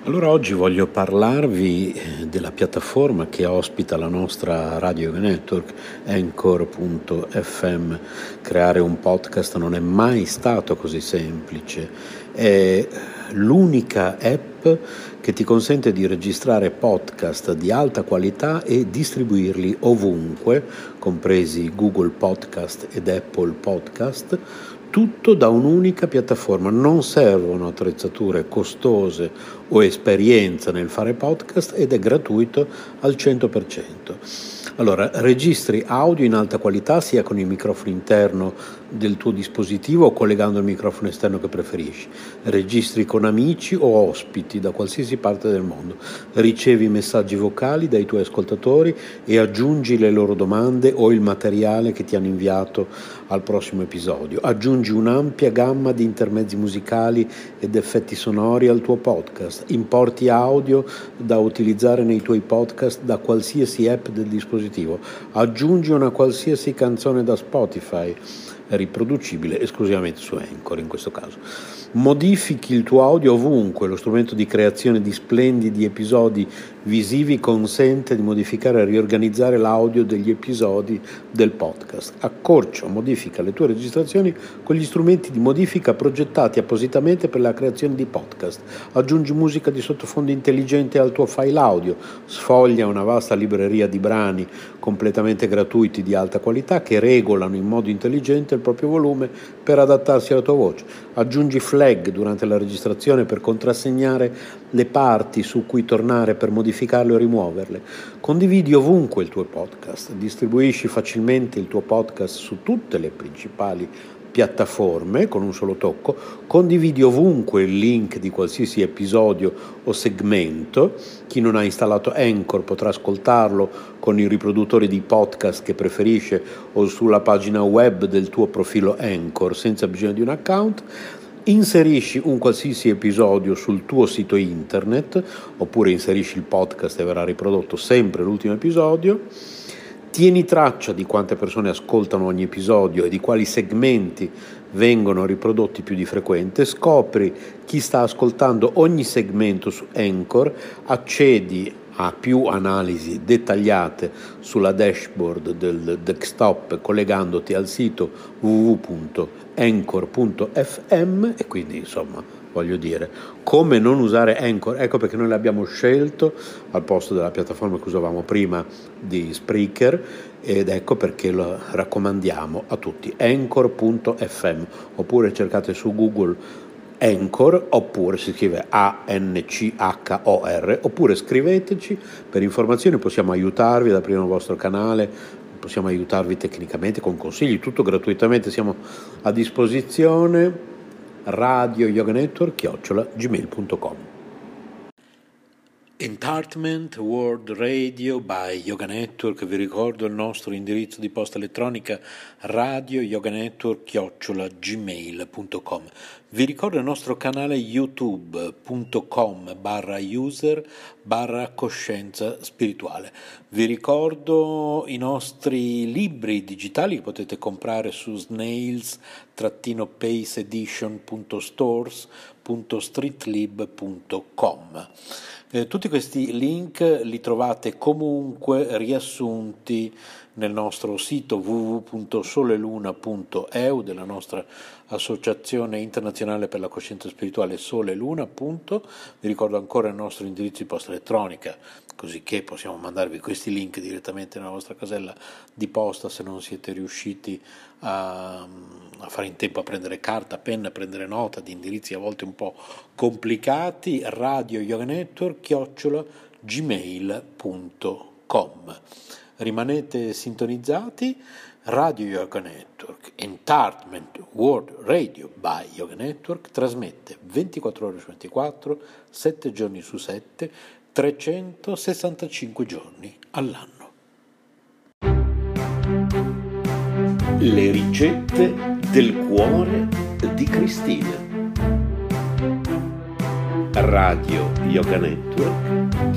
Allora oggi voglio parlarvi della piattaforma che ospita la nostra Radio Yoga Network, Anchor.fm. Creare un podcast non è mai stato così semplice. È l'unica app che ti consente di registrare podcast di alta qualità e distribuirli ovunque, compresi Google Podcast ed Apple Podcast, tutto da un'unica piattaforma. Non servono attrezzature costose o esperienza nel fare podcast ed è gratuito al 100%. Allora, registri audio in alta qualità sia con il microfono interno del tuo dispositivo o collegando il microfono esterno che preferisci. Registri con amici o ospiti da qualsiasi parte del mondo. Ricevi messaggi vocali dai tuoi ascoltatori e aggiungi le loro domande o il materiale che ti hanno inviato al prossimo episodio. Aggiungi un'ampia gamma di intermezzi musicali ed effetti sonori al tuo podcast. Importi audio da utilizzare nei tuoi podcast da qualsiasi app del dispositivo. Aggiungi una qualsiasi canzone da Spotify, riproducibile esclusivamente su Anchor in questo caso. Modifichi il tuo audio ovunque. Lo strumento di creazione di splendidi episodi visivi consente di modificare e riorganizzare l'audio degli episodi del podcast. Accorcia o modifica le tue registrazioni con gli strumenti di modifica progettati appositamente per la creazione di podcast. Aggiungi musica di sottofondo intelligente al tuo file audio. Sfoglia una vasta libreria di brani completamente gratuiti di alta qualità che regolano in modo intelligente il proprio volume per adattarsi alla tua voce. Aggiungi flag durante la registrazione per contrassegnare le parti su cui tornare per modificarle o rimuoverle. Condividi ovunque il tuo podcast, distribuisci facilmente il tuo podcast su tutte le principali piattaforme con un solo tocco, condividi ovunque il link di qualsiasi episodio o segmento. Chi non ha installato Anchor potrà ascoltarlo con i riproduttori di podcast che preferisce o sulla pagina web del tuo profilo Anchor senza bisogno di un account. Inserisci un qualsiasi episodio sul tuo sito internet oppure inserisci il podcast e verrà riprodotto sempre l'ultimo episodio. Tieni traccia di quante persone ascoltano ogni episodio e di quali segmenti vengono riprodotti più di frequente. Scopri chi sta ascoltando ogni segmento su Anchor, accedi a più analisi dettagliate sulla dashboard del desktop collegandoti al sito www.anchor.fm e quindi insomma voglio dire come non usare Anchor. Ecco perché noi l'abbiamo scelto al posto della piattaforma che usavamo prima di Spreaker ed ecco perché lo raccomandiamo a tutti. Anchor.fm oppure cercate su Google Anchor oppure si scrive Anchor oppure scriveteci per informazioni, possiamo aiutarvi ad aprire un vostro canale, possiamo aiutarvi tecnicamente con consigli, tutto gratuitamente, siamo a disposizione. Radio Yoga Network @gmail.com. Entertainment World Radio by Yoga Network. Vi ricordo il nostro indirizzo di posta elettronica radioyoganetwork@gmail.com. Vi ricordo il nostro canale youtube.com/user/coscienza spirituale. Vi ricordo i nostri libri digitali che potete comprare su snails-paceedition.stores.streetlib.com. Tutti questi link li trovate comunque riassunti nel nostro sito www.soleluna.eu della nostra associazione internazionale per la coscienza spirituale Sole Luna. Vi ricordo ancora il nostro indirizzo di posta elettronica, così che possiamo mandarvi questi link direttamente nella vostra casella di posta se non siete riusciti a fare in tempo a prendere carta, penna, a prendere nota di indirizzi a volte un po' complicati. Radio Yoga Network @gmail.com. Rimanete sintonizzati. Radio Yoga Network, Entertainment World Radio by Yoga Network, trasmette 24 ore su 24, 7 giorni su 7, 365 giorni all'anno. Le ricette del cuore di Cristina. Radio Yoga Network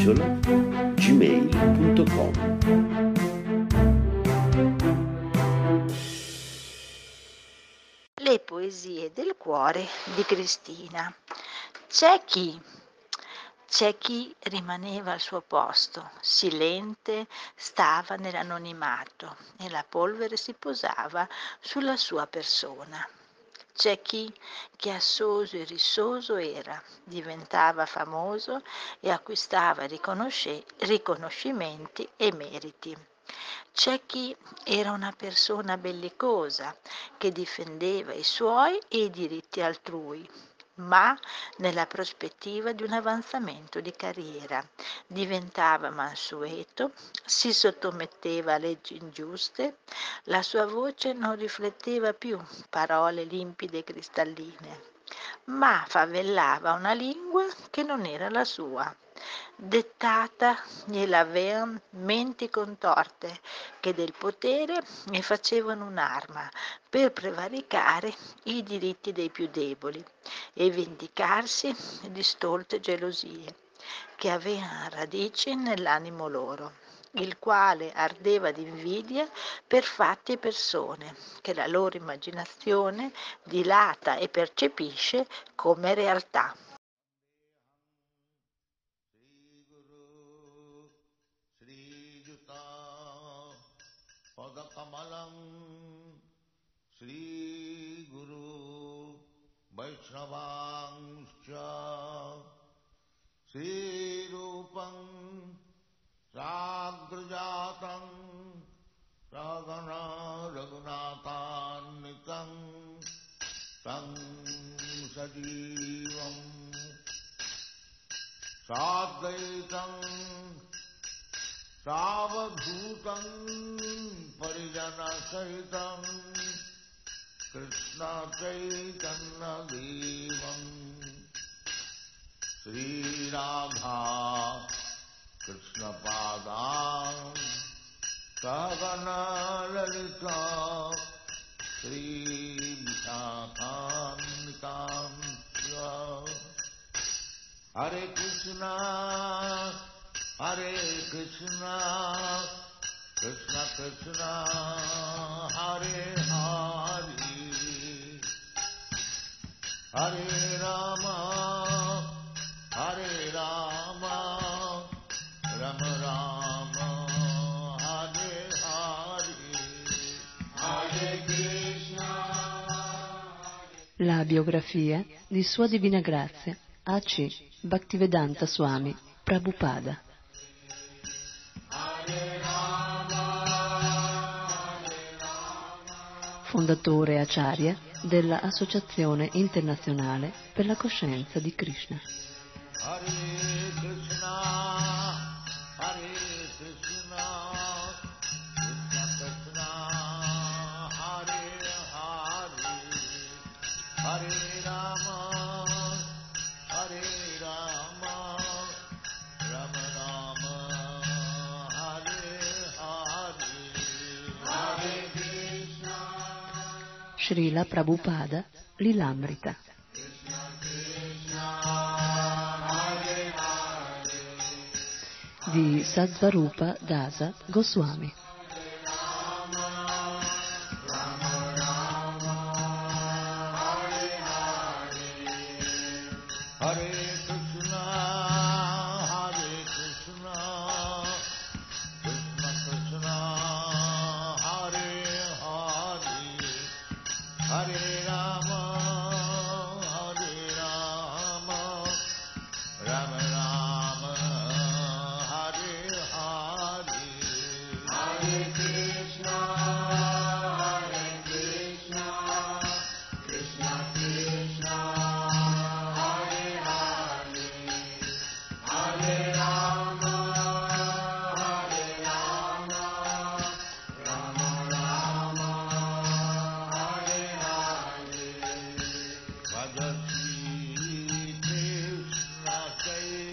@gmail.com. Le poesie del cuore di Cristina. C'è chi C'è chi rimaneva al suo posto, silente, stava nell'anonimato e la polvere si posava sulla sua persona. C'è chi, chiassoso e rissoso era, diventava famoso e acquistava riconoscimenti e meriti. C'è chi era una persona bellicosa che difendeva i suoi e i diritti altrui, ma nella prospettiva di un avanzamento di carriera. Diventava mansueto, si sottometteva a leggi ingiuste, la sua voce non rifletteva più parole limpide e cristalline, ma favellava una lingua che non era la sua. Dettata gliel'avean menti contorte che del potere ne facevano un'arma per prevaricare i diritti dei più deboli e vendicarsi di stolte gelosie che aveano radici nell'animo loro, il quale ardeva d'invidia per fatti e persone che la loro immaginazione dilata e percepisce come realtà. Sri Guru Vaishnavangscha Sri Rupam Sagrajatam Sagana Raghunathanikam Tam Sajivam Sadgaitam Savadhutam Parijana Sahitam Krishna Chaitanya Devam Sri Radha Krishna Padam Sagana Lalita Sri Vishakhanikam Hare Krishna Hare Krishna Krishna Krishna Hare Hare Hare Rama Hare Rama Rama Rama Hare Hare Hare Krishna. La biografia di Sua Divina Grazia A.C. Bhaktivedanta Swami Prabhupada. Fondatore Acharya della Associazione Internazionale per la Coscienza di Krishna. Hare Krishna, Hare Krishna, Krishna Krishna, Hare Hare, Hare Rama, Hare Rama, Rama Rama, Hare Hare, Hare Krishna. Srila Prabhupada Lilamrita. Di Sattvarupa Dasa Goswami. Hare Krishna, Hare Krishna, Krishna Krishna, Hare Hare, Hare Rama, Hare Rama, Rama Rama, Hare Hare, Hare Krishna, Hare Krishna, Krishna Krishna, Hare Hare, Hare Rama, Hare Rama, Rama Rama, Hare Hare. Bhaja Shri Krishna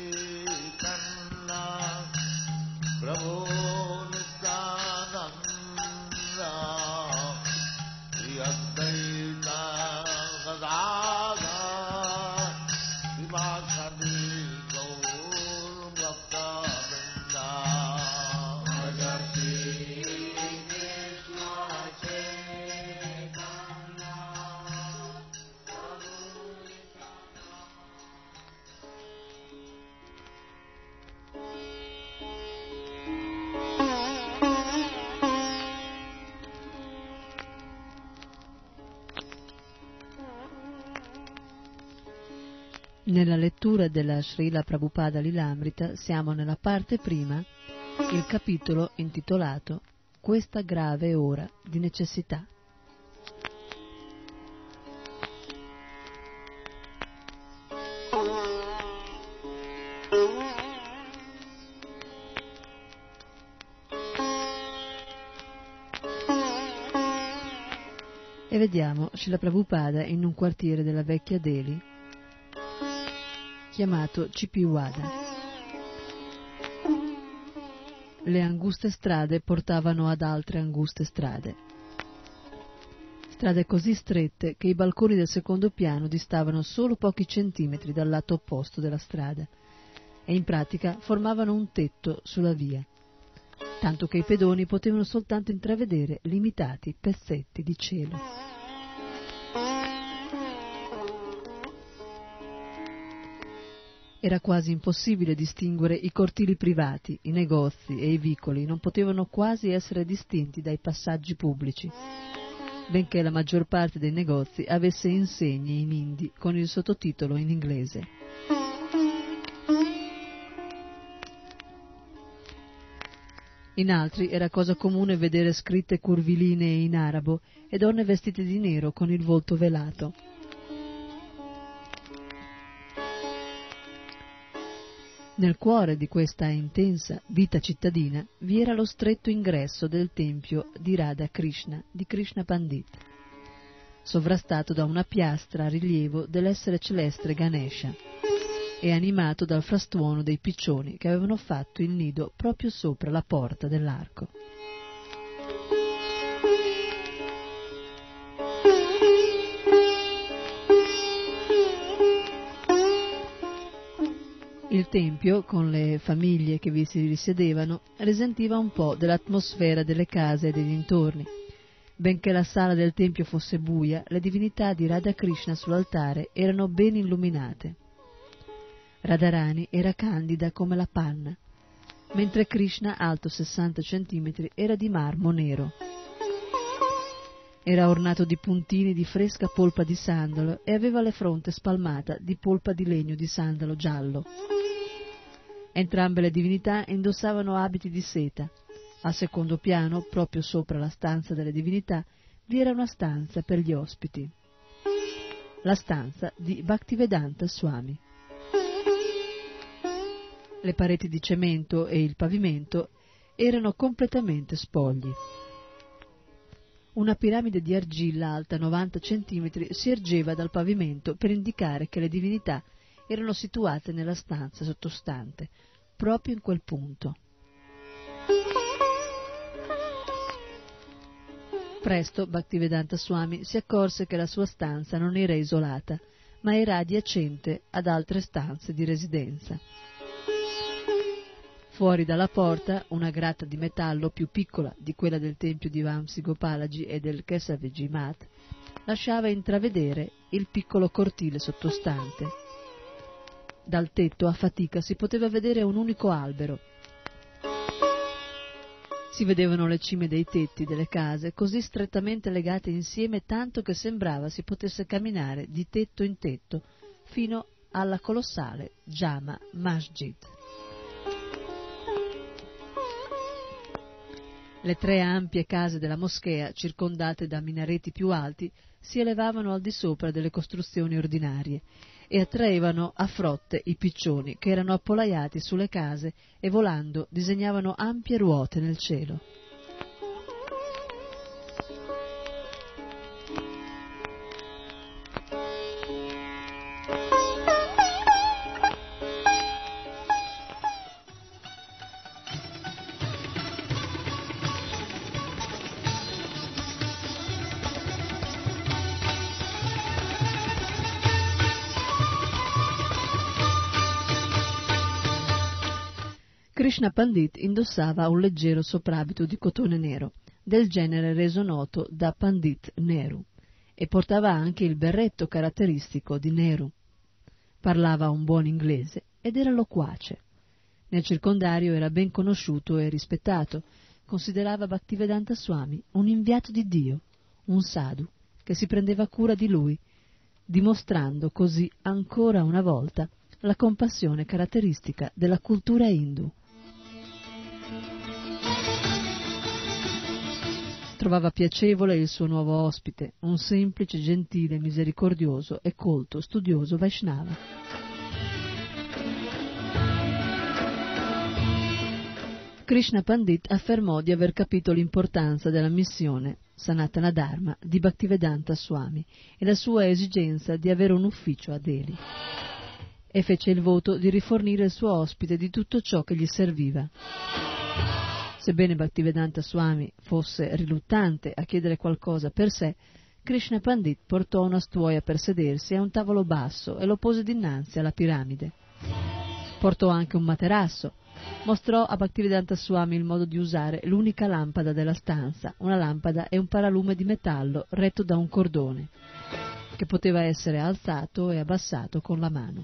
Nella lettura della Srila Prabhupada Lilamrita siamo nella parte prima, il capitolo intitolato Questa grave ora di necessità. E vediamo Srila Prabhupada in un quartiere della vecchia Delhi chiamato Chippiwada. Le anguste strade portavano ad altre anguste strade. Strade così strette che i balconi del secondo piano distavano solo pochi centimetri dal lato opposto della strada e in pratica formavano un tetto sulla via, tanto che i pedoni potevano soltanto intravedere limitati pezzetti di cielo. Era quasi impossibile distinguere i cortili privati, i negozi e i vicoli non potevano quasi essere distinti dai passaggi pubblici, benché la maggior parte dei negozi avesse insegne in hindi con il sottotitolo in inglese. In altri era cosa comune vedere scritte curvilinee in arabo e donne vestite di nero con il volto velato. Nel cuore di questa intensa vita cittadina vi era lo stretto ingresso del tempio di Radha Krishna, di Krishna Pandit, sovrastato da una piastra a rilievo dell'essere celeste Ganesha e animato dal frastuono dei piccioni che avevano fatto il nido proprio sopra la porta dell'arco. Il tempio, con le famiglie che vi si risiedevano, risentiva un po' dell'atmosfera delle case e dei dintorni. Benché la sala del tempio fosse buia, le divinità di Radha Krishna sull'altare erano ben illuminate. Radharani era candida come la panna, mentre Krishna, alto 60 centimetri, era di marmo nero. Era ornato di puntini di fresca polpa di sandalo e aveva la fronte spalmata di polpa di legno di sandalo giallo. Entrambe le divinità indossavano abiti di seta. Al secondo piano, proprio sopra la stanza delle divinità, vi era una stanza per gli ospiti, la stanza di Bhaktivedanta Swami. Le pareti di cemento e il pavimento erano completamente spogli. Una piramide di argilla alta 90 centimetri si ergeva dal pavimento per indicare che le divinità erano situate nella stanza sottostante, proprio in quel punto. Presto Bhaktivedanta Swami si accorse che la sua stanza non era isolata, ma era adiacente ad altre stanze di residenza. Fuori dalla porta, una grata di metallo più piccola di quella del tempio di Vamsi Gopalaji e del Kesavaji Math lasciava intravedere il piccolo cortile sottostante. Dal tetto a fatica si poteva vedere un unico albero. Si vedevano le cime dei tetti delle case così strettamente legate insieme tanto che sembrava si potesse camminare di tetto in tetto fino alla colossale Jama Masjid. Le 3 ampie case della moschea, circondate da minareti più alti, si elevavano al di sopra delle costruzioni ordinarie e attraevano a frotte i piccioni che erano appollaiati sulle case e volando disegnavano ampie ruote nel cielo. Krishna Pandit indossava un leggero soprabito di cotone nero, del genere reso noto da Pandit Nehru, e portava anche il berretto caratteristico di Nehru. Parlava un buon inglese ed era loquace. Nel circondario era ben conosciuto e rispettato. Considerava Bhaktivedanta Swami un inviato di Dio, un sadhu, che si prendeva cura di lui, dimostrando così ancora una volta la compassione caratteristica della cultura indù. Trovava piacevole il suo nuovo ospite, un semplice, gentile, misericordioso e colto studioso Vaishnava. Krishna Pandit affermò di aver capito l'importanza della missione Sanatana Dharma di Bhaktivedanta Swami e la sua esigenza di avere un ufficio a Delhi, e fece il voto di rifornire il suo ospite di tutto ciò che gli serviva. Sebbene Bhaktivedanta Swami fosse riluttante a chiedere qualcosa per sé, Krishna Pandit portò una stuoia per sedersi a un tavolo basso e lo pose dinanzi alla piramide. Portò anche un materasso. Mostrò a Bhaktivedanta Swami il modo di usare l'unica lampada della stanza, una lampada e un paralume di metallo retto da un cordone, che poteva essere alzato e abbassato con la mano.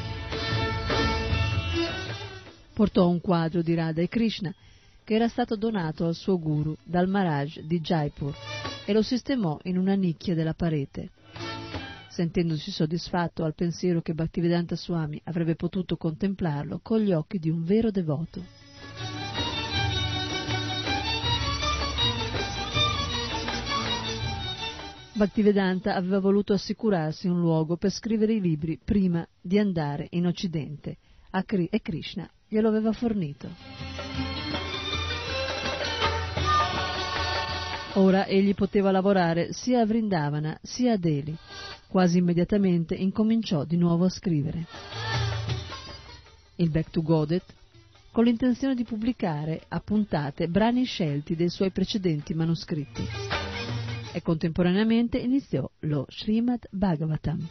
Portò un quadro di Radha e Krishna, che era stato donato al suo guru dal Maharaj di Jaipur, e lo sistemò in una nicchia della parete. Sentendosi soddisfatto al pensiero che Bhaktivedanta Swami avrebbe potuto contemplarlo con gli occhi di un vero devoto. Bhaktivedanta aveva voluto assicurarsi un luogo per scrivere i libri prima di andare in Occidente, e Krishna glielo aveva fornito. Ora egli poteva lavorare sia a Vrindavana sia a Delhi. Quasi immediatamente incominciò di nuovo a scrivere il Back to Godhet, con l'intenzione di pubblicare a puntate brani scelti dei suoi precedenti manoscritti, e contemporaneamente iniziò lo Srimad Bhagavatam.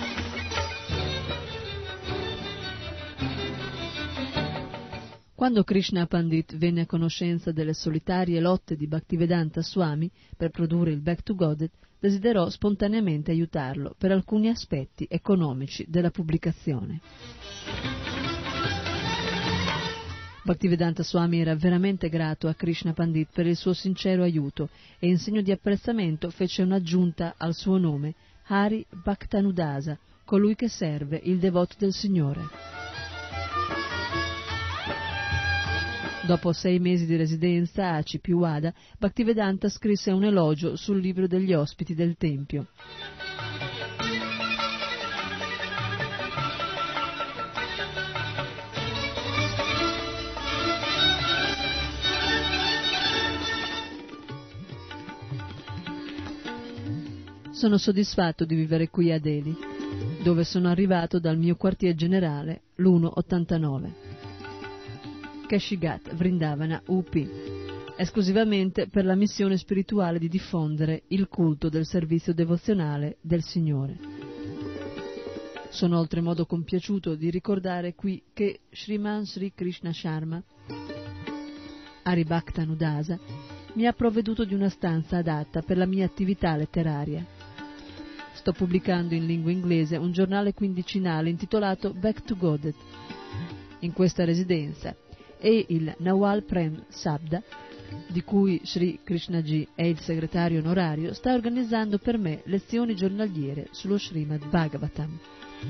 Quando Krishna Pandit venne a conoscenza delle solitarie lotte di Bhaktivedanta Swami per produrre il Back to Godhet, desiderò spontaneamente aiutarlo per alcuni aspetti economici della pubblicazione. Bhaktivedanta Swami era veramente grato a Krishna Pandit per il suo sincero aiuto e in segno di apprezzamento fece un'aggiunta al suo nome, Hari Bhaktanudasa, colui che serve il devoto del Signore. Dopo 6 mesi di residenza a Cipiwada, Bhaktivedanta scrisse un elogio sul libro degli ospiti del Tempio. Sono soddisfatto di vivere qui a Delhi, dove sono arrivato dal mio quartier generale, l'189. Keshigat, Vrindavana, UP, esclusivamente per la missione spirituale di diffondere il culto del servizio devozionale del Signore. Sono oltremodo compiaciuto di ricordare qui che Shriman Sri Krishna Sharma, Haribhaktanudasa, mi ha provveduto di una stanza adatta per la mia attività letteraria. Sto pubblicando in lingua inglese un giornale quindicinale intitolato Back to Godhet in questa residenza, e il Nawal Prem Sabda, di cui Sri Krishnaji è il segretario onorario, sta organizzando per me lezioni giornaliere sullo Srimad Bhagavatam.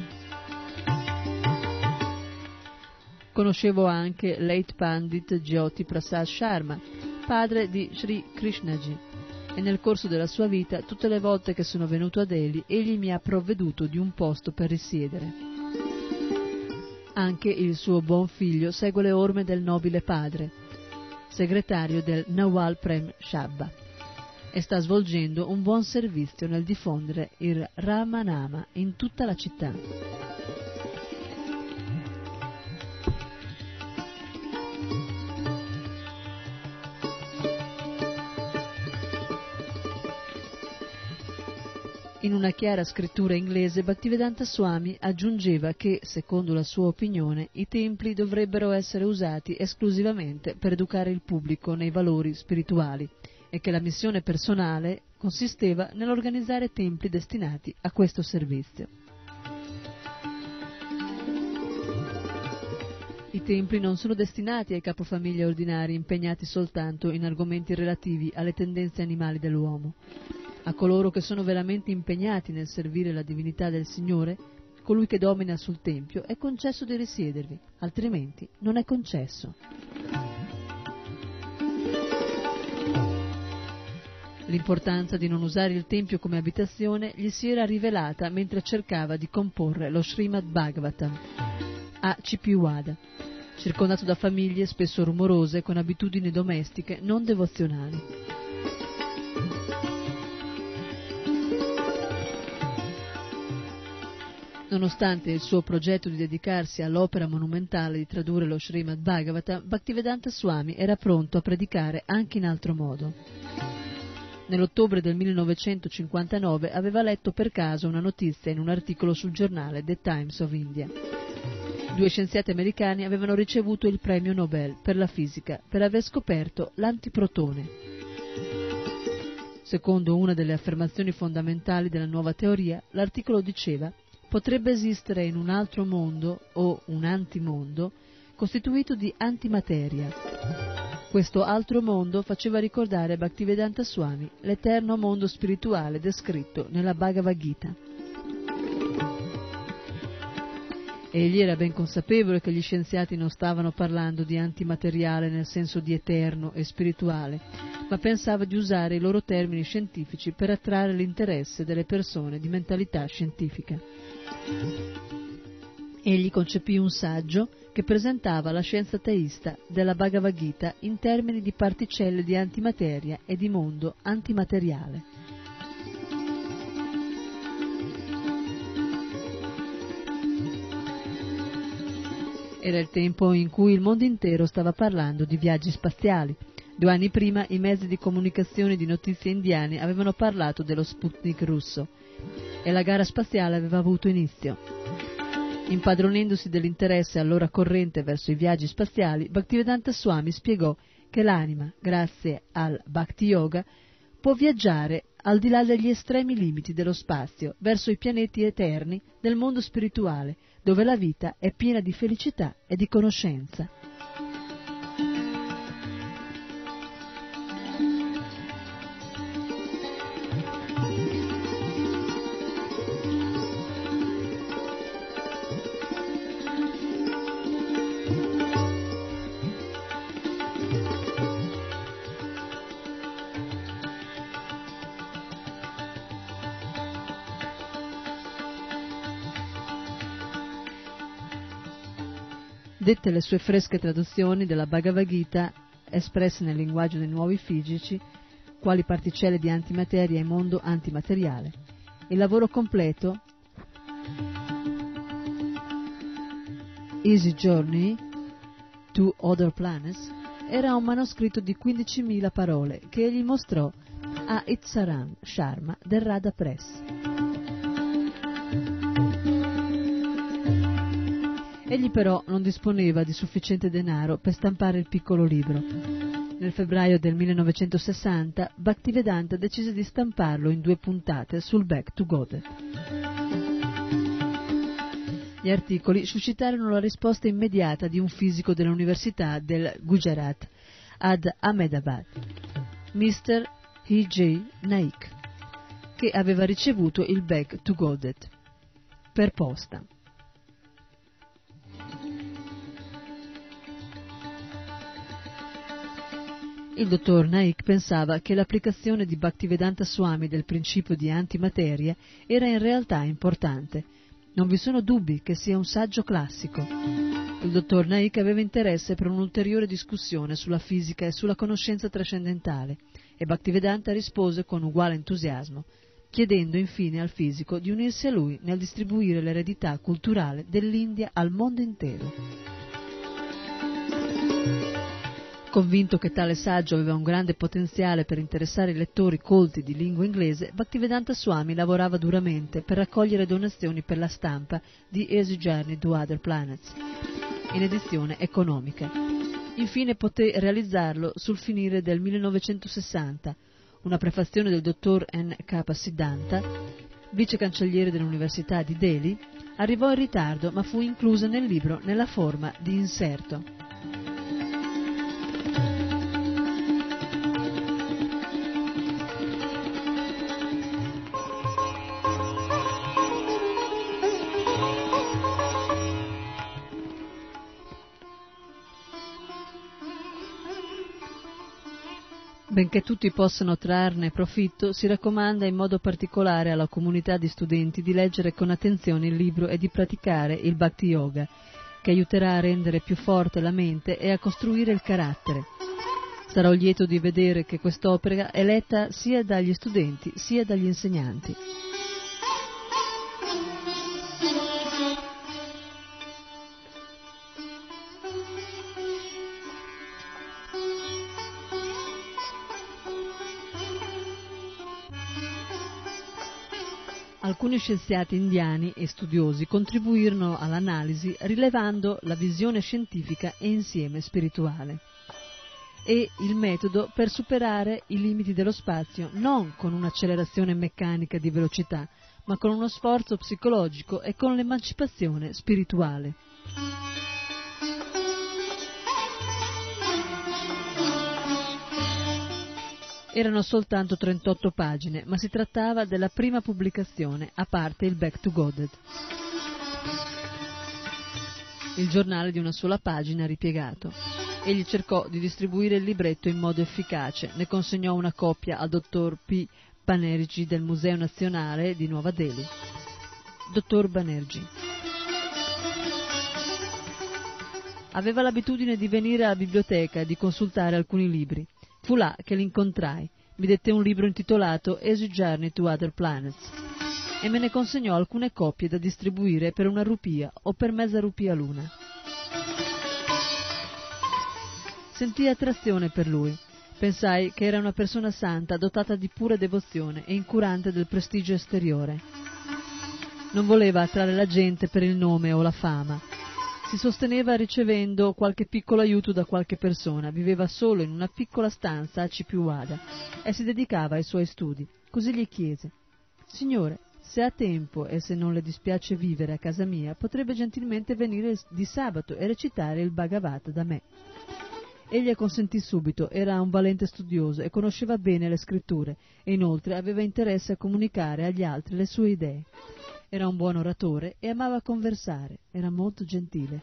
Conoscevo anche Late Pandit Jyoti Prasad Sharma, padre di Sri Krishnaji, e nel corso della sua vita, tutte le volte che sono venuto a Delhi, egli mi ha provveduto di un posto per risiedere. Anche il suo buon figlio segue le orme del nobile padre, segretario del Nawal Prem Shabba, e sta svolgendo un buon servizio nel diffondere il Ramanama in tutta la città. In una chiara scrittura inglese, Bhaktivedanta Swami aggiungeva che, secondo la sua opinione, i templi dovrebbero essere usati esclusivamente per educare il pubblico nei valori spirituali e che la missione personale consisteva nell'organizzare templi destinati a questo servizio. I templi non sono destinati ai capofamiglia ordinari impegnati soltanto in argomenti relativi alle tendenze animali dell'uomo. A coloro che sono veramente impegnati nel servire la divinità del Signore, colui che domina sul Tempio, è concesso di risiedervi, altrimenti non è concesso. L'importanza di non usare il Tempio come abitazione gli si era rivelata mentre cercava di comporre lo Srimad Bhagavatam a Chippiwada, circondato da famiglie spesso rumorose con abitudini domestiche non devozionali. Nonostante il suo progetto di dedicarsi all'opera monumentale di tradurre lo Srimad Bhagavatam, Bhaktivedanta Swami era pronto a predicare anche in altro modo. Nell'ottobre del 1959 aveva letto per caso una notizia in un articolo sul giornale The Times of India. 2 scienziati americani avevano ricevuto il premio Nobel per la fisica per aver scoperto l'antiprotone. Secondo una delle affermazioni fondamentali della nuova teoria, l'articolo diceva: potrebbe esistere in un altro mondo o un antimondo costituito di antimateria. Questo altro mondo faceva ricordare a Bhaktivedanta Swami l'eterno mondo spirituale descritto nella Bhagavad Gita. Egli era ben consapevole che gli scienziati non stavano parlando di antimateriale nel senso di eterno e spirituale, ma pensava di usare i loro termini scientifici per attrarre l'interesse delle persone di mentalità scientifica. Egli concepì un saggio che presentava la scienza teista della Bhagavad Gita in termini di particelle di antimateria e di mondo antimateriale. Era il tempo in cui il mondo intero stava parlando di viaggi spaziali. 2 anni prima i mezzi di comunicazione di notizie indiane avevano parlato dello Sputnik russo e la gara spaziale aveva avuto inizio. Impadronendosi dell'interesse allora corrente verso i viaggi spaziali, Bhaktivedanta Swami spiegò che l'anima, grazie al Bhakti Yoga, può viaggiare al di là degli estremi limiti dello spazio, verso i pianeti eterni del mondo spirituale, dove la vita è piena di felicità e di conoscenza. Dette le sue fresche traduzioni della Bhagavad Gita, espresse nel linguaggio dei nuovi fisici, quali particelle di antimateria e mondo antimateriale. Il lavoro completo, Easy Journey to Other Planets, era un manoscritto di 15.000 parole che egli mostrò a Itsaran Sharma del Radha Press. Egli però non disponeva di sufficiente denaro per stampare il piccolo libro. Nel febbraio del 1960 Bhaktivedanta decise di stamparlo in 2 puntate sul Back to God. Gli articoli suscitarono la risposta immediata di un fisico dell'Università del Gujarat ad Ahmedabad, Mr. E.J. Naik, che aveva ricevuto il Back to God per posta. Il dottor Naik pensava che l'applicazione di Bhaktivedanta Swami del principio di antimateria era in realtà importante. Non vi sono dubbi che sia un saggio classico. Il dottor Naik aveva interesse per un'ulteriore discussione sulla fisica e sulla conoscenza trascendentale, e Bhaktivedanta rispose con uguale entusiasmo, chiedendo infine al fisico di unirsi a lui nel distribuire l'eredità culturale dell'India al mondo intero. Convinto che tale saggio aveva un grande potenziale per interessare i lettori colti di lingua inglese, Bhaktivedanta Swami lavorava duramente per raccogliere donazioni per la stampa di Easy Journey to Other Planets, in edizione economica. Infine poté realizzarlo sul finire del 1960. Una prefazione del dottor N.K. Siddhanta, vice cancelliere dell'Università di Delhi, arrivò in ritardo ma fu inclusa nel libro nella forma di inserto. Benché tutti possano trarne profitto, si raccomanda in modo particolare alla comunità di studenti di leggere con attenzione il libro e di praticare il Bhakti Yoga, che aiuterà a rendere più forte la mente e a costruire il carattere. Sarò lieto di vedere che quest'opera è letta sia dagli studenti sia dagli insegnanti. Alcuni scienziati indiani e studiosi contribuirono all'analisi rilevando la visione scientifica e insieme spirituale e il metodo per superare i limiti dello spazio non con un'accelerazione meccanica di velocità, ma con uno sforzo psicologico e con l'emancipazione spirituale. Erano soltanto 38 pagine, ma si trattava della prima pubblicazione, a parte il Back to Godhead. Il giornale di una sola pagina ripiegato. Egli cercò di distribuire il libretto in modo efficace, ne consegnò una copia al dottor P. Banerjee del Museo Nazionale di Nuova Delhi. Dottor Banerjee aveva l'abitudine di venire alla biblioteca e di consultare alcuni libri. Fu là che l'incontrai, mi dette un libro intitolato As You Journey to Other Planets e me ne consegnò alcune copie da distribuire per una rupia o per mezza rupia l'una. Sentii attrazione per lui. Pensai che era una persona santa, dotata di pura devozione e incurante del prestigio esteriore. Non voleva attrarre la gente per il nome o la fama. Si sosteneva ricevendo qualche piccolo aiuto da qualche persona, viveva solo in una piccola stanza a Cipiuada e si dedicava ai suoi studi. Così gli chiese: «Signore, se ha tempo e se non le dispiace vivere a casa mia, potrebbe gentilmente venire di sabato e recitare il Bhagavata da me». Egli acconsentì subito, era un valente studioso e conosceva bene le scritture e inoltre aveva interesse a comunicare agli altri le sue idee. Era un buon oratore e amava conversare, era molto gentile.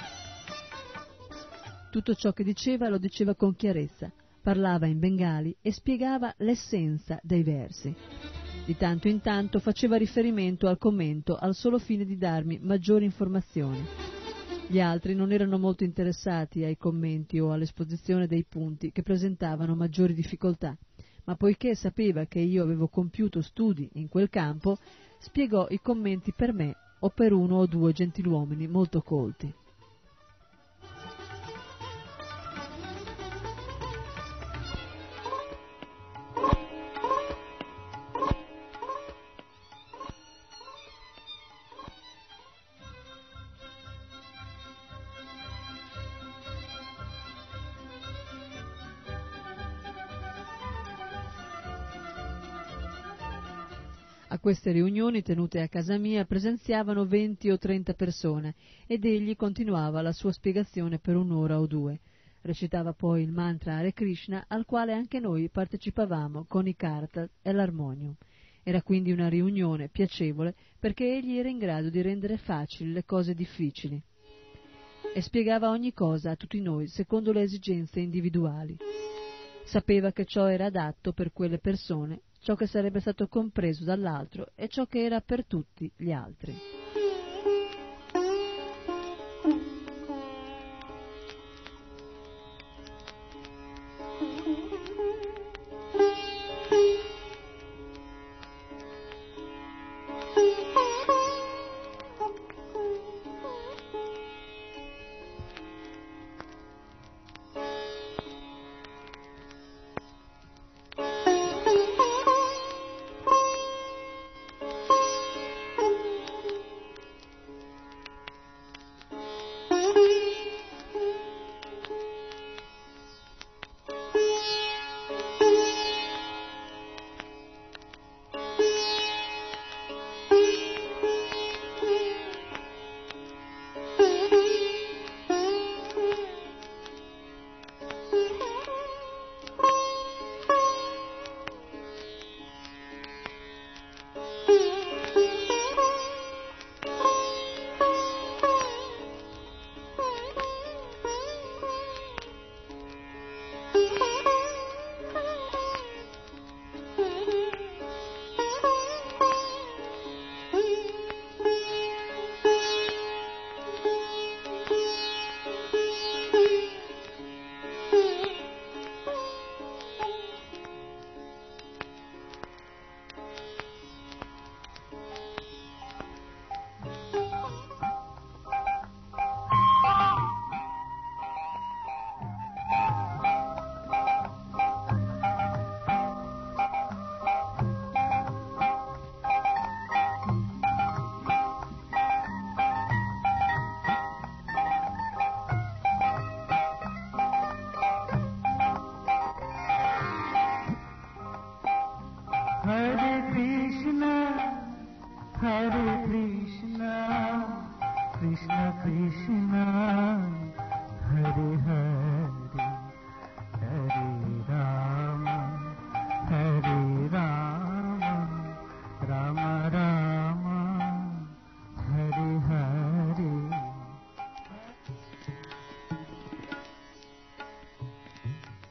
Tutto ciò che diceva lo diceva con chiarezza, parlava in bengali e spiegava l'essenza dei versi. Di tanto in tanto faceva riferimento al commento al solo fine di darmi maggiori informazioni. Gli altri non erano molto interessati ai commenti o all'esposizione dei punti che presentavano maggiori difficoltà, ma poiché sapeva che io avevo compiuto studi in quel campo, spiegò i commenti per me o per uno o due gentiluomini molto colti. A queste riunioni tenute a casa mia presenziavano 20 o 30 persone ed egli continuava la sua spiegazione per un'ora o due. Recitava poi il mantra Hare Krishna al quale anche noi partecipavamo con i kartal e l'armonium. Era quindi una riunione piacevole perché egli era in grado di rendere facili le cose difficili e spiegava ogni cosa a tutti noi secondo le esigenze individuali. Sapeva che ciò era adatto per quelle persone, ciò che sarebbe stato compreso dall'altro e ciò che era per tutti gli altri.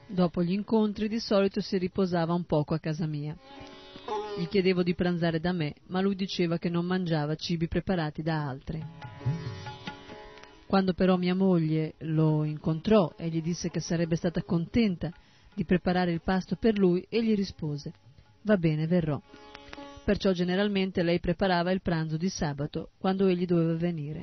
Dopo gli incontri di solito si riposava un poco a casa mia. Gli chiedevo di pranzare da me, ma lui diceva che non mangiava cibi preparati da altri. Quando però mia moglie lo incontrò e gli disse che sarebbe stata contenta di preparare il pasto per lui, egli rispose: «Va bene, verrò». Perciò generalmente lei preparava il pranzo di sabato, quando egli doveva venire.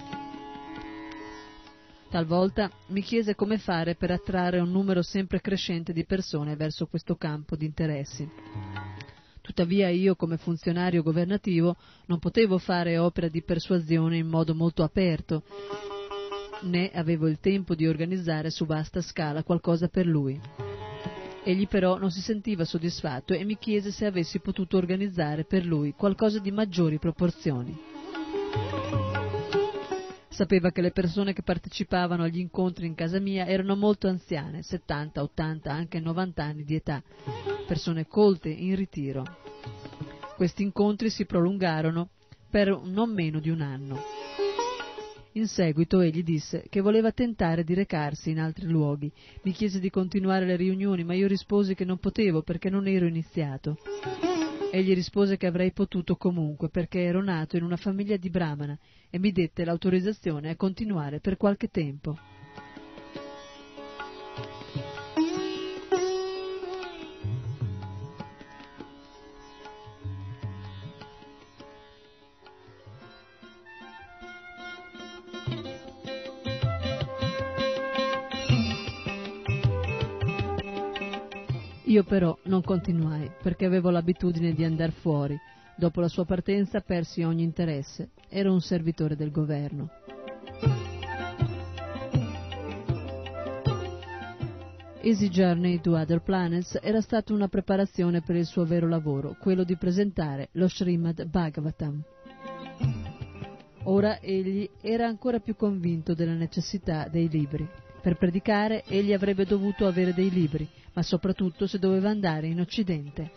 Talvolta mi chiese come fare per attrarre un numero sempre crescente di persone verso questo campo di interessi. Tuttavia io, come funzionario governativo, non potevo fare opera di persuasione in modo molto aperto, né avevo il tempo di organizzare su vasta scala qualcosa per lui. Egli però non si sentiva soddisfatto e mi chiese se avessi potuto organizzare per lui qualcosa di maggiori proporzioni. Sapeva che le persone che partecipavano agli incontri in casa mia erano molto anziane, 70, 80, anche 90 anni di età, persone colte in ritiro. Questi incontri si prolungarono per non meno di un anno. In seguito egli disse che voleva tentare di recarsi in altri luoghi. Mi chiese di continuare le riunioni, ma io risposi che non potevo perché non ero iniziato. Egli rispose che avrei potuto comunque perché ero nato in una famiglia di Brahmana e mi dette l'autorizzazione a continuare per qualche tempo. Io però non continuai, perché avevo l'abitudine di andar fuori. Dopo la sua partenza persi ogni interesse. Ero un servitore del governo. Easy Journey to Other Planets era stata una preparazione per il suo vero lavoro, quello di presentare lo Srimad Bhagavatam. Ora egli era ancora più convinto della necessità dei libri. Per predicare egli avrebbe dovuto avere dei libri, ma soprattutto se doveva andare in Occidente.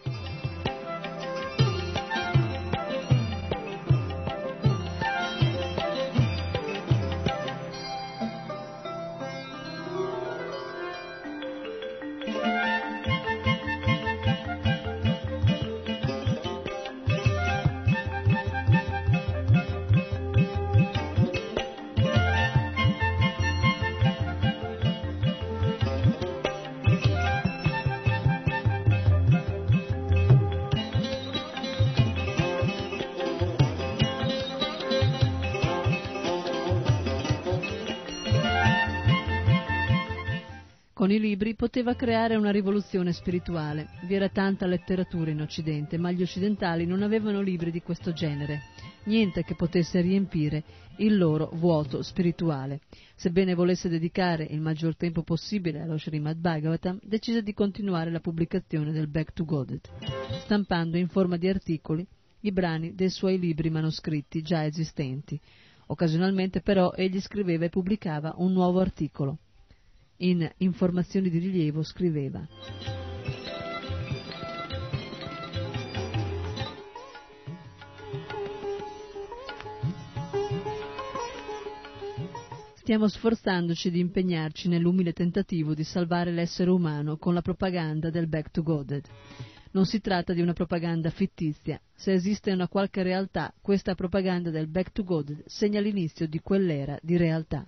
Con i libri poteva creare una rivoluzione spirituale. Vi era tanta letteratura in Occidente, ma gli occidentali non avevano libri di questo genere, niente che potesse riempire il loro vuoto spirituale. Sebbene volesse dedicare il maggior tempo possibile allo Srimad Bhagavatam, decise di continuare la pubblicazione del Back to Godhead, stampando in forma di articoli i brani dei suoi libri manoscritti già esistenti. Occasionalmente però egli scriveva e pubblicava un nuovo articolo. In informazioni di rilievo scriveva: stiamo sforzandoci di impegnarci nell'umile tentativo di salvare l'essere umano con la propaganda del Back to Godhead. Non si tratta di una propaganda fittizia. Se esiste una qualche realtà, questa propaganda del Back to Godhead segna l'inizio di quell'era di realtà.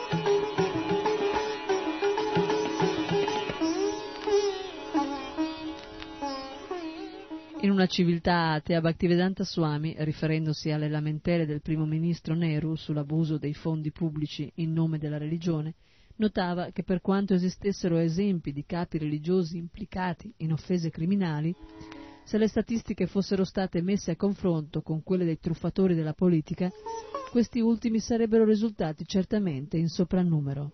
In una civiltà atea, Bhaktivedanta Swami, riferendosi alle lamentele del primo ministro Nehru sull'abuso dei fondi pubblici in nome della religione, notava che per quanto esistessero esempi di capi religiosi implicati in offese criminali, se le statistiche fossero state messe a confronto con quelle dei truffatori della politica, questi ultimi sarebbero risultati certamente in soprannumero.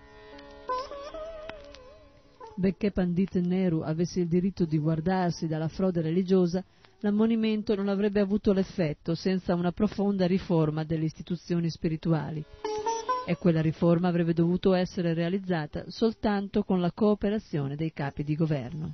Benché Pandit Nehru avesse il diritto di guardarsi dalla frode religiosa, l'ammonimento non avrebbe avuto l'effetto senza una profonda riforma delle istituzioni spirituali, e quella riforma avrebbe dovuto essere realizzata soltanto con la cooperazione dei capi di governo.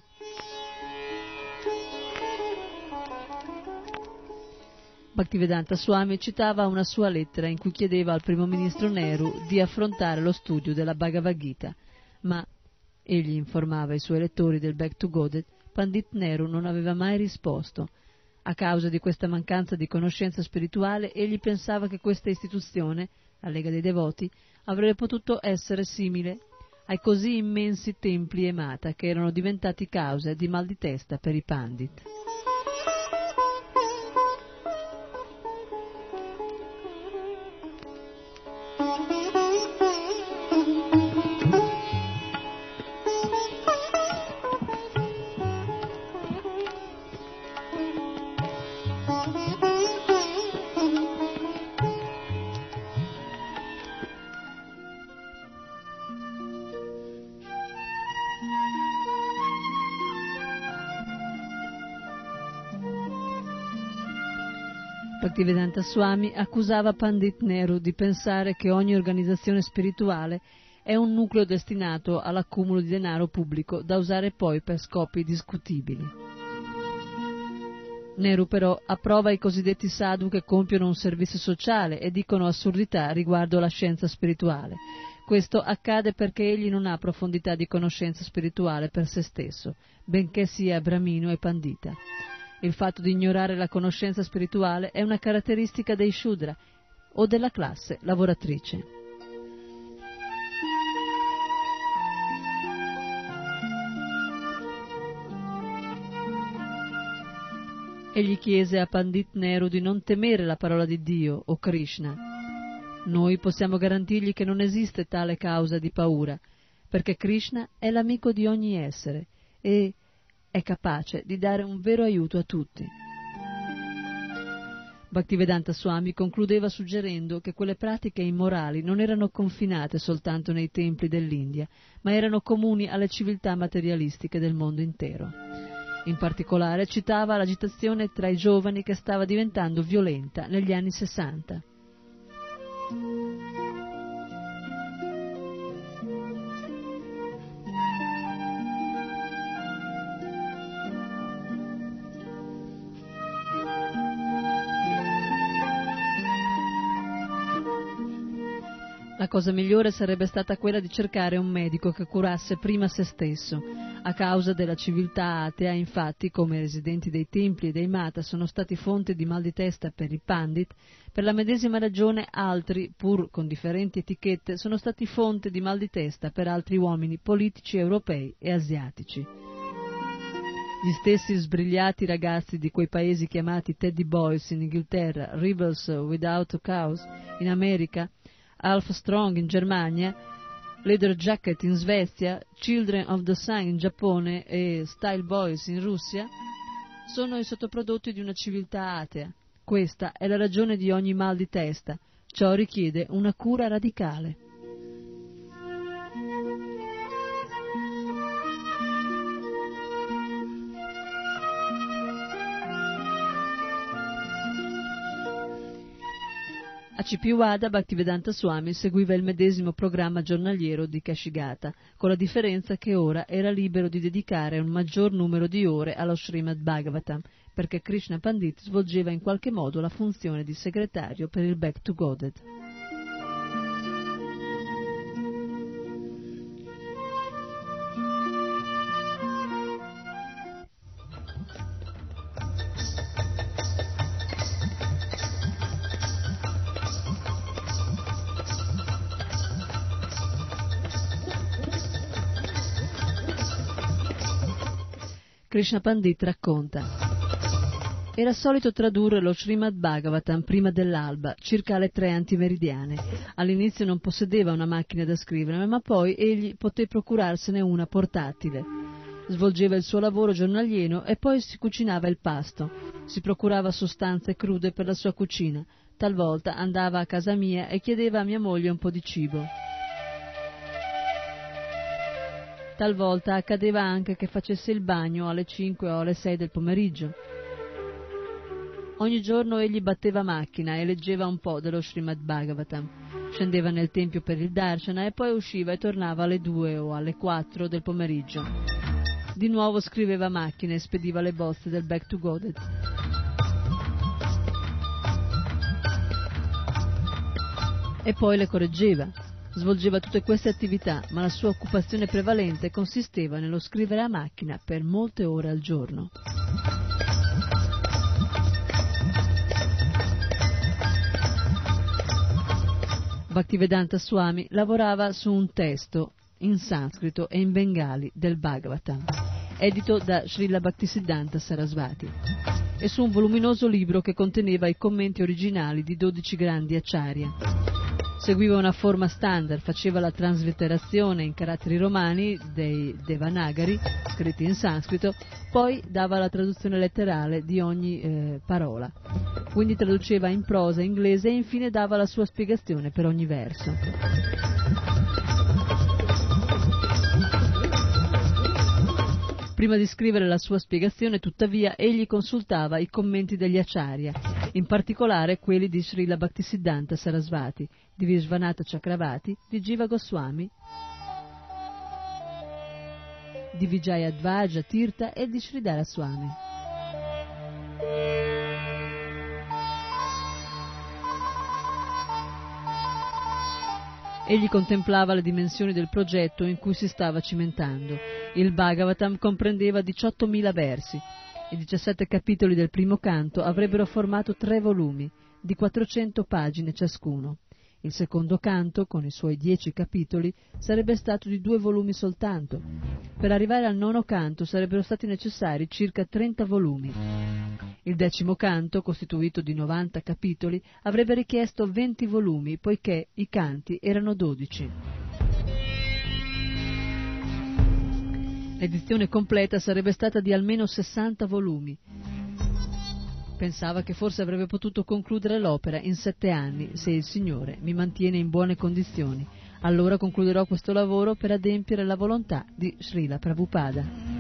Bhaktivedanta Swami citava una sua lettera in cui chiedeva al primo ministro Nehru di affrontare lo studio della Bhagavad Gita, ma Egli informava i suoi lettori del Back to Godhead, Pandit Nehru non aveva mai risposto. A causa di questa mancanza di conoscenza spirituale, egli pensava che questa istituzione, la Lega dei Devoti, avrebbe potuto essere simile ai così immensi templi e mata che erano diventati causa di mal di testa per i Pandit. Bhaktivedanta Swami accusava Pandit Nehru di pensare che ogni organizzazione spirituale è un nucleo destinato all'accumulo di denaro pubblico da usare poi per scopi discutibili. Nehru però approva i cosiddetti sadhu che compiono un servizio sociale e dicono assurdità riguardo alla scienza spirituale. Questo accade perché egli non ha profondità di conoscenza spirituale per se stesso, benché sia brahmino e pandita. Il fatto di ignorare la conoscenza spirituale è una caratteristica dei Shudra o della classe lavoratrice. Egli chiese a Pandit Nehru di non temere la parola di Dio o Krishna. Noi possiamo garantirgli che non esiste tale causa di paura, perché Krishna è l'amico di ogni essere e è capace di dare un vero aiuto a tutti. Bhaktivedanta Swami concludeva suggerendo che quelle pratiche immorali non erano confinate soltanto nei templi dell'India, ma erano comuni alle civiltà materialistiche del mondo intero. In particolare citava l'agitazione tra i giovani che stava diventando violenta negli anni 60. La cosa migliore sarebbe stata quella di cercare un medico che curasse prima se stesso. A causa della civiltà atea, infatti, come i residenti dei templi e dei mata sono stati fonte di mal di testa per i pandit, per la medesima ragione altri, pur con differenti etichette, sono stati fonte di mal di testa per altri uomini politici europei e asiatici. Gli stessi sbrigliati ragazzi di quei paesi chiamati Teddy Boys in Inghilterra, Rebels Without a Cause in America, Alf Strong in Germania, Leather Jacket in Svezia, Children of the Sun in Giappone e Style Boys in Russia, sono i sottoprodotti di una civiltà atea. Questa è la ragione di ogni mal di testa. Ciò richiede una cura radicale. A C.P. Wada, Bhaktivedanta Swami seguiva il medesimo programma giornaliero di Kashigata, con la differenza che ora era libero di dedicare un maggior numero di ore allo Srimad Bhagavatam, perché Krishna Pandit svolgeva in qualche modo la funzione di segretario per il Back to Godhead. Krishna Pandit racconta: era solito tradurre lo Srimad Bhagavatam prima dell'alba, circa alle 3 antimeridiane. All'inizio non possedeva una macchina da scrivere, ma poi egli poté procurarsene una portatile. Svolgeva il suo lavoro giornaliero e poi si cucinava il pasto. Si procurava sostanze crude per la sua cucina. Talvolta andava a casa mia e chiedeva a mia moglie un po' di cibo. Talvolta accadeva anche che facesse il bagno alle 5 o alle 6 del pomeriggio. Ogni giorno egli batteva macchina e leggeva un po' dello Srimad Bhagavatam. Scendeva nel tempio per il darshana e poi usciva e tornava alle 2 o alle 4 del pomeriggio. Di nuovo scriveva a macchina e spediva le bozze del Back to Godhead. E poi le correggeva. Svolgeva tutte queste attività, ma la sua occupazione prevalente consisteva nello scrivere a macchina per molte ore al giorno. Bhaktivedanta Swami lavorava su un testo in sanscrito e in bengali del Bhagavatam, edito da Srila Bhaktisiddhanta Sarasvati, e su un voluminoso libro che conteneva i commenti originali di 12 grandi acharya. Seguiva una forma standard, faceva la traslitterazione in caratteri romani dei Devanagari, scritti in sanscrito, poi dava la traduzione letterale di ogni parola. Quindi traduceva in prosa inglese e infine dava la sua spiegazione per ogni verso. Prima di scrivere la sua spiegazione, tuttavia, egli consultava i commenti degli acharya, in particolare quelli di Srila Bhaktisiddhanta Sarasvati, di Vishvanatha Chakravarti, di Jiva Goswami, di Vijayadvaja Tirtha e di Sridhara Swami. Egli contemplava le dimensioni del progetto in cui si stava cimentando. Il Bhagavatam comprendeva 18.000 versi. I 17 capitoli del primo canto avrebbero formato 3 volumi, di 400 pagine ciascuno. Il secondo canto, con i suoi 10 capitoli, sarebbe stato di 2 volumi soltanto. Per arrivare al nono canto sarebbero stati necessari circa 30 volumi. Il 10° canto, costituito di 90 capitoli, avrebbe richiesto 20 volumi, poiché i canti erano 12. L'edizione completa sarebbe stata di almeno 60 volumi. Pensava che forse avrebbe potuto concludere l'opera in 7 anni, se il Signore mi mantiene in buone condizioni. Allora concluderò questo lavoro per adempiere la volontà di Srila Prabhupada.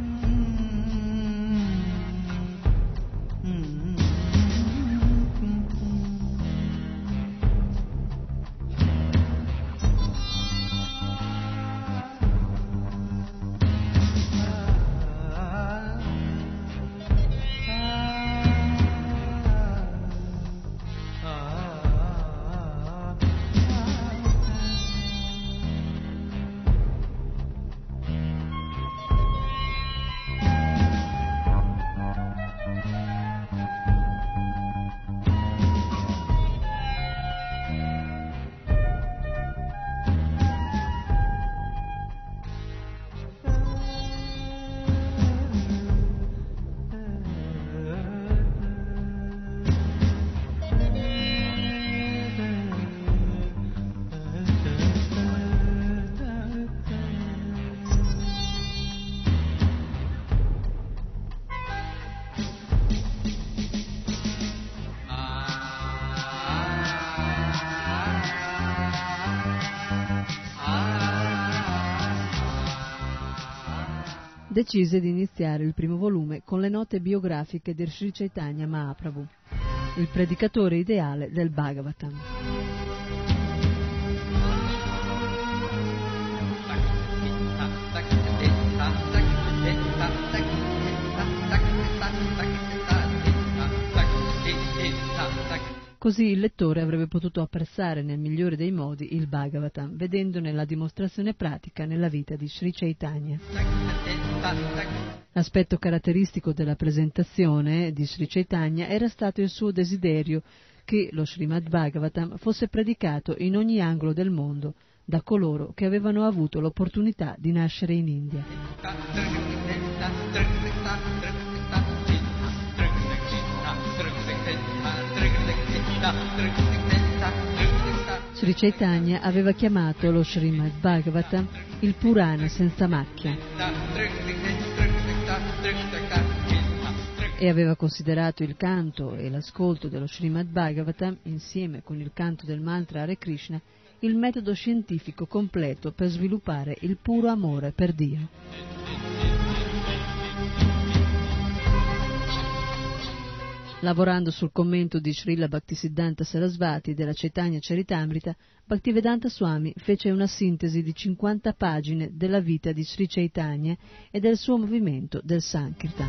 Decise di iniziare il primo volume con le note biografiche di Sri Chaitanya Mahaprabhu, il predicatore ideale del Bhagavatam. Così il lettore avrebbe potuto apprezzare nel migliore dei modi il Bhagavatam, vedendone la dimostrazione pratica nella vita di Sri Chaitanya. L'aspetto caratteristico della presentazione di Sri Chaitanya era stato il suo desiderio che lo Srimad Bhagavatam fosse predicato in ogni angolo del mondo da coloro che avevano avuto l'opportunità di nascere in India. Sri Chaitanya aveva chiamato lo Srimad Bhagavatam il Purana senza macchia e aveva considerato il canto e l'ascolto dello Srimad Bhagavatam insieme con il canto del mantra Hare Krishna il metodo scientifico completo per sviluppare il puro amore per Dio. Lavorando sul commento di Srila Bhaktisiddhanta Sarasvati della Chaitanya Charitamrita, Bhaktivedanta Swami fece una sintesi di 50 pagine della vita di Sri Chaitanya e del suo movimento del Sankirtan.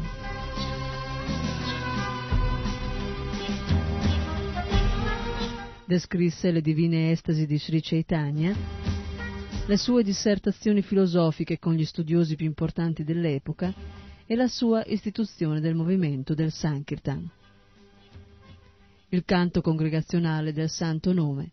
Descrisse le divine estasi di Sri Chaitanya le sue dissertazioni filosofiche con gli studiosi più importanti dell'epoca e la sua istituzione del movimento del Sankirtan. Il canto congregazionale del Santo Nome.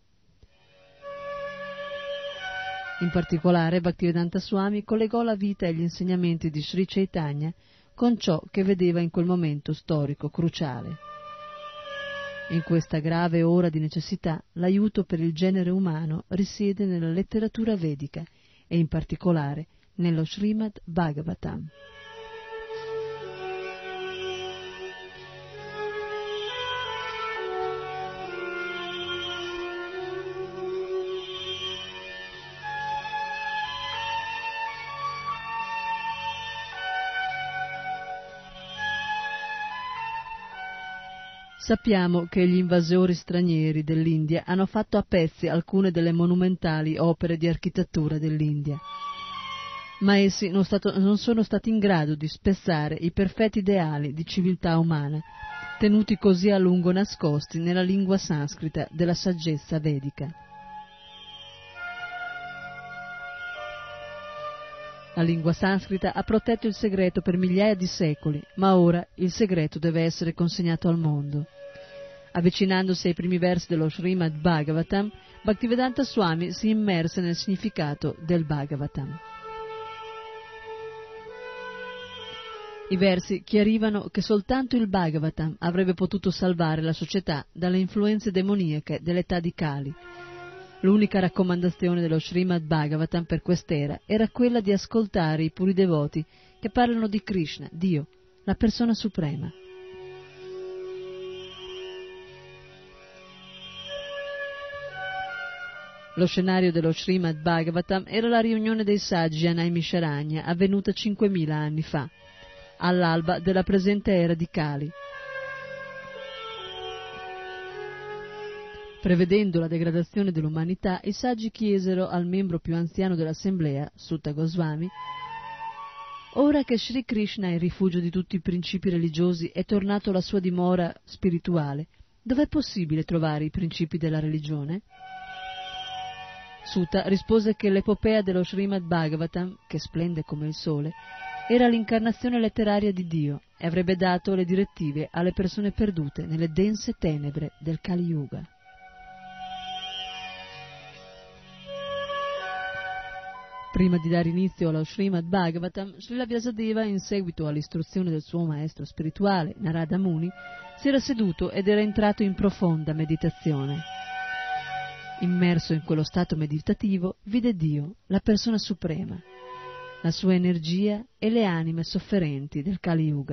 In particolare, Bhaktivedanta Swami collegò la vita e gli insegnamenti di Sri Chaitanya con ciò che vedeva in quel momento storico cruciale. In questa grave ora di necessità, l'aiuto per il genere umano risiede nella letteratura vedica e in particolare nello Srimad Bhagavatam. Sappiamo che gli invasori stranieri dell'India hanno fatto a pezzi alcune delle monumentali opere di architettura dell'India, ma essi non sono stati in grado di spezzare i perfetti ideali di civiltà umana, tenuti così a lungo nascosti nella lingua sanscrita della saggezza vedica. La lingua sanscrita ha protetto il segreto per migliaia di secoli, ma ora il segreto deve essere consegnato al mondo. Avvicinandosi ai primi versi dello Srimad Bhagavatam, Bhaktivedanta Swami si immerse nel significato del Bhagavatam. I versi chiarivano che soltanto il Bhagavatam avrebbe potuto salvare la società dalle influenze demoniache dell'età di Kali. L'unica raccomandazione dello Srimad Bhagavatam per quest'era era quella di ascoltare i puri devoti che parlano di Krishna, Dio, la persona suprema. Lo scenario dello Srimad Bhagavatam era la riunione dei saggi a Naimisharanya avvenuta 5.000 anni fa, all'alba della presente era di Kali. Prevedendo la degradazione dell'umanità, i saggi chiesero al membro più anziano dell'assemblea, Sutta Goswami, ora che Sri Krishna è il rifugio di tutti i principi religiosi e tornato alla sua dimora spirituale, dov'è possibile trovare i principi della religione? Sutta rispose che l'epopea dello Srimad Bhagavatam, che splende come il sole, era l'incarnazione letteraria di Dio e avrebbe dato le direttive alle persone perdute nelle dense tenebre del Kali Yuga. Prima di dare inizio allo Srimad Bhagavatam, Srila Vyasadeva, in seguito all'istruzione del suo maestro spirituale, Narada Muni, si era seduto ed era entrato in profonda meditazione. Immerso in quello stato meditativo, vide Dio, la persona suprema, la sua energia e le anime sofferenti del Kali Yuga.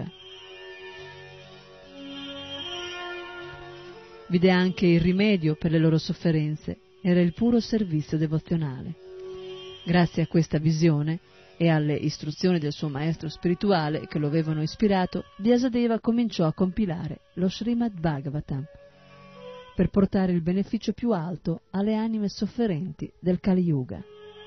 Vide anche il rimedio per le loro sofferenze, era il puro servizio devozionale. Grazie a questa visione e alle istruzioni del suo maestro spirituale che lo avevano ispirato, Vyasadeva cominciò a compilare lo Srimad Bhagavatam per portare il beneficio più alto alle anime sofferenti del Kali Yuga.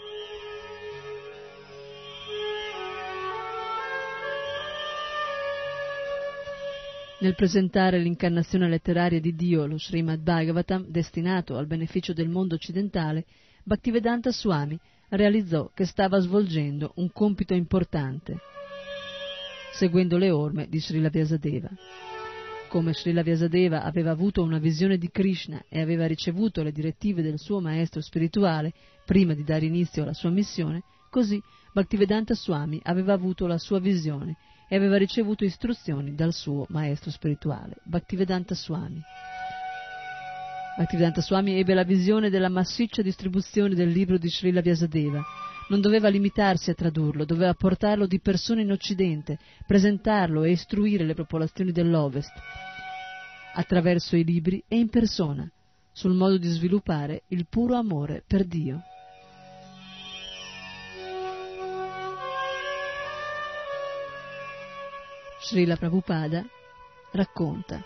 Nel presentare l'incarnazione letteraria di Dio, lo Srimad Bhagavatam, destinato al beneficio del mondo occidentale, Bhaktivedanta Swami realizzò che stava svolgendo un compito importante, seguendo le orme di Srila Vyasadeva. Come Srila Vyasadeva aveva avuto una visione di Krishna e aveva ricevuto le direttive del suo maestro spirituale prima di dare inizio alla sua missione, così Bhaktivedanta Swami aveva avuto la sua visione e aveva ricevuto istruzioni dal suo maestro spirituale, Bhaktivedanta Swami. Bhaktivedanta Swami ebbe la visione della massiccia distribuzione del libro di Srila Vyasadeva. Non doveva limitarsi a tradurlo, doveva portarlo di persona in Occidente, presentarlo e istruire le popolazioni dell'Ovest, attraverso i libri e in persona, sul modo di sviluppare il puro amore per Dio. Srila Prabhupada racconta: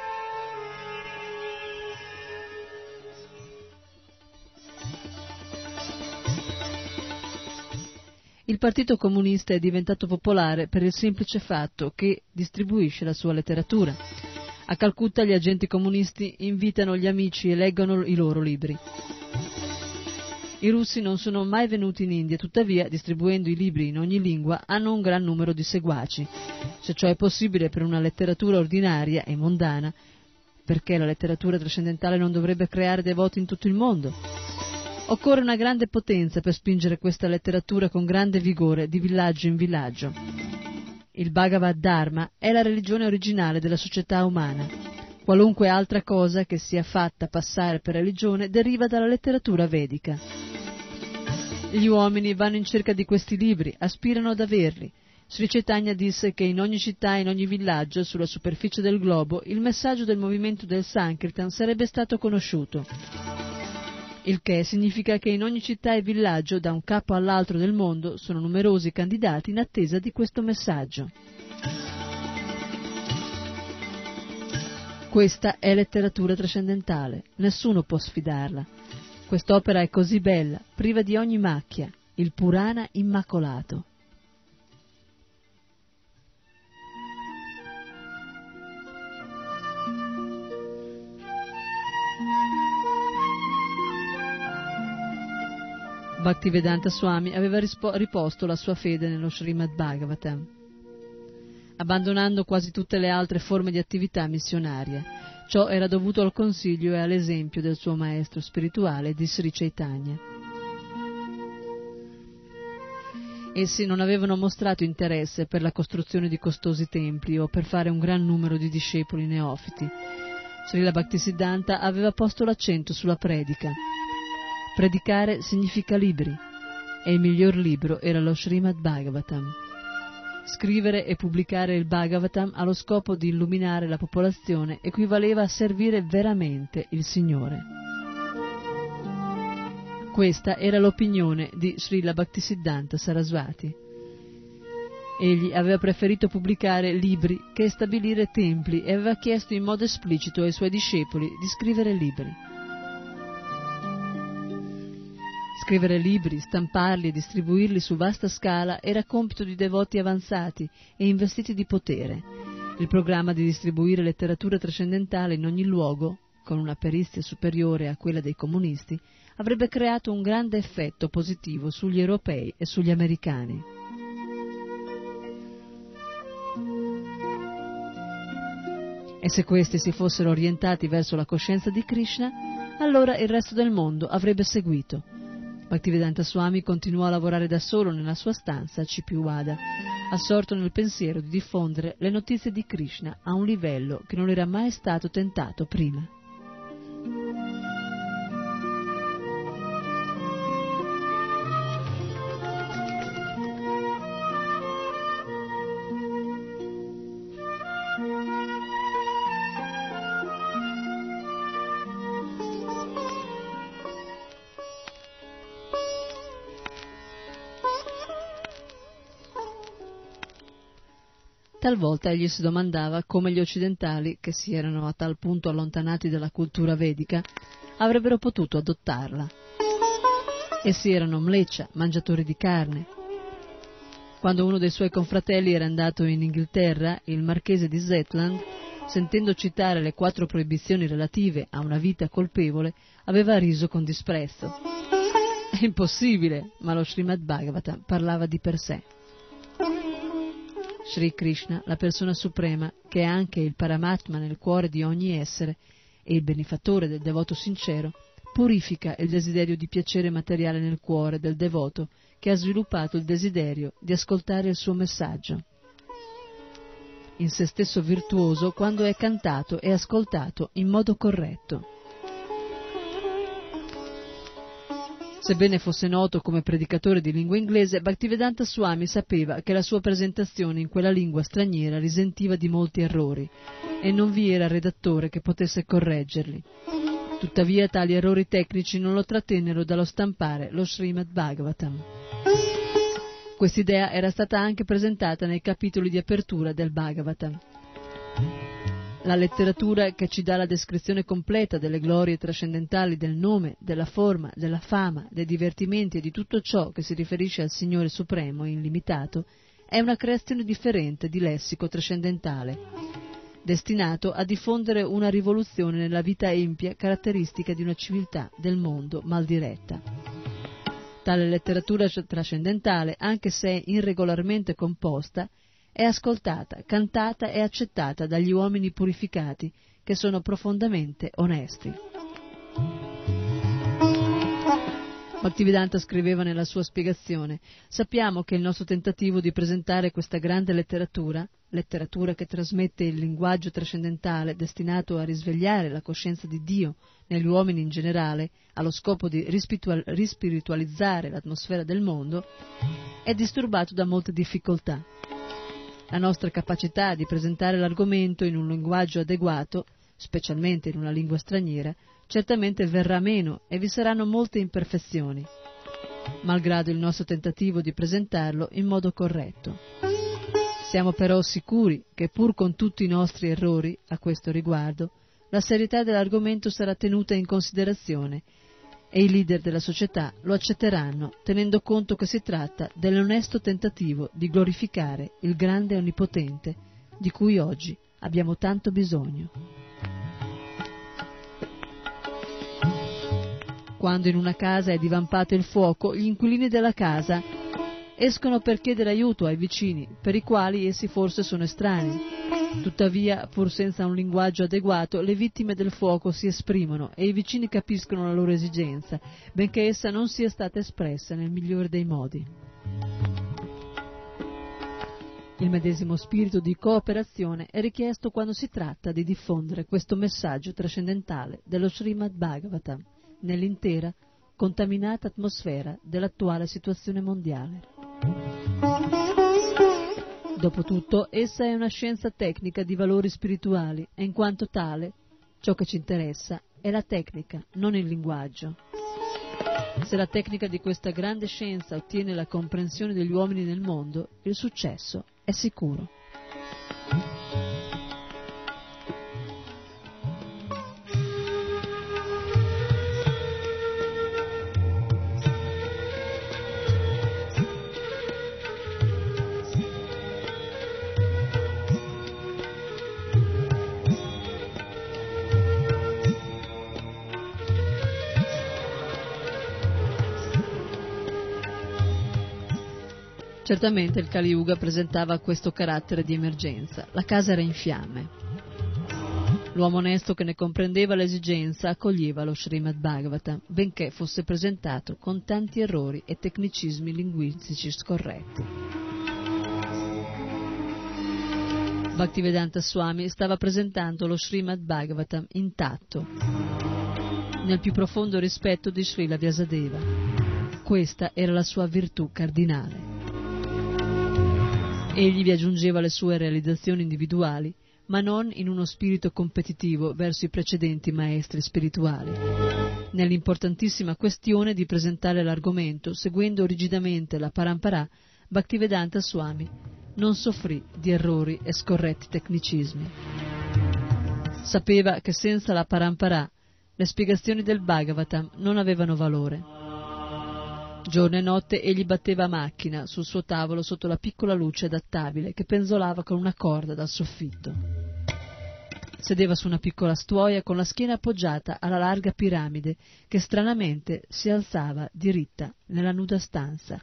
il Partito Comunista è diventato popolare per il semplice fatto che distribuisce la sua letteratura. A Calcutta gli agenti comunisti invitano gli amici e leggono i loro libri. I russi non sono mai venuti in India, tuttavia, distribuendo i libri in ogni lingua, hanno un gran numero di seguaci. Se ciò è possibile per una letteratura ordinaria e mondana, perché la letteratura trascendentale non dovrebbe creare devoti in tutto il mondo? Occorre una grande potenza per spingere questa letteratura con grande vigore di villaggio in villaggio. Il Bhagavad Dharma è la religione originale della società umana. Qualunque altra cosa che sia fatta passare per religione deriva dalla letteratura vedica. Gli uomini vanno in cerca di questi libri, aspirano ad averli. Sri Chaitanya disse che in ogni città e in ogni villaggio sulla superficie del globo il messaggio del movimento del Sankirtan sarebbe stato conosciuto. Il che significa che in ogni città e villaggio, da un capo all'altro del mondo, sono numerosi candidati in attesa di questo messaggio. Questa è letteratura trascendentale, nessuno può sfidarla. Quest'opera è così bella, priva di ogni macchia, il Purana immacolato. Bhaktivedanta Swami aveva riposto la sua fede nello Srimad Bhagavatam, abbandonando quasi tutte le altre forme di attività missionaria. Ciò era dovuto al consiglio e all'esempio del suo maestro spirituale di Sri Chaitanya. Essi non avevano mostrato interesse per la costruzione di costosi templi o per fare un gran numero di discepoli neofiti. Srila Bhaktisiddhanta aveva posto l'accento sulla predica. Predicare significa libri, e il miglior libro era lo Srimad Bhagavatam. Scrivere e pubblicare il Bhagavatam allo scopo di illuminare la popolazione equivaleva a servire veramente il Signore. Questa era l'opinione di Srila Bhaktisiddhanta Sarasvati. Egli aveva preferito pubblicare libri che stabilire templi e aveva chiesto in modo esplicito ai suoi discepoli di scrivere libri. Scrivere libri, stamparli e distribuirli su vasta scala era compito di devoti avanzati e investiti di potere. Il programma di distribuire letteratura trascendentale in ogni luogo, con una perizia superiore a quella dei comunisti, avrebbe creato un grande effetto positivo sugli europei e sugli americani. E se questi si fossero orientati verso la coscienza di Krishna, allora il resto del mondo avrebbe seguito. Bhaktivedanta Swami continuò a lavorare da solo nella sua stanza a Chippiwada, assorto nel pensiero di diffondere le notizie di Krishna a un livello che non era mai stato tentato prima. Talvolta egli si domandava come gli occidentali, che si erano a tal punto allontanati dalla cultura vedica, avrebbero potuto adottarla. Essi erano mleccia, mangiatori di carne. Quando uno dei suoi confratelli era andato in Inghilterra, il marchese di Zetland, sentendo citare le 4 proibizioni relative a una vita colpevole, aveva riso con disprezzo. È impossibile, ma lo Srimad Bhagavatam parlava di per sé. Sri Krishna, la persona suprema, che è anche il Paramatma nel cuore di ogni essere e il benefattore del devoto sincero, purifica il desiderio di piacere materiale nel cuore del devoto che ha sviluppato il desiderio di ascoltare il suo messaggio. In se stesso virtuoso quando è cantato e ascoltato in modo corretto. Sebbene fosse noto come predicatore di lingua inglese, Bhaktivedanta Swami sapeva che la sua presentazione in quella lingua straniera risentiva di molti errori e non vi era redattore che potesse correggerli. Tuttavia tali errori tecnici non lo trattennero dallo stampare lo Srimad Bhagavatam. Quest'idea era stata anche presentata nei capitoli di apertura del Bhagavatam. La letteratura che ci dà la descrizione completa delle glorie trascendentali del nome, della forma, della fama, dei divertimenti e di tutto ciò che si riferisce al Signore Supremo e illimitato è una creazione differente di lessico trascendentale, destinato a diffondere una rivoluzione nella vita empia caratteristica di una civiltà del mondo mal diretta. Tale letteratura trascendentale, anche se irregolarmente composta, è ascoltata, cantata e accettata dagli uomini purificati, che sono profondamente onesti. Bhaktivedanta scriveva nella sua spiegazione: sappiamo che il nostro tentativo di presentare questa grande letteratura che trasmette il linguaggio trascendentale destinato a risvegliare la coscienza di Dio negli uomini in generale, allo scopo di rispiritualizzare l'atmosfera del mondo, è disturbato da molte difficoltà. La nostra capacità di presentare l'argomento in un linguaggio adeguato, specialmente in una lingua straniera, certamente verrà meno e vi saranno molte imperfezioni, malgrado il nostro tentativo di presentarlo in modo corretto. Siamo però sicuri che, pur con tutti i nostri errori a questo riguardo, la serietà dell'argomento sarà tenuta in considerazione e i leader della società lo accetteranno, tenendo conto che si tratta dell'onesto tentativo di glorificare il grande e onnipotente di cui oggi abbiamo tanto bisogno. Quando in una casa è divampato il fuoco, gli inquilini della casa escono per chiedere aiuto ai vicini, per i quali essi forse sono estranei. Tuttavia, pur senza un linguaggio adeguato, le vittime del fuoco si esprimono e i vicini capiscono la loro esigenza, benché essa non sia stata espressa nel migliore dei modi. Il medesimo spirito di cooperazione è richiesto quando si tratta di diffondere questo messaggio trascendentale dello Srimad Bhagavatam nell'intera, contaminata atmosfera dell'attuale situazione mondiale. Dopotutto, essa è una scienza tecnica di valori spirituali e in quanto tale, ciò che ci interessa è la tecnica, non il linguaggio. Se la tecnica di questa grande scienza ottiene la comprensione degli uomini nel mondo, il successo è sicuro. Certamente il Kali Yuga presentava questo carattere di emergenza. La casa era in fiamme. L'uomo onesto che ne comprendeva l'esigenza accoglieva lo Srimad Bhagavatam, benché fosse presentato con tanti errori e tecnicismi linguistici scorretti. Bhaktivedanta Swami stava presentando lo Srimad Bhagavatam intatto, nel più profondo rispetto di Srila Vyasadeva. Questa era la sua virtù cardinale. Egli vi aggiungeva le sue realizzazioni individuali, ma non in uno spirito competitivo verso i precedenti maestri spirituali. Nell'importantissima questione di presentare l'argomento, seguendo rigidamente la parampara, Bhaktivedanta Swami non soffrì di errori e scorretti tecnicismi. Sapeva che senza la parampara le spiegazioni del Bhagavatam non avevano valore. Giorno e notte egli batteva a macchina sul suo tavolo sotto la piccola luce adattabile che penzolava con una corda dal soffitto. Sedeva su una piccola stuoia con la schiena appoggiata alla larga piramide che stranamente si alzava diritta nella nuda stanza.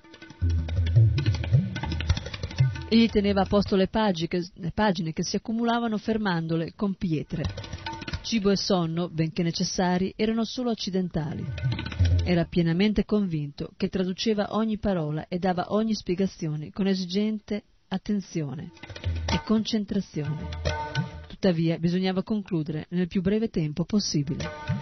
Egli teneva a posto le pagine che si accumulavano fermandole con pietre. Cibo e sonno, benché necessari, erano solo accidentali. Era pienamente convinto che traduceva ogni parola e dava ogni spiegazione con esigente attenzione e concentrazione. Tuttavia bisognava concludere nel più breve tempo possibile.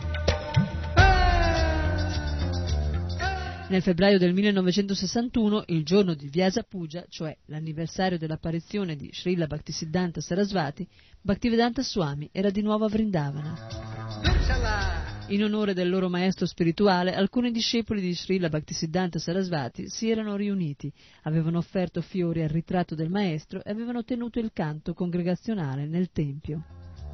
Nel febbraio del 1961, il giorno di Vyasa Puja, cioè l'anniversario dell'apparizione di Srila Bhaktisiddhanta Sarasvati, Bhaktivedanta Swami era di nuovo a Vrindavana. In onore del loro maestro spirituale, alcuni discepoli di Srila Bhaktisiddhanta Sarasvati si erano riuniti, avevano offerto fiori al ritratto del maestro e avevano tenuto il canto congregazionale nel tempio.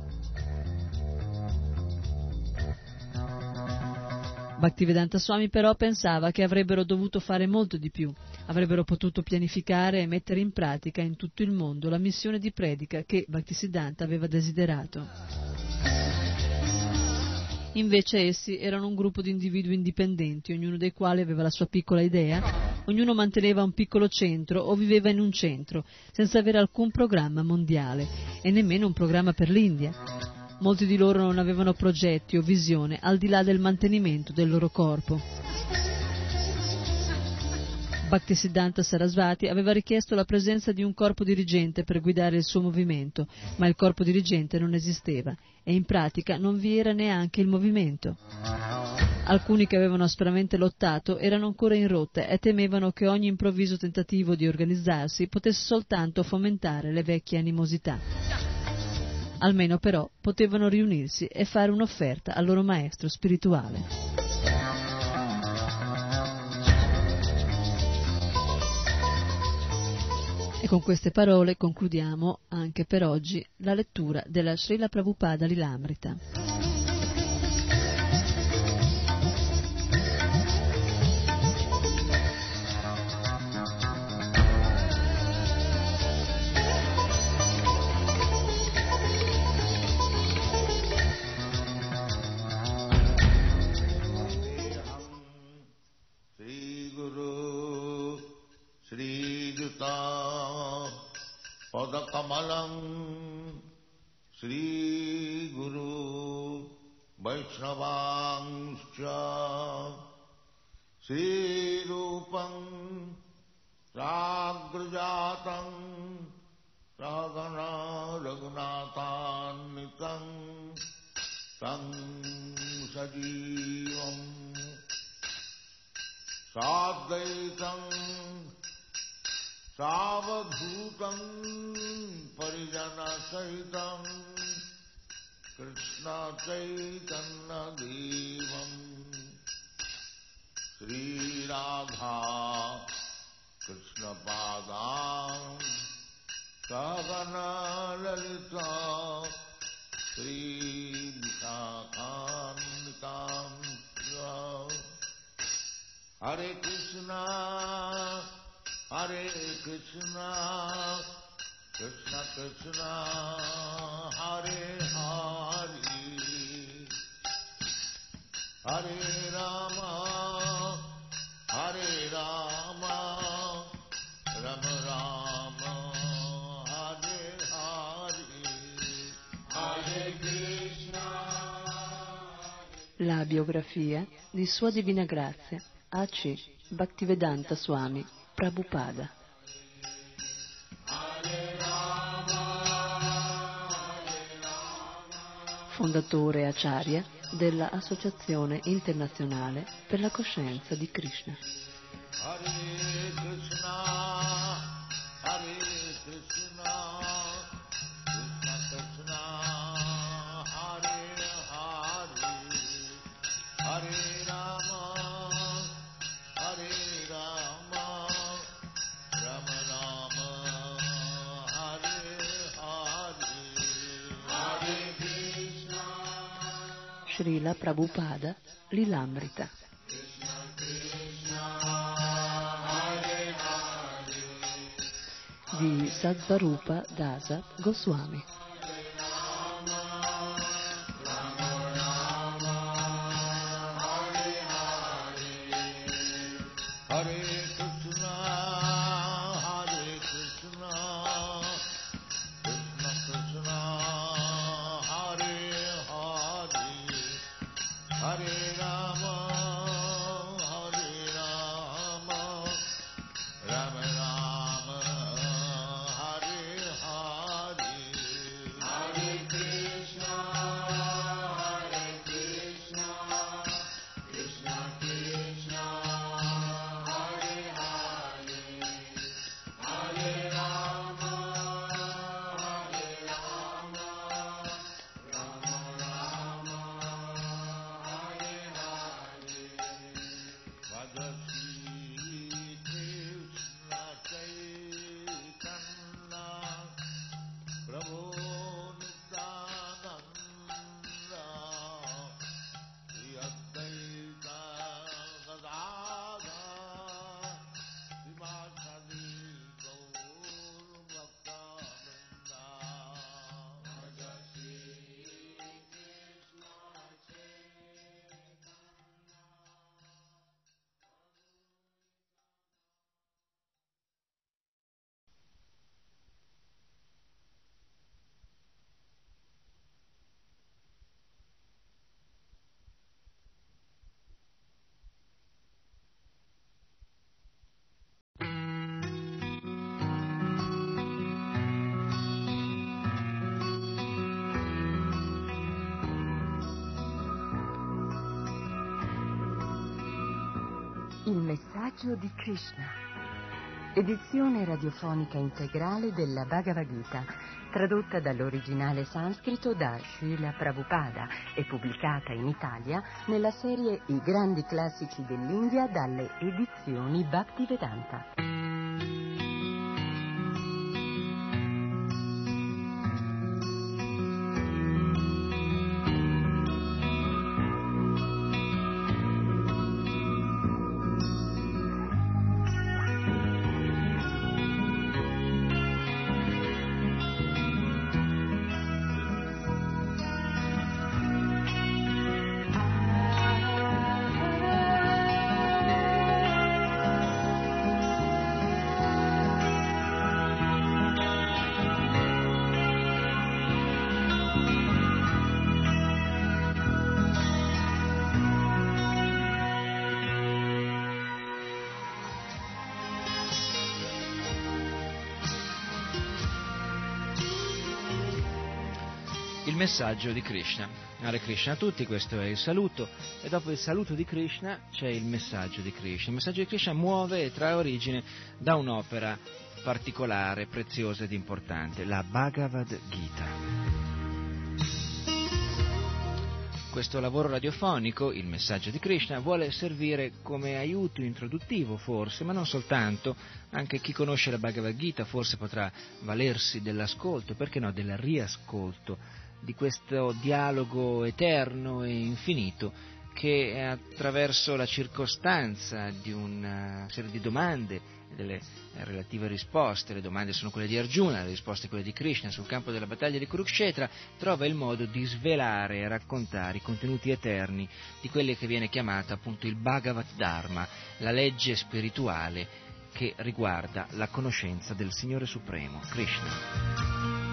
Bhaktivedanta Swami però pensava che avrebbero dovuto fare molto di più, avrebbero potuto pianificare e mettere in pratica in tutto il mondo la missione di predica che Bhaktisiddhanta aveva desiderato. Invece essi erano un gruppo di individui indipendenti, ognuno dei quali aveva la sua piccola idea, ognuno manteneva un piccolo centro o viveva in un centro, senza avere alcun programma mondiale e nemmeno un programma per l'India. Molti di loro non avevano progetti o visione al di là del mantenimento del loro corpo. Bhaktisiddhanta Sarasvati aveva richiesto la presenza di un corpo dirigente per guidare il suo movimento, ma il corpo dirigente non esisteva e in pratica non vi era neanche il movimento. Alcuni che avevano aspramente lottato erano ancora in rotta e temevano che ogni improvviso tentativo di organizzarsi potesse soltanto fomentare le vecchie animosità. Almeno però potevano riunirsi e fare un'offerta al loro maestro spirituale. E con queste parole concludiamo anche per oggi la lettura della Srila Prabhupada Lilamrita. Padakamalam Sri Guru Vaishnavangscha Sri Rupam Sagrajatam Ragana Raghunatanitam Tam Sajivam Sadvaitam Savadhutam Parijana Sahitam Krishna Chaitanya Devam Sri Radha Krishna Padam Sagana Lalita Sri Vishakhantam Hare Krishna Hare Krishna, Krishna Krishna, Hare Hare, Hare Rama, Hare Rama, Rama Rama, Hare Hare, Hare Krishna. La biografia di Sua Divina Grazia A.C. Bhaktivedanta Swami Prabhupada. Fondatore Acharya della Associazione Internazionale per la Coscienza di Krishna. Hare Krishna, Hare Krishna, Krishna Krishna, Hare Hare, Hare Rama, Hare Rama, Rama Rama, Hare Hare, Hare Krishna. Srila Prabhupada Lilamrita. Di Sadvarupa Dasa Goswami. Hare Krishna, Hare Krishna, Krishna Krishna, Hare Hare, Hare Rama, Hare Rama, Rama Rama, Hare Hare, Hare Krishna, Krishna Krishna, Hare Hare, Hare Rama, Rama Rama, Hare Hare. Bhagavad Krishna, Il messaggio di Krishna. Edizione radiofonica integrale della Bhagavad Gita, tradotta dall'originale sanscrito da Srila Prabhupada e pubblicata in Italia nella serie I grandi classici dell'India dalle edizioni Bhaktivedanta. Il messaggio di Krishna. Hare Krishna a tutti, questo è il saluto, e dopo il saluto di Krishna c'è il messaggio di Krishna. Il messaggio di Krishna muove e trae origine da un'opera particolare, preziosa ed importante, la Bhagavad Gita. Questo lavoro radiofonico, il messaggio di Krishna, vuole servire come aiuto introduttivo forse, ma non soltanto. Anche chi conosce la Bhagavad Gita forse potrà valersi dell'ascolto, perché no, del riascolto, di questo dialogo eterno e infinito che attraverso la circostanza di una serie di domande e delle relative risposte, le domande sono quelle di Arjuna, le risposte quelle di Krishna sul campo della battaglia di Kurukshetra, trova il modo di svelare e raccontare i contenuti eterni di quelle che viene chiamata appunto il Bhagavad Dharma, la legge spirituale che riguarda la conoscenza del Signore Supremo, Krishna.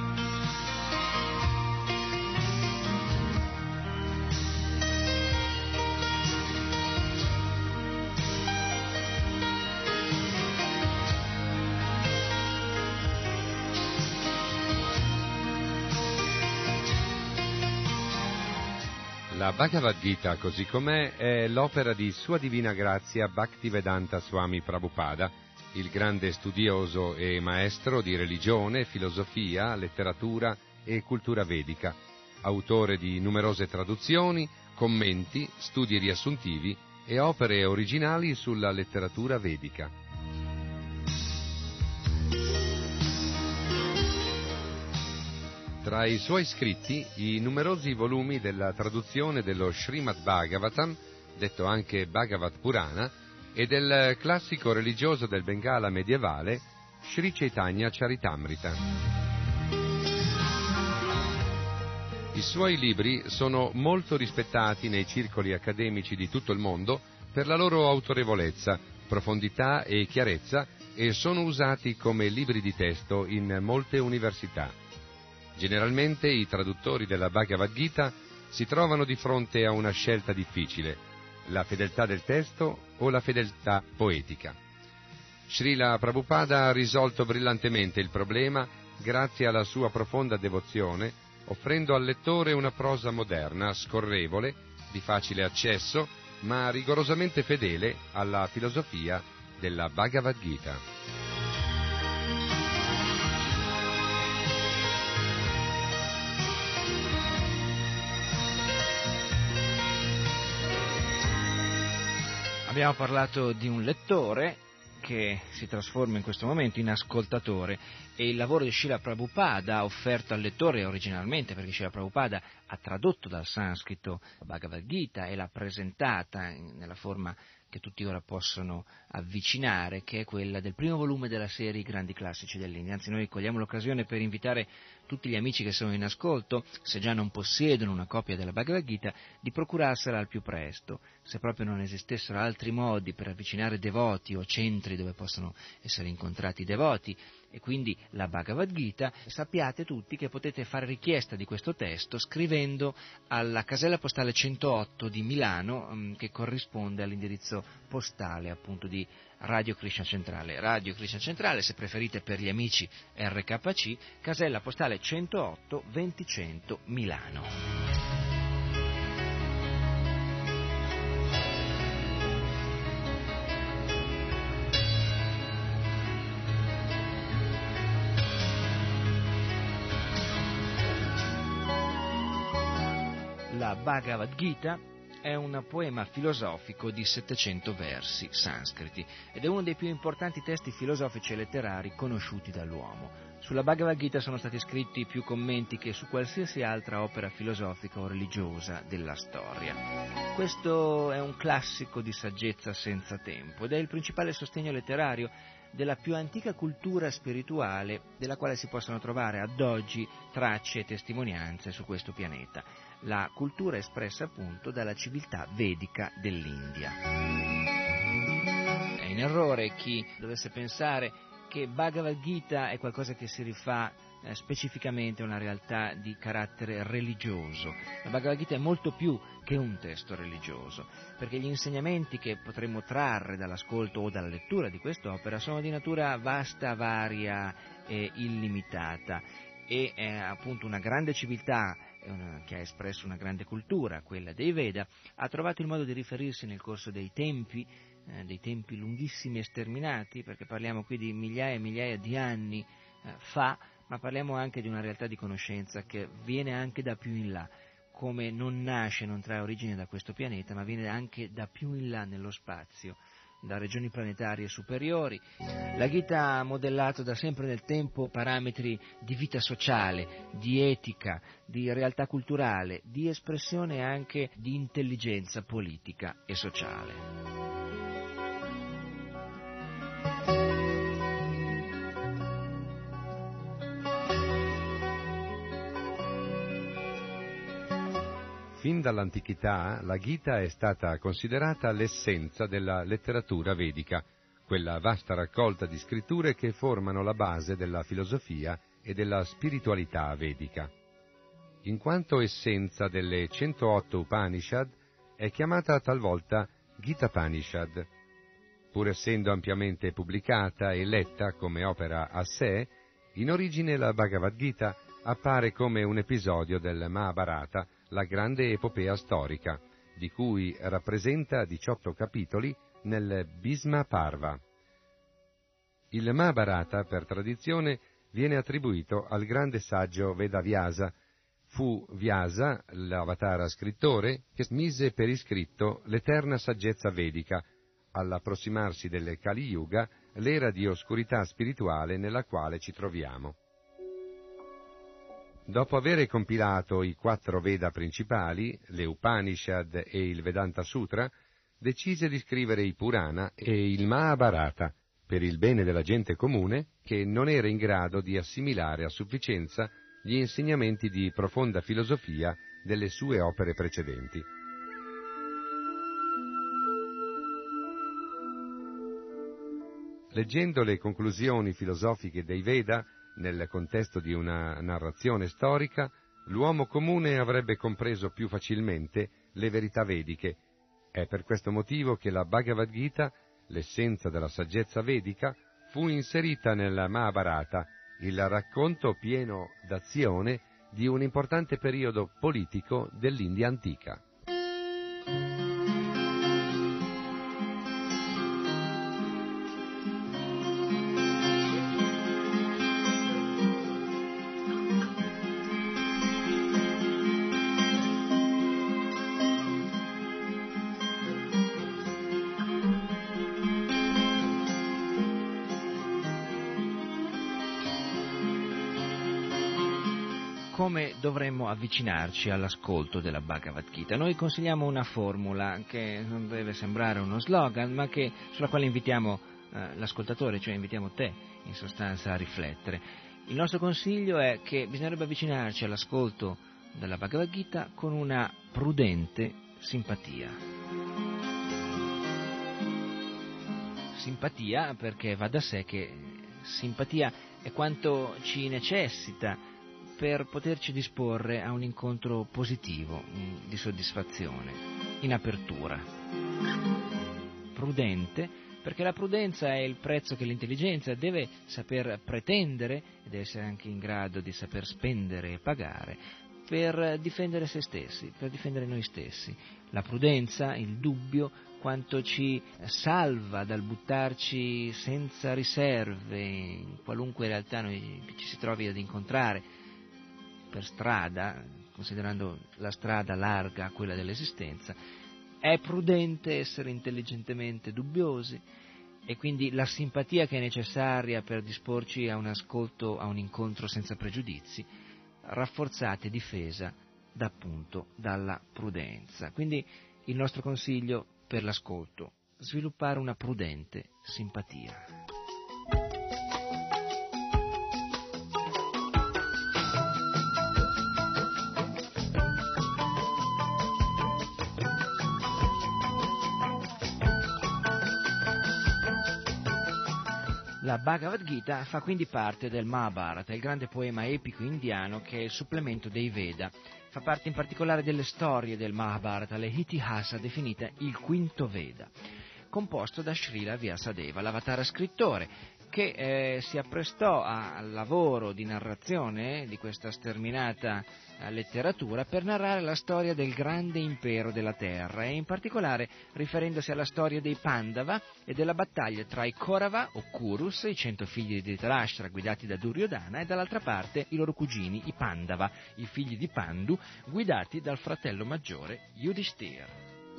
La Bhagavad Gita, così com'è, è l'opera di Sua Divina Grazia Bhaktivedanta Swami Prabhupada, il grande studioso e maestro di religione, filosofia, letteratura e cultura vedica, autore di numerose traduzioni, commenti, studi riassuntivi e opere originali sulla letteratura vedica. Tra i suoi scritti, i numerosi volumi della traduzione dello Srimad Bhagavatam, detto anche Bhagavad Purana, e del classico religioso del Bengala medievale, Sri Chaitanya Charitamrita. I suoi libri sono molto rispettati nei circoli accademici di tutto il mondo per la loro autorevolezza, profondità e chiarezza, e sono usati come libri di testo in molte università. Generalmente i traduttori della Bhagavad Gita si trovano di fronte a una scelta difficile, la fedeltà del testo o la fedeltà poetica. Srila Prabhupada ha risolto brillantemente il problema grazie alla sua profonda devozione, offrendo al lettore una prosa moderna, scorrevole, di facile accesso, ma rigorosamente fedele alla filosofia della Bhagavad Gita. Abbiamo parlato di un lettore che si trasforma in questo momento in ascoltatore, e il lavoro di Srila Prabhupada offerto al lettore originalmente, perché Srila Prabhupada ha tradotto dal sanscrito la Bhagavad Gita e l'ha presentata nella forma che tutti ora possono avvicinare, che è quella del primo volume della serie I grandi classici dell'India. Anzi, noi cogliamo l'occasione per invitare tutti gli amici che sono in ascolto, se già non possiedono una copia della Bhagavad Gita, di procurarsela al più presto. Se proprio non esistessero altri modi per avvicinare devoti o centri dove possono essere incontrati i devoti, e quindi la Bhagavad Gita, sappiate tutti che potete fare richiesta di questo testo scrivendo alla casella postale 108 di Milano, che corrisponde all'indirizzo postale appunto di Radio Krishna Centrale. Radio Krishna Centrale, se preferite per gli amici RKC, casella postale 108 2000 Milano. La Bhagavad Gita è un poema filosofico di 700 versi sanscriti ed è uno dei più importanti testi filosofici e letterari conosciuti dall'uomo. Sulla Bhagavad Gita sono stati scritti più commenti che su qualsiasi altra opera filosofica o religiosa della storia. Questo è un classico di saggezza senza tempo ed è il principale sostegno letterario della più antica cultura spirituale della quale si possono trovare ad oggi tracce e testimonianze su questo pianeta, la cultura espressa appunto dalla civiltà vedica dell'India. È in errore chi dovesse pensare che Bhagavad Gita è qualcosa che si rifà specificamente a una realtà di carattere religioso. La Bhagavad Gita è molto più che un testo religioso, perché gli insegnamenti che potremmo trarre dall'ascolto o dalla lettura di quest'opera sono di natura vasta, varia e illimitata, e appunto una grande civiltà che ha espresso una grande cultura, quella dei Veda, ha trovato il modo di riferirsi nel corso dei tempi lunghissimi e sterminati, perché parliamo qui di migliaia e migliaia di anni fa, ma parliamo anche di una realtà di conoscenza che viene anche da più in là, come non nasce, non trae origine da questo pianeta, ma viene anche da più in là nello spazio, da regioni planetarie superiori. La Gita ha modellato da sempre nel tempo parametri di vita sociale, di etica, di realtà culturale, di espressione anche di intelligenza politica e sociale. Fin dall'antichità la Gita è stata considerata l'essenza della letteratura vedica, quella vasta raccolta di scritture che formano la base della filosofia e della spiritualità vedica. In quanto essenza delle 108 Upanishad, è chiamata talvolta Gitapanishad. Pur essendo ampiamente pubblicata e letta come opera a sé, in origine la Bhagavad Gita appare come un episodio del Mahabharata, la grande epopea storica, di cui rappresenta 18 capitoli nel Bhisma Parva. Il Mahabharata, per tradizione, viene attribuito al grande saggio Vedavyasa. Fu Vyasa, l'avatara scrittore, che mise per iscritto l'eterna saggezza vedica, all'approssimarsi del Kali Yuga, l'era di oscurità spirituale nella quale ci troviamo. Dopo aver compilato i 4 Veda principali, le Upanishad e il Vedanta Sutra, decise di scrivere i Purana e il Mahabharata, per il bene della gente comune che non era in grado di assimilare a sufficienza gli insegnamenti di profonda filosofia delle sue opere precedenti. Leggendo le conclusioni filosofiche dei Veda, nel contesto di una narrazione storica, l'uomo comune avrebbe compreso più facilmente le verità vediche. È per questo motivo che la Bhagavad Gita, l'essenza della saggezza vedica, fu inserita nel Mahabharata, il racconto pieno d'azione di un importante periodo politico dell'India antica. Come dovremmo avvicinarci all'ascolto della Bhagavad Gita? Noi consigliamo una formula che non deve sembrare uno slogan, ma sulla quale invitiamo l'ascoltatore, cioè invitiamo te in sostanza a riflettere. Il nostro consiglio è che bisognerebbe avvicinarci all'ascolto della Bhagavad Gita con una prudente simpatia. Simpatia perché va da sé che simpatia è quanto ci necessita per poterci disporre a un incontro positivo, di soddisfazione, in apertura. Prudente, perché la prudenza è il prezzo che l'intelligenza deve saper pretendere ed essere anche in grado di saper spendere e pagare per difendere se stessi, per difendere noi stessi. La prudenza, il dubbio, quanto ci salva dal buttarci senza riserve in qualunque realtà noi ci si trovi ad incontrare per strada, considerando la strada larga a quella dell'esistenza, è prudente essere intelligentemente dubbiosi, e quindi la simpatia che è necessaria per disporci a un ascolto, a un incontro senza pregiudizi, rafforzata e difesa appunto dalla prudenza. Quindi il nostro consiglio per l'ascolto: sviluppare una prudente simpatia. La Bhagavad Gita fa quindi parte del Mahabharata, il grande poema epico indiano che è il supplemento dei Veda. Fa parte in particolare delle storie del Mahabharata, le Itihasa, definite il quinto Veda, composto da Srila Vyasadeva, l'avatara scrittore, che si apprestò al lavoro di narrazione di questa sterminata letteratura per narrare la storia del grande impero della terra, e in particolare riferendosi alla storia dei Pandava e della battaglia tra i Kaurava o Kurus, i 100 figli di Dhritarashtra guidati da Duryodhana, e dall'altra parte i loro cugini, i Pandava, i figli di Pandu, guidati dal fratello maggiore Yudhishthira.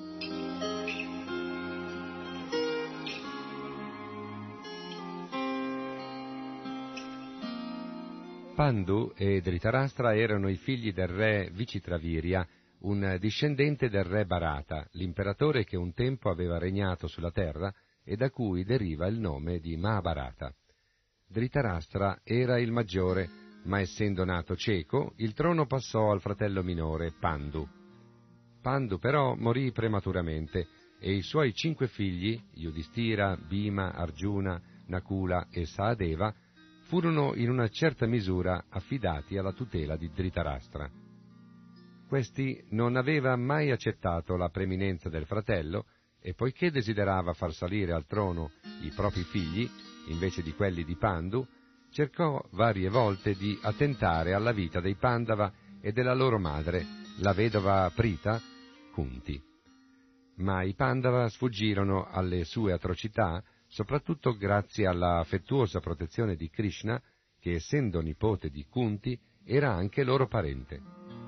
Pandu e Dhritarashtra erano i figli del re Vicitravirya, un discendente del re Bharata, l'imperatore che un tempo aveva regnato sulla terra e da cui deriva il nome di Mahabharata. Dhritarashtra era il maggiore, ma essendo nato cieco, il trono passò al fratello minore, Pandu. Pandu però morì prematuramente e i suoi 5 figli, Yudhishthira, Bhima, Arjuna, Nakula e Sahadeva, furono in una certa misura affidati alla tutela di Dhritarashtra. Questi non aveva mai accettato la preeminenza del fratello e, poiché desiderava far salire al trono i propri figli invece di quelli di Pandu, cercò varie volte di attentare alla vita dei Pandava e della loro madre, la vedova Prita, Kunti. Ma i Pandava sfuggirono alle sue atrocità soprattutto grazie alla affettuosa protezione di Krishna, che essendo nipote di Kunti era anche loro parente.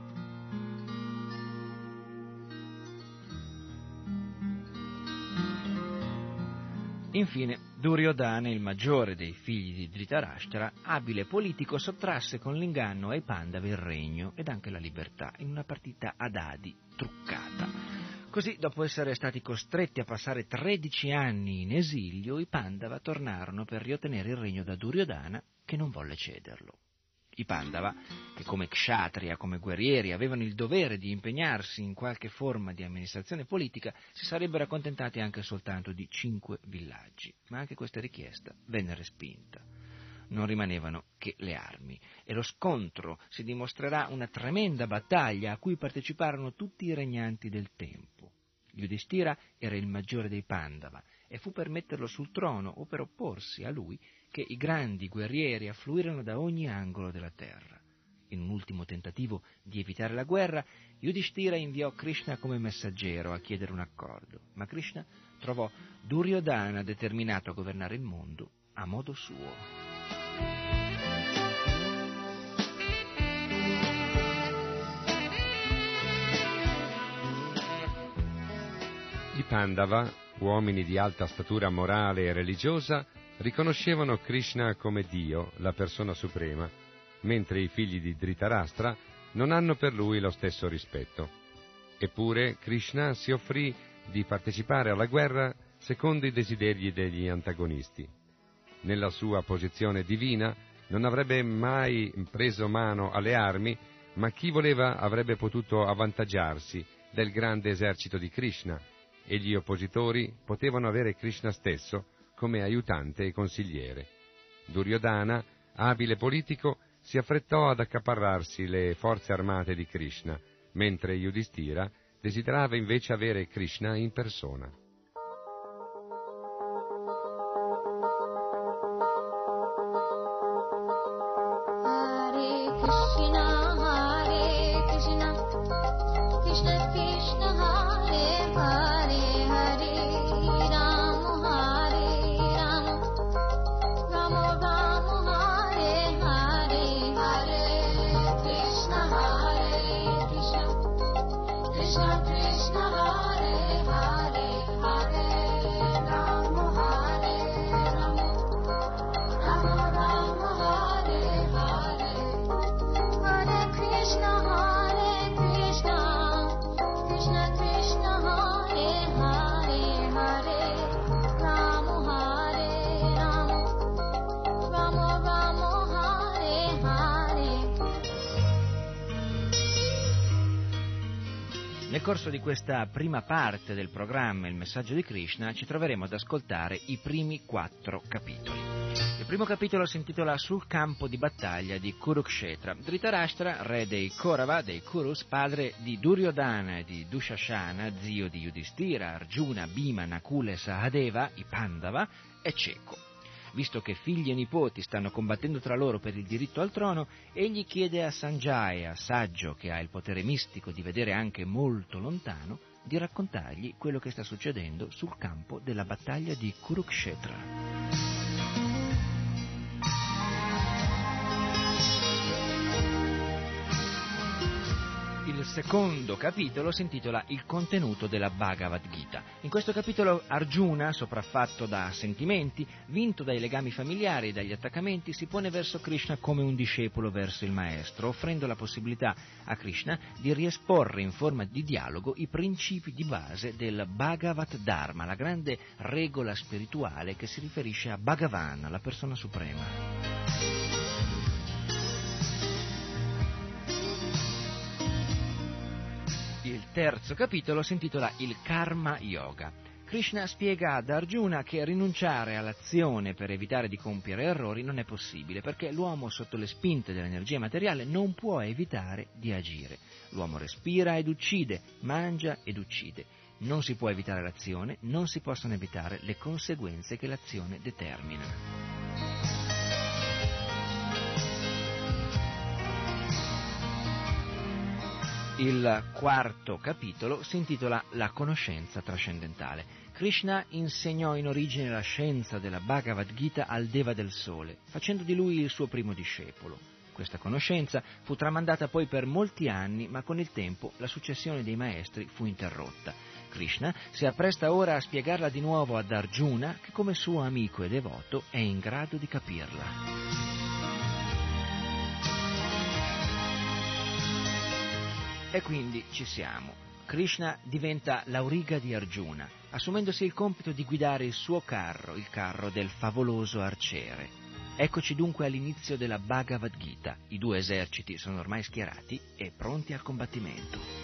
Infine, Duryodhana, il maggiore dei figli di Dhritarashtra, abile politico, sottrasse con l'inganno ai Pandava il regno ed anche la libertà in una partita a dadi truccata. Così, dopo essere stati costretti a passare 13 anni in esilio, i Pandava tornarono per riottenere il regno da Duryodhana, che non volle cederlo. I Pandava, che come kshatriya, come guerrieri, avevano il dovere di impegnarsi in qualche forma di amministrazione politica, si sarebbero accontentati anche soltanto di 5 villaggi, ma anche questa richiesta venne respinta. Non rimanevano che le armi, e lo scontro si dimostrerà una tremenda battaglia a cui parteciparono tutti i regnanti del tempo. Yudhishthira era il maggiore dei Pandava, e fu per metterlo sul trono o per opporsi a lui che i grandi guerrieri affluirono da ogni angolo della terra. In un ultimo tentativo di evitare la guerra, Yudhishthira inviò Krishna come messaggero a chiedere un accordo, ma Krishna trovò Duryodhana determinato a governare il mondo a modo suo. I Pandava, uomini di alta statura morale e religiosa, riconoscevano Krishna come Dio, la persona suprema, mentre i figli di Dhritarashtra non hanno per lui lo stesso rispetto. Eppure Krishna si offrì di partecipare alla guerra secondo i desideri degli antagonisti. Nella sua posizione divina non avrebbe mai preso mano alle armi, ma chi voleva avrebbe potuto avvantaggiarsi del grande esercito di Krishna, e gli oppositori potevano avere Krishna stesso come aiutante e consigliere. Duryodhana, abile politico, si affrettò ad accaparrarsi le forze armate di Krishna, mentre Yudhishthira desiderava invece avere Krishna in persona. Nel corso di questa prima parte del programma Il messaggio di Krishna ci troveremo ad ascoltare i primi 4 capitoli. Il primo capitolo si intitola Sul campo di battaglia di Kurukshetra. Dhritarashtra, re dei Kaurava, dei Kurus, padre di Duryodhana e di Dushashana, zio di Yudhishthira, Arjuna, Bhima, Nakula e Sahadeva, i Pandava, è cieco. Visto che figli e nipoti stanno combattendo tra loro per il diritto al trono, egli chiede a Sanjaya, saggio che ha il potere mistico di vedere anche molto lontano, di raccontargli quello che sta succedendo sul campo della battaglia di Kurukshetra. Il secondo capitolo si intitola Il contenuto della Bhagavad Gita. In questo capitolo Arjuna, sopraffatto da sentimenti, vinto dai legami familiari e dagli attaccamenti, si pone verso Krishna come un discepolo verso il maestro, offrendo la possibilità a Krishna di riesporre in forma di dialogo i principi di base del Bhagavad Dharma, la grande regola spirituale che si riferisce a Bhagavan, la persona suprema. Il terzo capitolo si intitola Il Karma Yoga. Krishna spiega ad Arjuna che rinunciare all'azione per evitare di compiere errori non è possibile, perché l'uomo sotto le spinte dell'energia materiale non può evitare di agire. L'uomo respira ed uccide, mangia ed uccide. Non si può evitare l'azione, non si possono evitare le conseguenze che l'azione determina. Il quarto capitolo si intitola La conoscenza trascendentale. Krishna insegnò in origine la scienza della Bhagavad Gita al Deva del Sole, facendo di lui il suo primo discepolo. Questa conoscenza fu tramandata poi per molti anni, ma con il tempo la successione dei maestri fu interrotta. Krishna si appresta ora a spiegarla di nuovo ad Arjuna, che come suo amico e devoto è in grado di capirla. E quindi ci siamo. Krishna diventa l'auriga di Arjuna, assumendosi il compito di guidare il suo carro, il carro del favoloso arciere. Eccoci dunque all'inizio della Bhagavad Gita. I due eserciti sono ormai schierati e pronti al combattimento.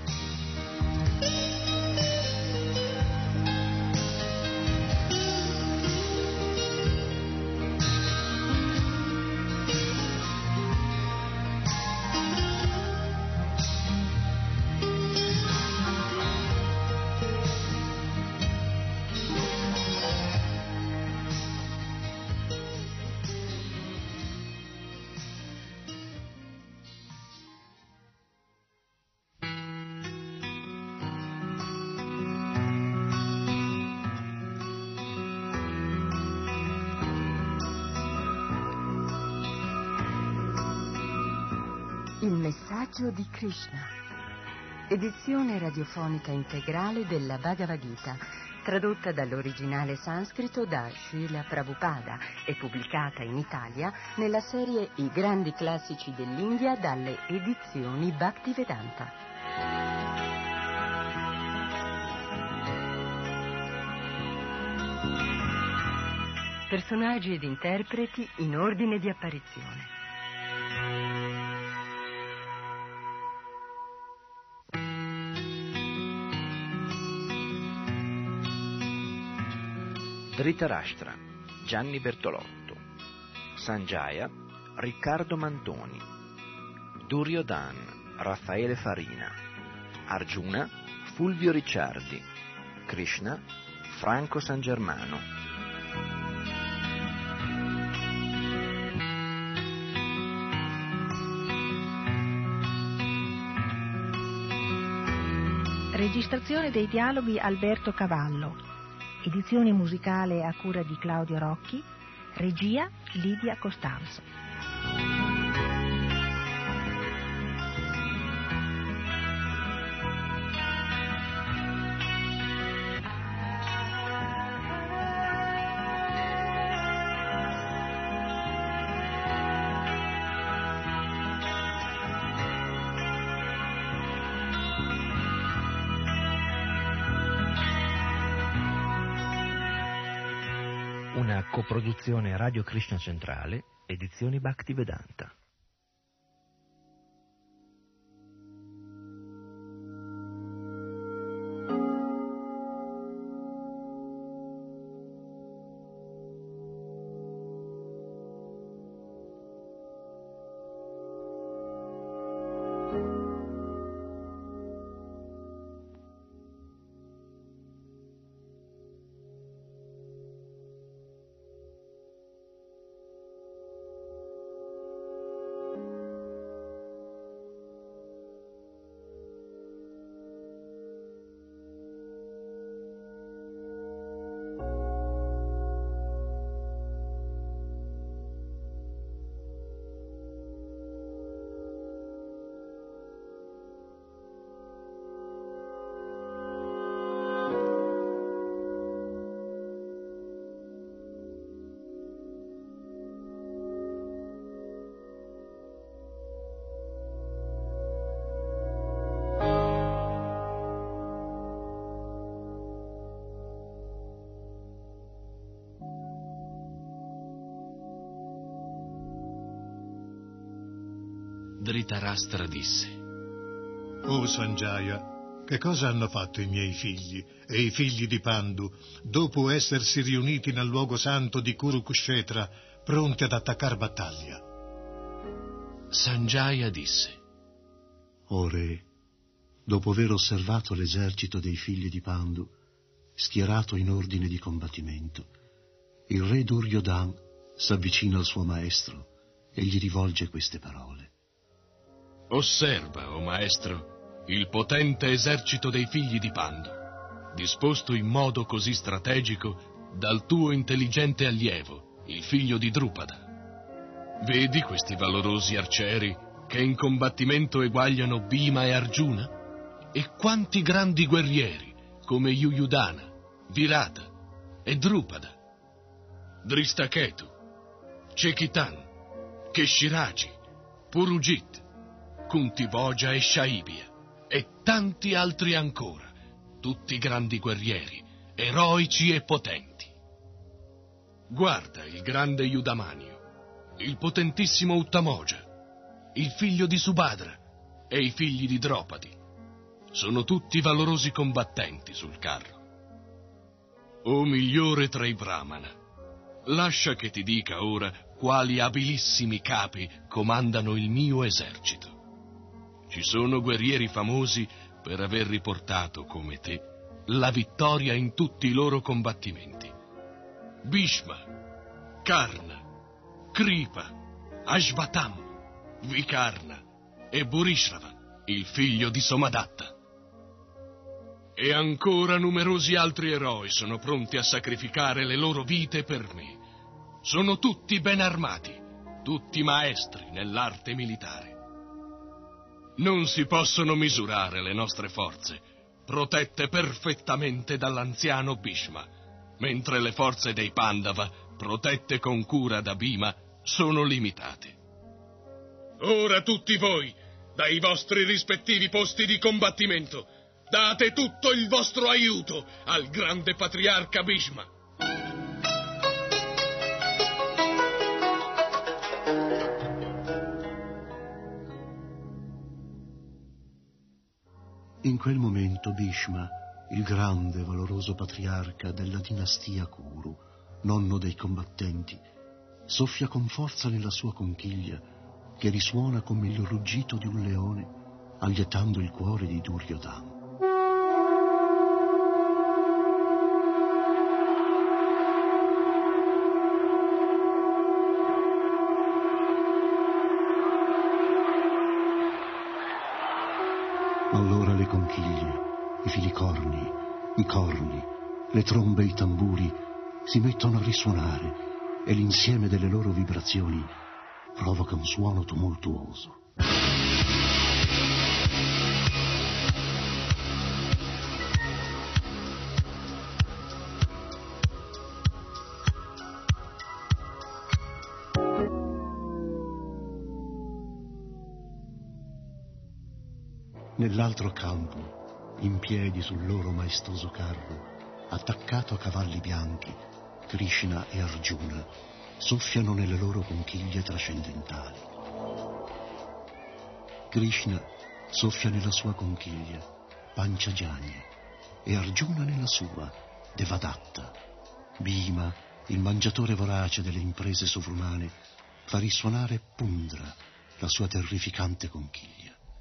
Il messaggio di Krishna. Edizione radiofonica integrale della Bhagavad Gita, tradotta dall'originale sanscrito da Srila Prabhupada e pubblicata in Italia nella serie I grandi classici dell'India dalle edizioni Bhaktivedanta. Personaggi ed interpreti in ordine di apparizione. Dhritarashtra, Gianni Bertolotto. Sanjaya, Riccardo Mantoni. Duryodhana, Raffaele Farina. Arjuna, Fulvio Ricciardi. Krishna, Franco San Germano. Registrazione dei dialoghi Alberto Cavallo. Edizione musicale a cura di Claudio Rocchi. Regia Lidia Costanzo. Una coproduzione Radio Krishna Centrale, edizioni Bhaktivedanta. Dhritarashtra disse: O Sanjaya, che cosa hanno fatto i miei figli e i figli di Pandu dopo essersi riuniti nel luogo santo di Kurukshetra, pronti ad attaccare battaglia? Sanjaya disse: O re, dopo aver osservato l'esercito dei figli di Pandu, schierato in ordine di combattimento, il re Duryodhana s'avvicina al suo maestro e gli rivolge queste parole. Osserva, o maestro, il potente esercito dei figli di Pandu, disposto in modo così strategico dal tuo intelligente allievo, il figlio di Drupada. Vedi questi valorosi arcieri che in combattimento eguagliano Bhima e Arjuna? E quanti grandi guerrieri come Yuyudhana, Virata e Drupada, Dristaketu, Cekitan, Keshiraji, Purujit, Kuntivoja e Shaibia, e tanti altri ancora, tutti grandi guerrieri, eroici e potenti. Guarda il grande Yudamanio, il potentissimo Uttamoja, il figlio di Subhadra e i figli di Draupadi. Sono tutti valorosi combattenti sul carro. O migliore tra i Brahmana, lascia che ti dica ora quali abilissimi capi comandano il mio esercito. Ci sono guerrieri famosi per aver riportato, come te, la vittoria in tutti i loro combattimenti. Bhishma, Karna, Kripa, Ashvathama, Vikarna e Burishrava, il figlio di Somadatta. E ancora numerosi altri eroi sono pronti a sacrificare le loro vite per me. Sono tutti ben armati, tutti maestri nell'arte militare. Non si possono misurare le nostre forze, protette perfettamente dall'anziano Bhishma, mentre le forze dei Pandava, protette con cura da Bhima, sono limitate. Ora tutti voi, dai vostri rispettivi posti di combattimento, date tutto il vostro aiuto al grande patriarca Bhishma. In quel momento Bhishma, il grande e valoroso patriarca della dinastia Kuru, nonno dei combattenti, soffia con forza nella sua conchiglia, che risuona come il ruggito di un leone, allietando il cuore di Duryodhana. Allora le conchiglie, i filicorni, i corni, le trombe e i tamburi si mettono a risuonare e l'insieme delle loro vibrazioni provoca un suono tumultuoso. Nell'altro campo, in piedi sul loro maestoso carro, attaccato a cavalli bianchi, Krishna e Arjuna soffiano nelle loro conchiglie trascendentali. Krishna soffia nella sua conchiglia, Panchajanya, e Arjuna nella sua, Devadatta. Bhima, il mangiatore vorace delle imprese sovrumane, fa risuonare Pundra, la sua terrificante conchiglia.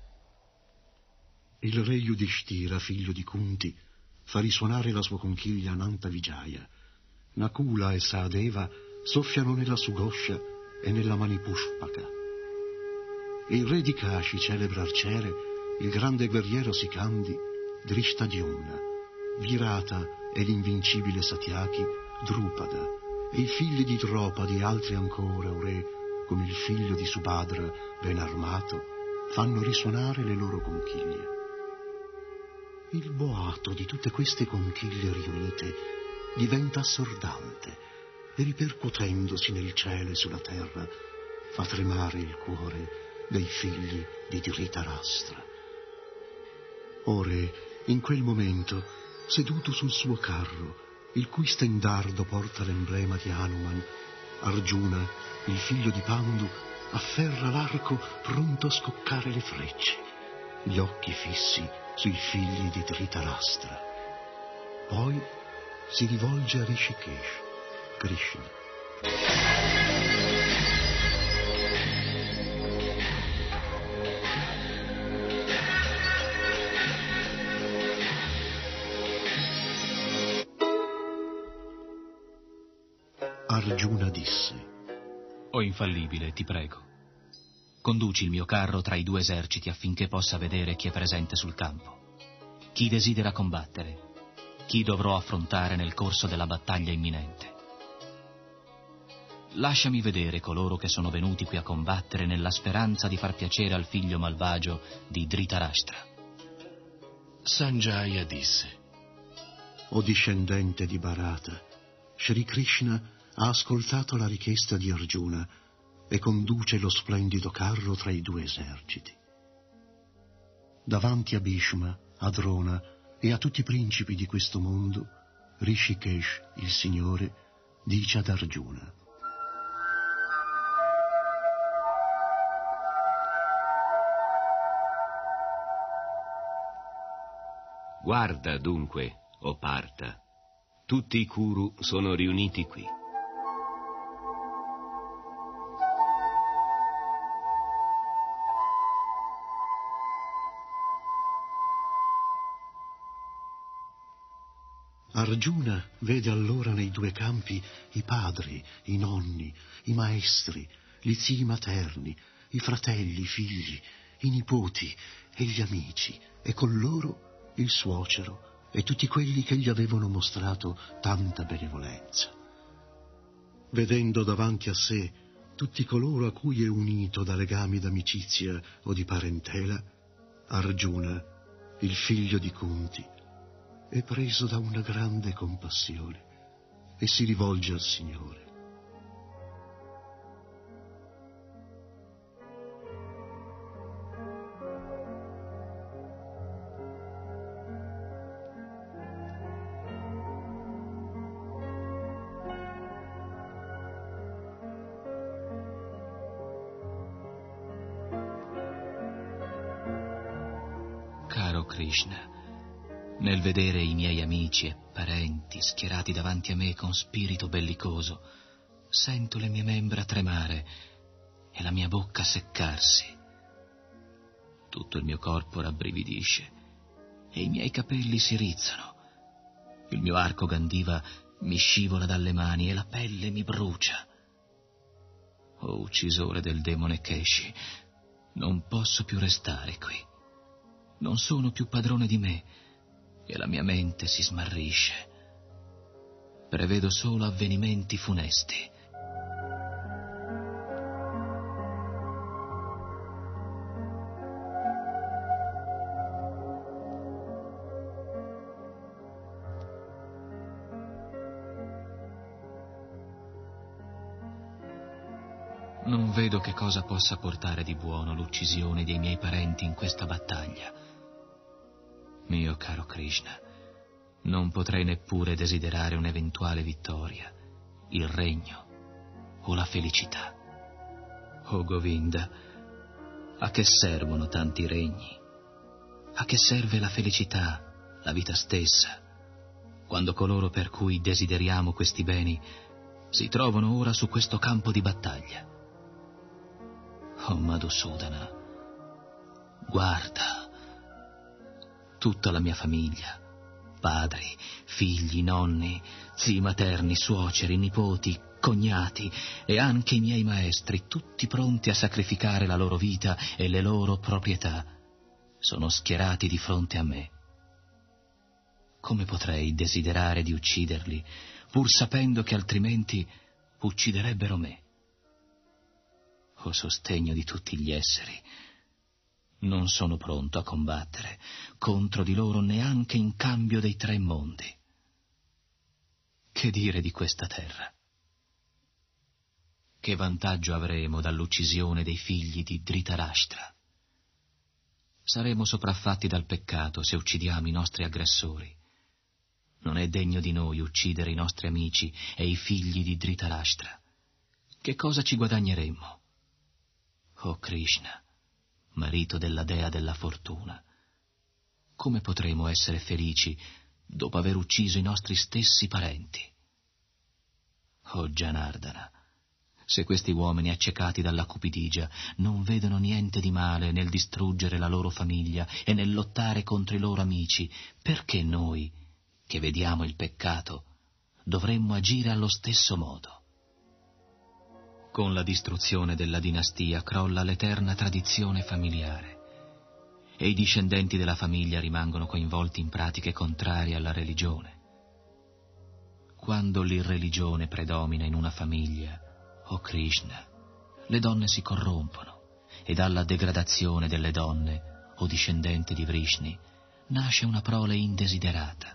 Il re Yudhishthira, figlio di Kunti, fa risuonare la sua conchiglia Ananta Vijaya. Nakula e Sahadeva soffiano nella Sugosha e nella Manipushpaka. Il re di Kashi, celebre arciere, il grande guerriero Sikandi, Drishtadyumna, Virata e l'invincibile Satyaki, Drupada, e i figli di Draupadi e altri ancora, o re, come il figlio di Subhadra, ben armato, fanno risuonare le loro conchiglie. Il boato di tutte queste conchiglie riunite diventa assordante e, ripercuotendosi nel cielo e sulla terra, fa tremare il cuore dei figli di Dhritarashtra. O re, in quel momento, seduto sul suo carro, il cui stendardo porta l'emblema di Hanuman, Arjuna, il figlio di Pandu, afferra l'arco pronto a scoccare le frecce, gli occhi fissi sui figli di Dhritarashtra. Poi si rivolge a Rishikesh, Krishna. Arjuna disse: O infallibile, ti prego, conduci il mio carro tra i due eserciti affinché possa vedere chi è presente sul campo, chi desidera combattere, chi dovrò affrontare nel corso della battaglia imminente. Lasciami vedere coloro che sono venuti qui a combattere nella speranza di far piacere al figlio malvagio di Dhritarashtra. Sanjaya disse: O discendente di Bharata, Shri Krishna ha ascoltato la richiesta di Arjuna e conduce lo splendido carro tra i due eserciti. Davanti a Bhishma, a Drona e a tutti i principi di questo mondo, Rishikesh, il Signore, dice ad Arjuna: Guarda dunque, o Partha, tutti i Kuru sono riuniti qui. Arjuna vede allora nei due campi i padri, i nonni, i maestri, gli zii materni, i fratelli, i figli, i nipoti e gli amici, e con loro il suocero e tutti quelli che gli avevano mostrato tanta benevolenza. Vedendo davanti a sé tutti coloro a cui è unito da legami d'amicizia o di parentela, Arjuna, il figlio di Kunti, è preso da una grande compassione e si rivolge al Signore. Caro Krishna, nel vedere i miei amici e parenti schierati davanti a me con spirito bellicoso, sento le mie membra tremare e la mia bocca seccarsi. Tutto il mio corpo rabbrividisce e i miei capelli si rizzano. Il mio arco Gandiva mi scivola dalle mani e la pelle mi brucia. O uccisore del demone Keshi, non posso più restare qui. Non sono più padrone di me e la mia mente si smarrisce. Prevedo solo avvenimenti funesti. Non vedo che cosa possa portare di buono l'uccisione dei miei parenti in questa battaglia. Mio caro Krishna, non potrei neppure desiderare un'eventuale vittoria, il regno o la felicità. O Govinda, a che servono tanti regni? A che serve la felicità, la vita stessa, quando coloro per cui desideriamo questi beni si trovano ora su questo campo di battaglia? Oh Madhusudana, guarda, tutta la mia famiglia, padri, figli, nonni, zii materni, suoceri, nipoti, cognati e anche i miei maestri, tutti pronti a sacrificare la loro vita e le loro proprietà, sono schierati di fronte a me. Come potrei desiderare di ucciderli, pur sapendo che altrimenti ucciderebbero me? O sostegno di tutti gli esseri, non sono pronto a combattere contro di loro neanche in cambio dei 3 mondi. Che dire di questa terra? Che vantaggio avremo dall'uccisione dei figli di Dhritarashtra? Saremo sopraffatti dal peccato se uccidiamo i nostri aggressori. Non è degno di noi uccidere i nostri amici e i figli di Dhritarashtra. che cosa ci guadagneremmo? Oh Krishna, marito della dea della fortuna, come potremo essere felici dopo aver ucciso i nostri stessi parenti? Oh Janardana, se questi uomini accecati dalla cupidigia non vedono niente di male nel distruggere la loro famiglia e nel lottare contro i loro amici, perché noi, che vediamo il peccato, dovremmo agire allo stesso modo? Con la distruzione della dinastia crolla l'eterna tradizione familiare e i discendenti della famiglia rimangono coinvolti in pratiche contrarie alla religione. Quando l'irreligione predomina in una famiglia, oh Krishna, le donne si corrompono e dalla degradazione delle donne, o discendente di Vrishni, nasce una prole indesiderata.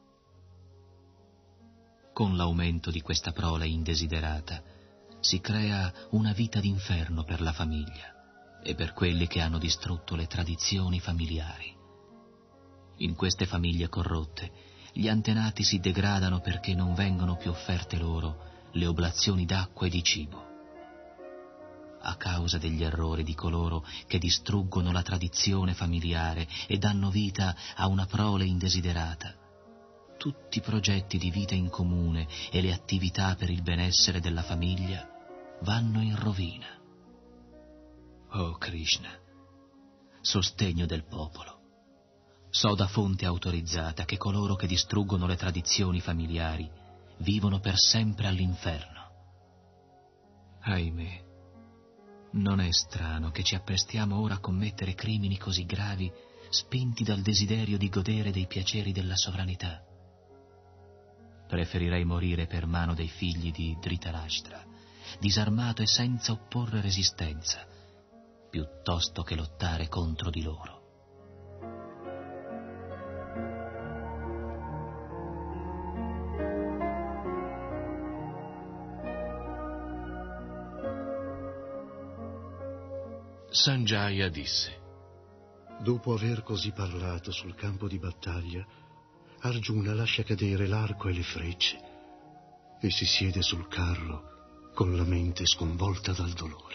Con l'aumento di questa prole indesiderata si crea una vita d'inferno per la famiglia e per quelli che hanno distrutto le tradizioni familiari. In queste famiglie corrotte gli antenati si degradano perché non vengono più offerte loro le oblazioni d'acqua e di cibo. A causa degli errori di coloro che distruggono la tradizione familiare e danno vita a una prole indesiderata, tutti i progetti di vita in comune e le attività per il benessere della famiglia vanno in rovina. Oh Krishna, sostegno del popolo, so da fonte autorizzata che coloro che distruggono le tradizioni familiari vivono per sempre all'inferno. Ahimè, non è strano che ci apprestiamo ora a commettere crimini così gravi, spinti dal desiderio di godere dei piaceri della sovranità. Preferirei morire per mano dei figli di Dhritarashtra, disarmato e senza opporre resistenza, piuttosto che lottare contro di loro. Sanjaya disse: dopo aver così parlato sul campo di battaglia, Arjuna lascia cadere l'arco e le frecce e si siede sul carro con la mente sconvolta dal dolore.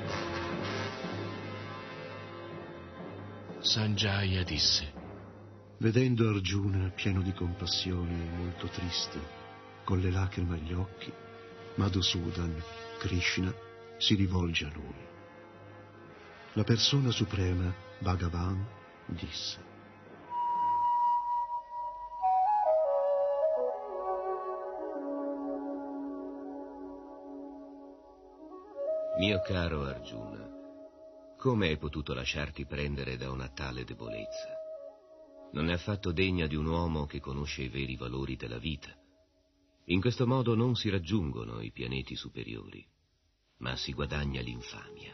Sanjaya disse: Vedendo Arjuna pieno di compassione e molto triste, con le lacrime agli occhi, Madhusudan, Krishna, si rivolge a lui. La persona suprema, Bhagavan, disse: Mio caro Arjuna, come hai potuto lasciarti prendere da una tale debolezza? Non è affatto degna di un uomo che conosce i veri valori della vita. In questo modo non si raggiungono i pianeti superiori, ma si guadagna l'infamia.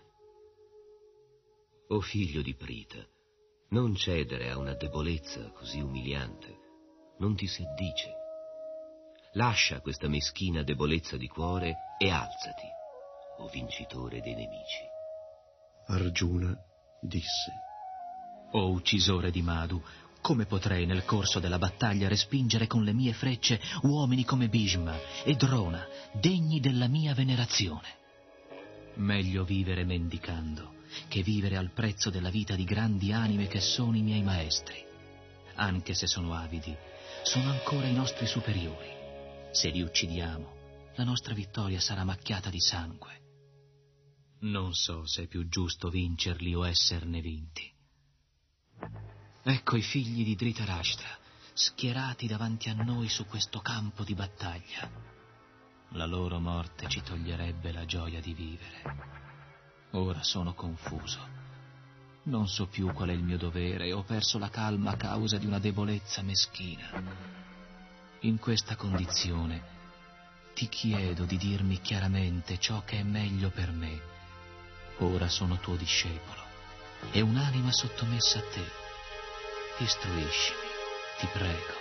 O figlio di Prita, non cedere a una debolezza così umiliante, non ti si addice. Lascia questa meschina debolezza di cuore e alzati, o vincitore dei nemici. Arjuna disse: O uccisore di Madhu, come potrei nel corso della battaglia respingere con le mie frecce uomini come Bhishma e Drona, degni della mia venerazione? Meglio vivere mendicando che vivere al prezzo della vita di grandi anime che sono i miei maestri. Anche se sono avidi, sono ancora i nostri superiori. Se li uccidiamo, la nostra vittoria sarà macchiata di sangue. Non so se è più giusto vincerli o esserne vinti. Ecco i figli di Dhritarashtra, schierati davanti a noi su questo campo di battaglia. La loro morte ci toglierebbe la gioia di vivere. Ora sono confuso. Non so più qual è il mio dovere e ho perso la calma a causa di una debolezza meschina. In questa condizione ti chiedo di dirmi chiaramente ciò che è meglio per me. Ora sono tuo discepolo e un'anima sottomessa a te. Istruiscimi, ti prego.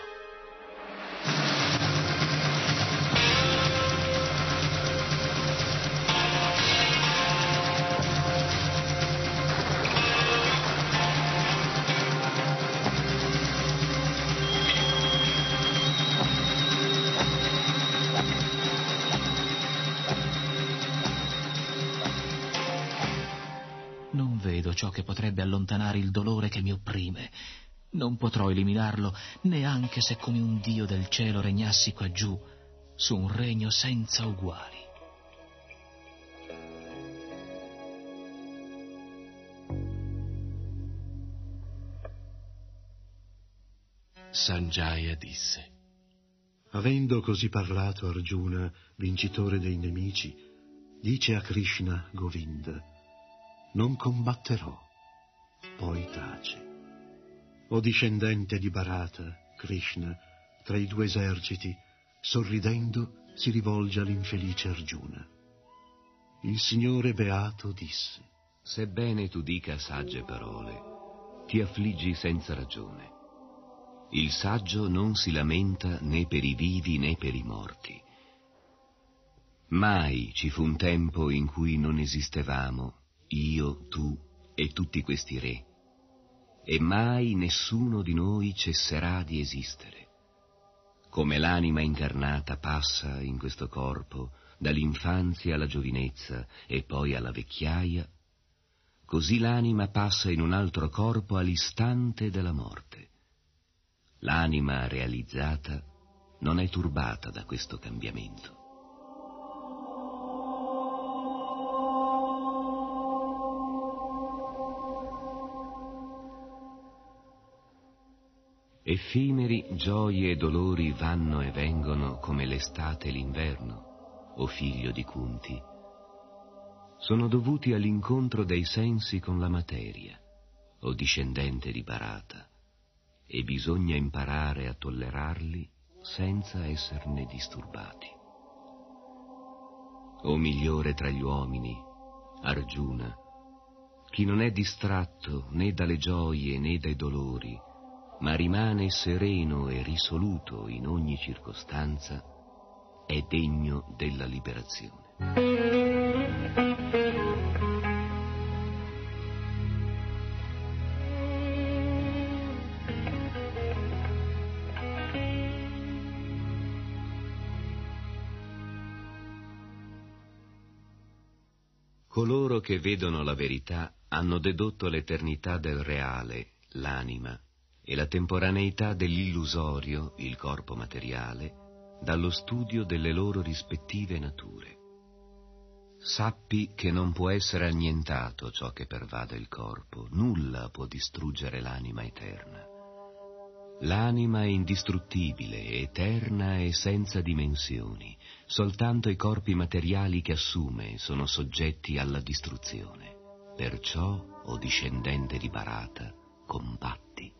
Non vedo ciò che potrebbe allontanare il dolore che mi opprime. Non potrò eliminarlo neanche se come un dio del cielo regnassi qua giù, su un regno senza uguali. Sanjaya disse: Avendo così parlato Arjuna, vincitore dei nemici, dice a Krishna Govinda: non combatterò. Poi tace. O discendente di Bharata, Krishna, tra i due eserciti, sorridendo, si rivolge all'infelice Arjuna. Il Signore Beato disse: Sebbene tu dica sagge parole, ti affliggi senza ragione. Il saggio non si lamenta né per i vivi né per i morti. Mai ci fu un tempo in cui non esistevamo, io, tu e tutti questi re, e mai nessuno di noi cesserà di esistere. Come l'anima incarnata passa in questo corpo dall'infanzia alla giovinezza e poi alla vecchiaia, così l'anima passa in un altro corpo all'istante della morte. L'anima realizzata non è turbata da questo cambiamento. Effimeri gioie e dolori vanno e vengono come l'estate e l'inverno, o figlio di Kunti. Sono dovuti all'incontro dei sensi con la materia, o discendente di Bharata, e bisogna imparare a tollerarli senza esserne disturbati. O migliore tra gli uomini, Arjuna, chi non è distratto né dalle gioie né dai dolori, ma rimane sereno e risoluto in ogni circostanza, è degno della liberazione. Coloro che vedono la verità hanno dedotto l'eternità del reale, l'anima, e la temporaneità dell'illusorio, il corpo materiale, dallo studio delle loro rispettive nature. Sappi che non può essere annientato ciò che pervade il corpo, nulla può distruggere l'anima eterna. L'anima è indistruttibile, eterna e senza dimensioni, soltanto i corpi materiali che assume sono soggetti alla distruzione. Perciò, o discendente di Bharata, combatti.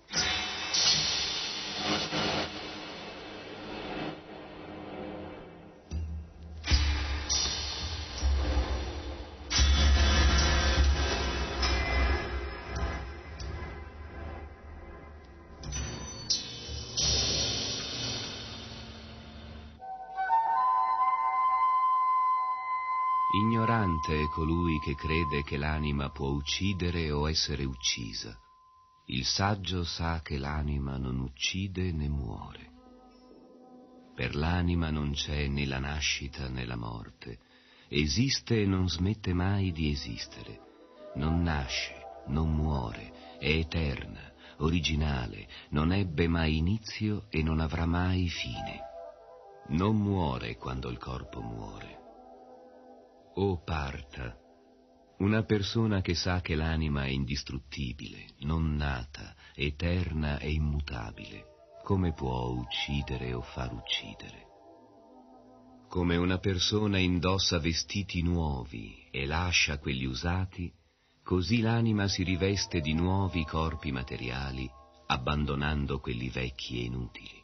Ignorante è colui che crede che l'anima può uccidere o essere uccisa. Il saggio sa che l'anima non uccide né muore. Per l'anima non c'è né la nascita né la morte. Esiste e non smette mai di esistere. Non nasce, non muore, è eterna, originale, non ebbe mai inizio e non avrà mai fine. Non muore quando il corpo muore. O Partha, una persona che sa che l'anima è indistruttibile, non nata, eterna e immutabile, come può uccidere o far uccidere? Come una persona indossa vestiti nuovi e lascia quelli usati, così l'anima si riveste di nuovi corpi materiali, abbandonando quelli vecchi e inutili.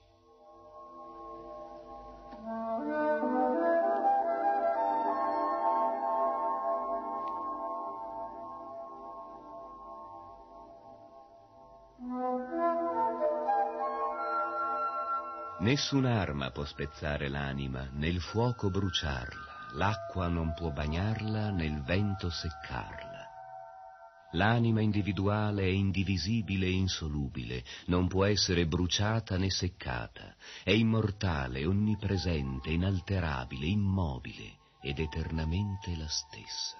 Nessun'arma può spezzare l'anima, né il fuoco bruciarla, l'acqua non può bagnarla, né il vento seccarla. L'anima individuale è indivisibile e insolubile, non può essere bruciata né seccata, è immortale, onnipresente, inalterabile, immobile ed eternamente la stessa.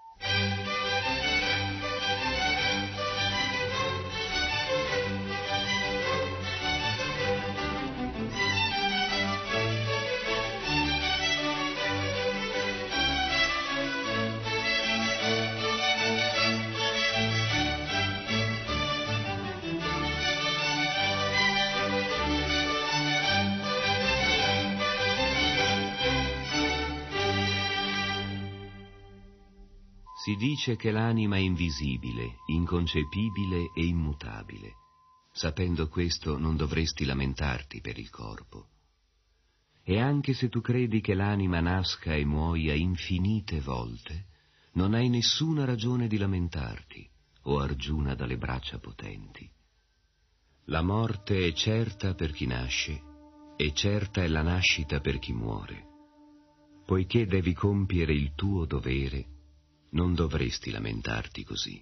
Si dice che l'anima è invisibile, inconcepibile e immutabile. Sapendo questo non dovresti lamentarti per il corpo. E anche se tu credi che l'anima nasca e muoia infinite volte, non hai nessuna ragione di lamentarti, o Arjuna dalle braccia potenti. La morte è certa per chi nasce, e certa è la nascita per chi muore. Poiché devi compiere il tuo dovere, non dovresti lamentarti così.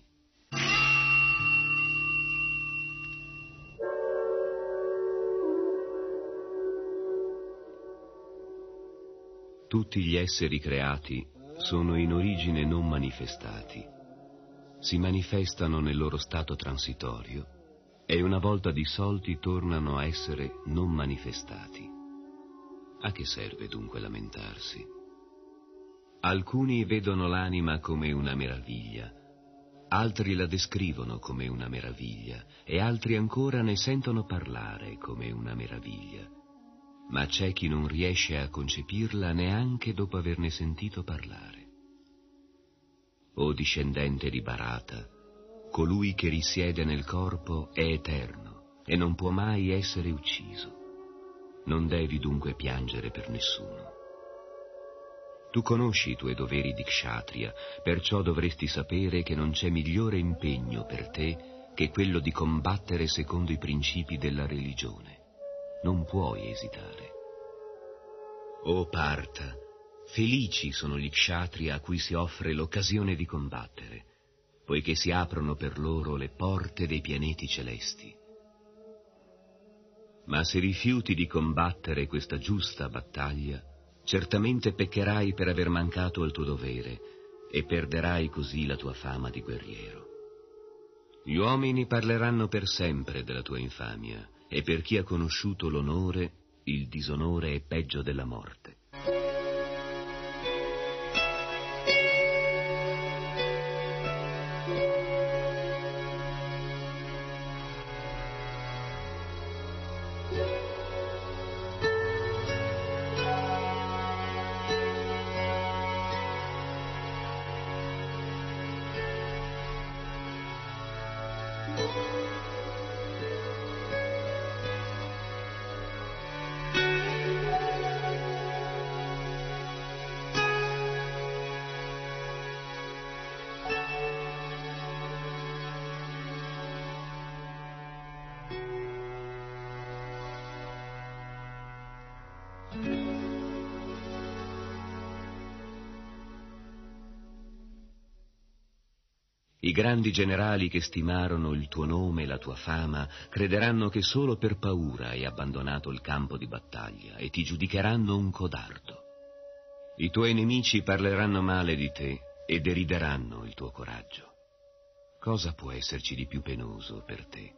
Tutti gli esseri creati sono in origine non manifestati. Si manifestano nel loro stato transitorio e una volta dissolti tornano a essere non manifestati. A che serve dunque lamentarsi? Alcuni vedono l'anima come una meraviglia, altri la descrivono come una meraviglia e altri ancora ne sentono parlare come una meraviglia. Ma c'è chi non riesce a concepirla neanche dopo averne sentito parlare. O discendente di Bharata, colui che risiede nel corpo è eterno e non può mai essere ucciso. Non devi dunque piangere per nessuno. Tu conosci i tuoi doveri di kshatriya, perciò dovresti sapere che non c'è migliore impegno per te che quello di combattere secondo i principi della religione. Non puoi esitare. O Partha, felici sono gli kshatriya a cui si offre l'occasione di combattere, poiché si aprono per loro le porte dei pianeti celesti. Ma se rifiuti di combattere questa giusta battaglia, certamente peccherai per aver mancato al tuo dovere e perderai così la tua fama di guerriero. Gli uomini parleranno per sempre della tua infamia, e per chi ha conosciuto l'onore, il disonore è peggio della morte. I grandi generali che stimarono il tuo nome e la tua fama crederanno che solo per paura hai abbandonato il campo di battaglia e ti giudicheranno un codardo. I tuoi nemici parleranno male di te e derideranno il tuo coraggio. Cosa può esserci di più penoso per te?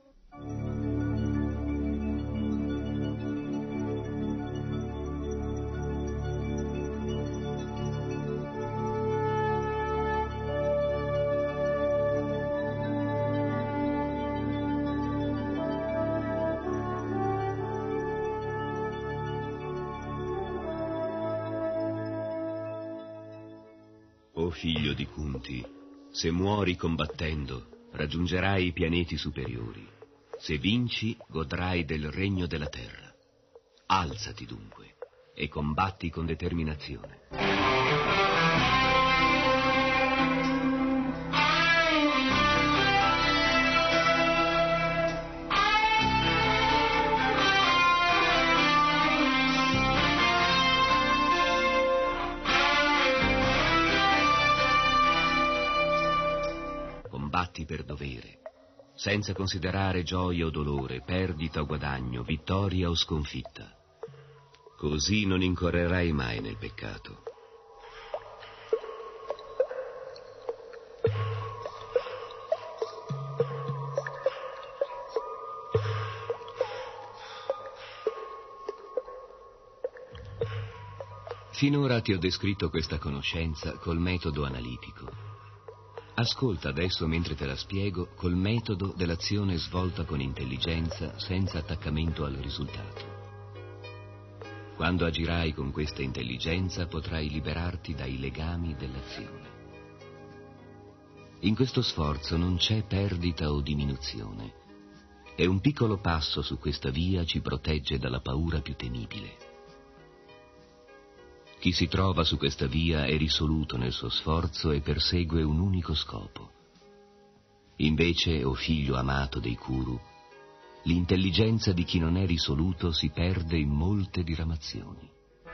O figlio di Kunti, se muori combattendo, raggiungerai i pianeti superiori. Se vinci, godrai del regno della terra. Alzati dunque e combatti con determinazione. Combatti per dovere, senza considerare gioia o dolore, perdita o guadagno, vittoria o sconfitta. Così non incorrerai mai nel peccato. Finora ti ho descritto questa conoscenza col metodo analitico. Ascolta adesso, mentre te la spiego, col metodo dell'azione svolta con intelligenza, senza attaccamento al risultato. Quando agirai con questa intelligenza potrai liberarti dai legami dell'azione. In questo sforzo non c'è perdita o diminuzione, e un piccolo passo su questa via ci protegge dalla paura più temibile. Chi si trova su questa via è risoluto nel suo sforzo e persegue un unico scopo. Invece, o figlio amato dei Kuru, l'intelligenza di chi non è risoluto si perde in molte diramazioni.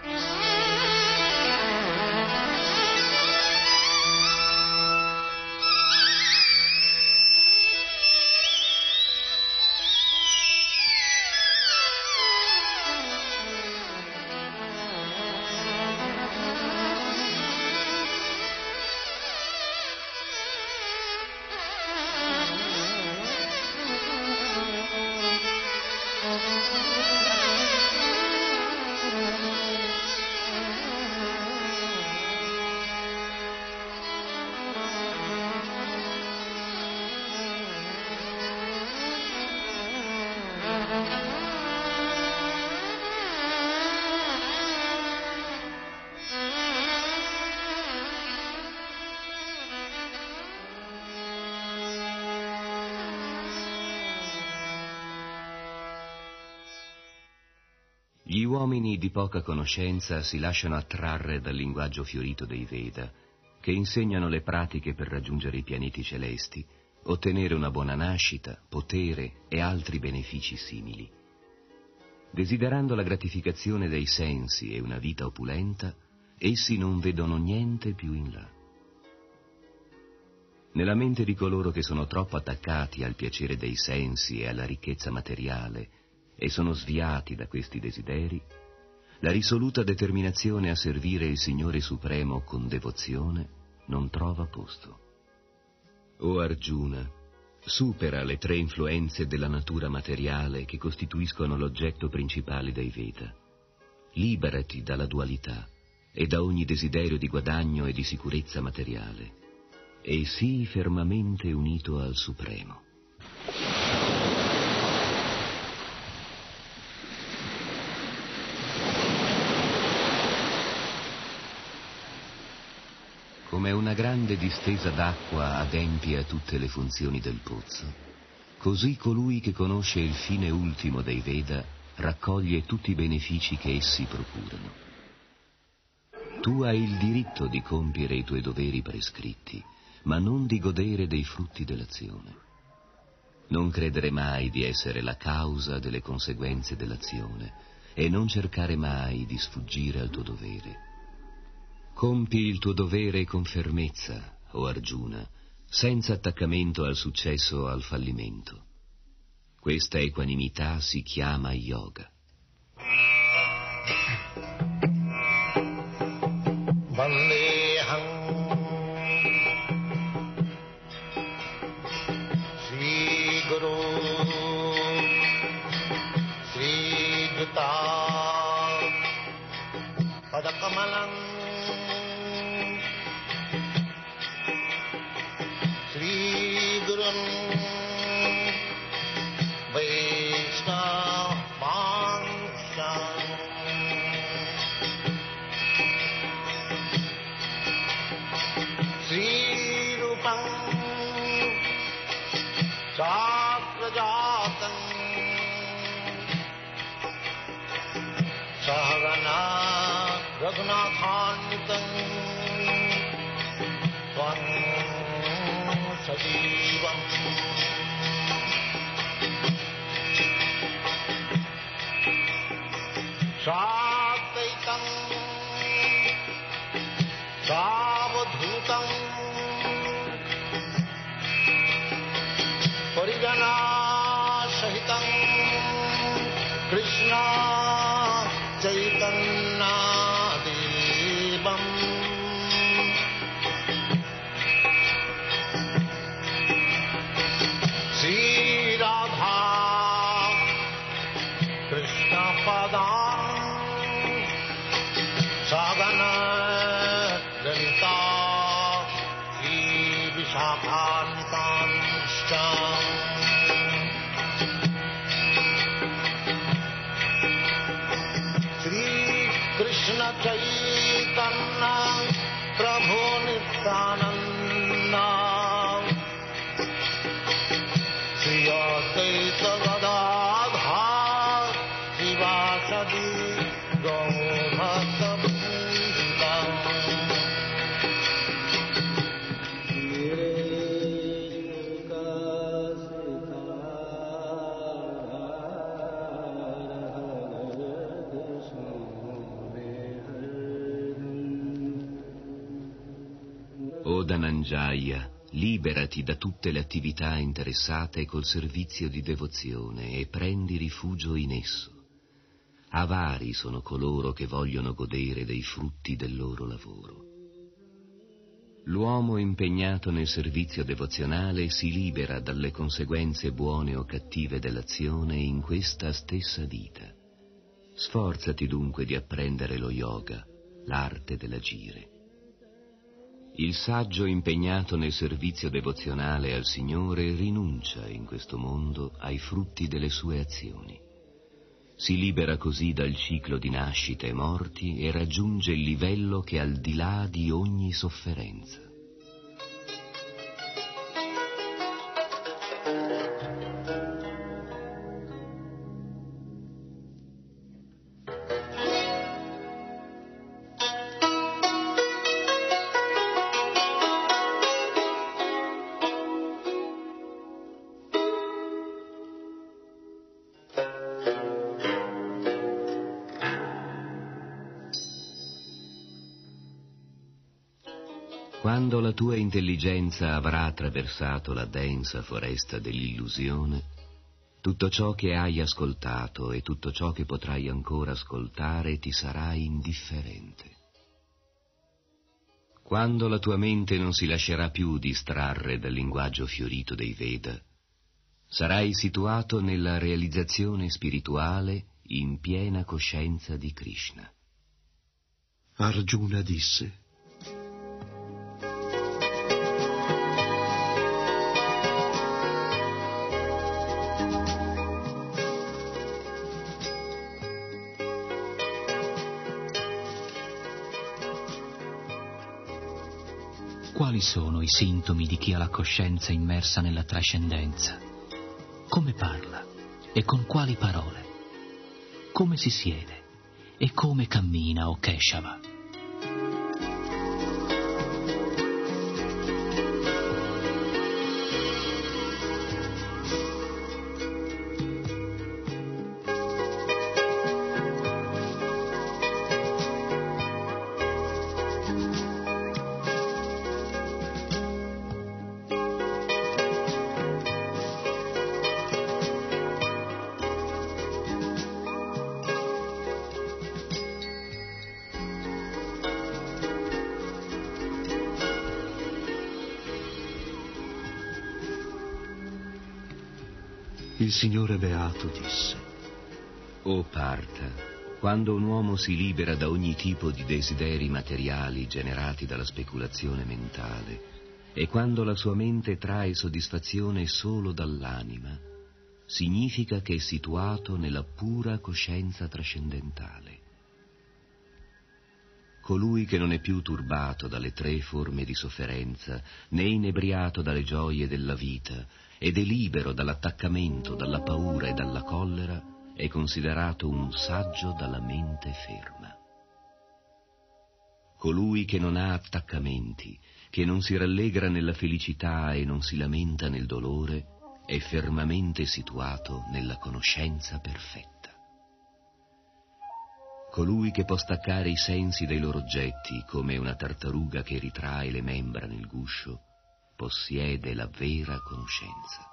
Gli uomini di poca conoscenza si lasciano attrarre dal linguaggio fiorito dei Veda, che insegnano le pratiche per raggiungere i pianeti celesti, ottenere una buona nascita, potere e altri benefici simili. Desiderando la gratificazione dei sensi e una vita opulenta, essi non vedono niente più in là. Nella mente di coloro che sono troppo attaccati al piacere dei sensi e alla ricchezza materiale e sono sviati da questi desideri, la risoluta determinazione a servire il Signore Supremo con devozione non trova posto. O Arjuna, Supera le 3 influenze della natura materiale che costituiscono l'oggetto principale dei Veda. Liberati dalla dualità e da ogni desiderio di guadagno e di sicurezza materiale, e sii fermamente unito al Supremo. Come una grande distesa d'acqua adempie a tutte le funzioni del pozzo, così colui che conosce il fine ultimo dei Veda raccoglie tutti i benefici che essi procurano. Tu hai il diritto di compiere i tuoi doveri prescritti, ma non di godere dei frutti dell'azione. Non credere mai di essere la causa delle conseguenze dell'azione e non cercare mai di sfuggire al tuo dovere. Compi il tuo dovere con fermezza, o Arjuna, senza attaccamento al successo o al fallimento. Questa equanimità si chiama yoga. Sri Guru Sri Juta Padakamalam Raghunathanvitam Tvam Sajivam Satvaitam Savadhutam Parijana Sahitam Krishna Chaitanya Chaitanya Prabhu Nityananda Sri Advaita Gadadhar Sivasadi Gaurata Bhunga O Dhananjaya, liberati da tutte le attività interessate col servizio di devozione e prendi rifugio in esso. Avari sono coloro che vogliono godere dei frutti del loro lavoro. L'uomo impegnato nel servizio devozionale si libera dalle conseguenze buone o cattive dell'azione in questa stessa vita. Sforzati dunque di apprendere lo yoga, l'arte dell'agire. Il saggio impegnato nel servizio devozionale al Signore rinuncia in questo mondo ai frutti delle sue azioni. Si libera così dal ciclo di nascite e morti e raggiunge il livello che è al di là di ogni sofferenza. Quando la tua intelligenza avrà attraversato la densa foresta dell'illusione, tutto ciò che hai ascoltato e tutto ciò che potrai ancora ascoltare ti sarà indifferente. Quando la tua mente non si lascerà più distrarre dal linguaggio fiorito dei Veda, Sarai situato nella realizzazione spirituale in piena coscienza di Krishna. Arjuna disse: quali sono i sintomi di chi ha la coscienza immersa nella trascendenza? Come parla e con quali parole? Come si siede e come cammina, o Keshava? Il Signore Beato disse: O Partha, quando un uomo si libera da ogni tipo di desideri materiali generati dalla speculazione mentale e quando la sua mente trae soddisfazione solo dall'anima, significa che è situato nella pura coscienza trascendentale. Colui che non è più turbato dalle 3 forme di sofferenza, né inebriato dalle gioie della vita, ed è libero dall'attaccamento, dalla paura e dalla collera, è considerato un saggio dalla mente ferma. Colui che non ha attaccamenti, che non si rallegra nella felicità e non si lamenta nel dolore, è fermamente situato nella conoscenza perfetta. Colui che può staccare i sensi dai loro oggetti, come una tartaruga che ritrae le membra nel guscio, possiede la vera conoscenza.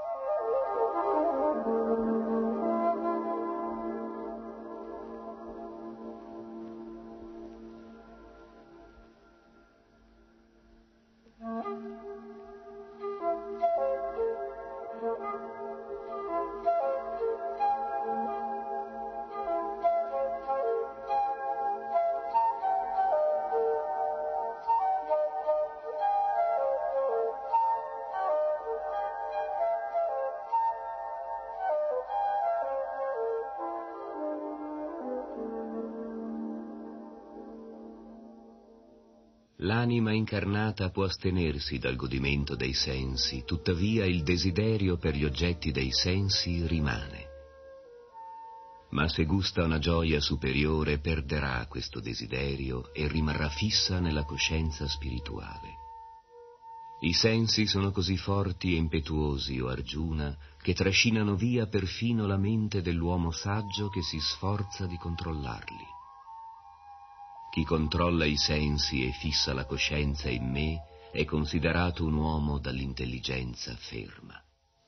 L'anima incarnata può astenersi dal godimento dei sensi, tuttavia il desiderio per gli oggetti dei sensi rimane. Ma se gusta una gioia superiore, perderà questo desiderio e rimarrà fissa nella coscienza spirituale. I sensi sono così forti e impetuosi, o Arjuna, che trascinano via perfino la mente dell'uomo saggio che si sforza di controllarli. Chi controlla i sensi e fissa la coscienza in me è considerato un uomo dall'intelligenza ferma.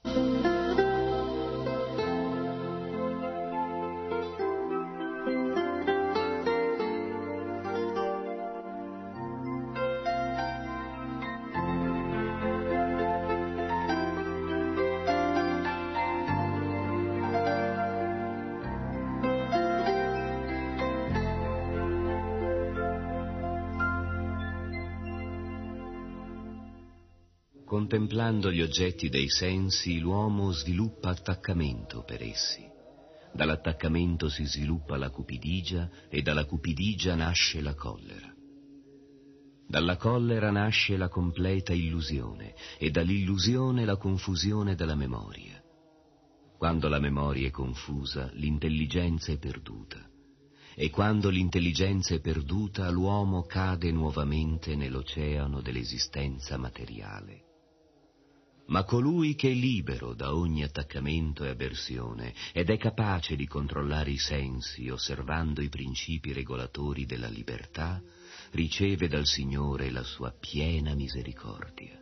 Contemplando gli oggetti dei sensi, l'uomo sviluppa attaccamento per essi. Dall'attaccamento si sviluppa la cupidigia e dalla cupidigia nasce la collera. Dalla collera nasce la completa illusione e dall'illusione la confusione della memoria. Quando la memoria è confusa, l'intelligenza è perduta. E quando l'intelligenza è perduta, l'uomo cade nuovamente nell'oceano dell'esistenza materiale. Ma colui che è libero da ogni attaccamento e avversione ed è capace di controllare i sensi osservando i principi regolatori della libertà, riceve dal Signore la sua piena misericordia.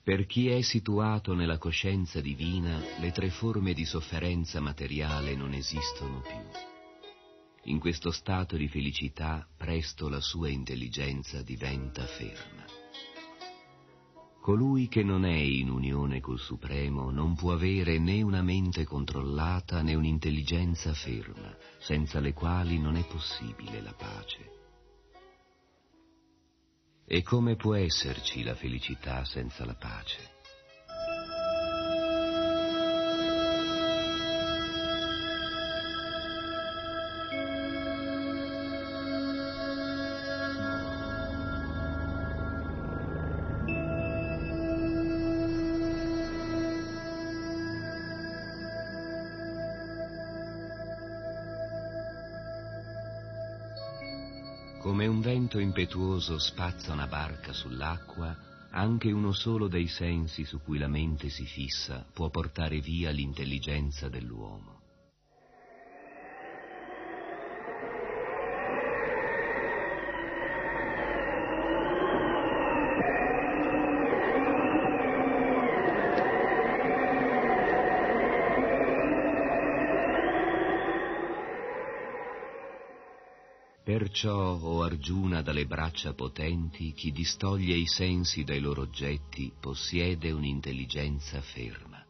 Per chi è situato nella coscienza divina, le tre forme di sofferenza materiale non esistono più. In questo stato di felicità, presto la sua intelligenza diventa ferma. Colui che non è in unione col Supremo non può avere né una mente controllata né un'intelligenza ferma, senza le quali non è possibile la pace. E come può esserci la felicità senza la pace? Come un vento impetuoso spazza una barca sull'acqua, anche uno solo dei sensi su cui la mente si fissa può portare via l'intelligenza dell'uomo. Perciò, o Arjuna, dalle braccia potenti, chi distoglie i sensi dai loro oggetti possiede un'intelligenza ferma.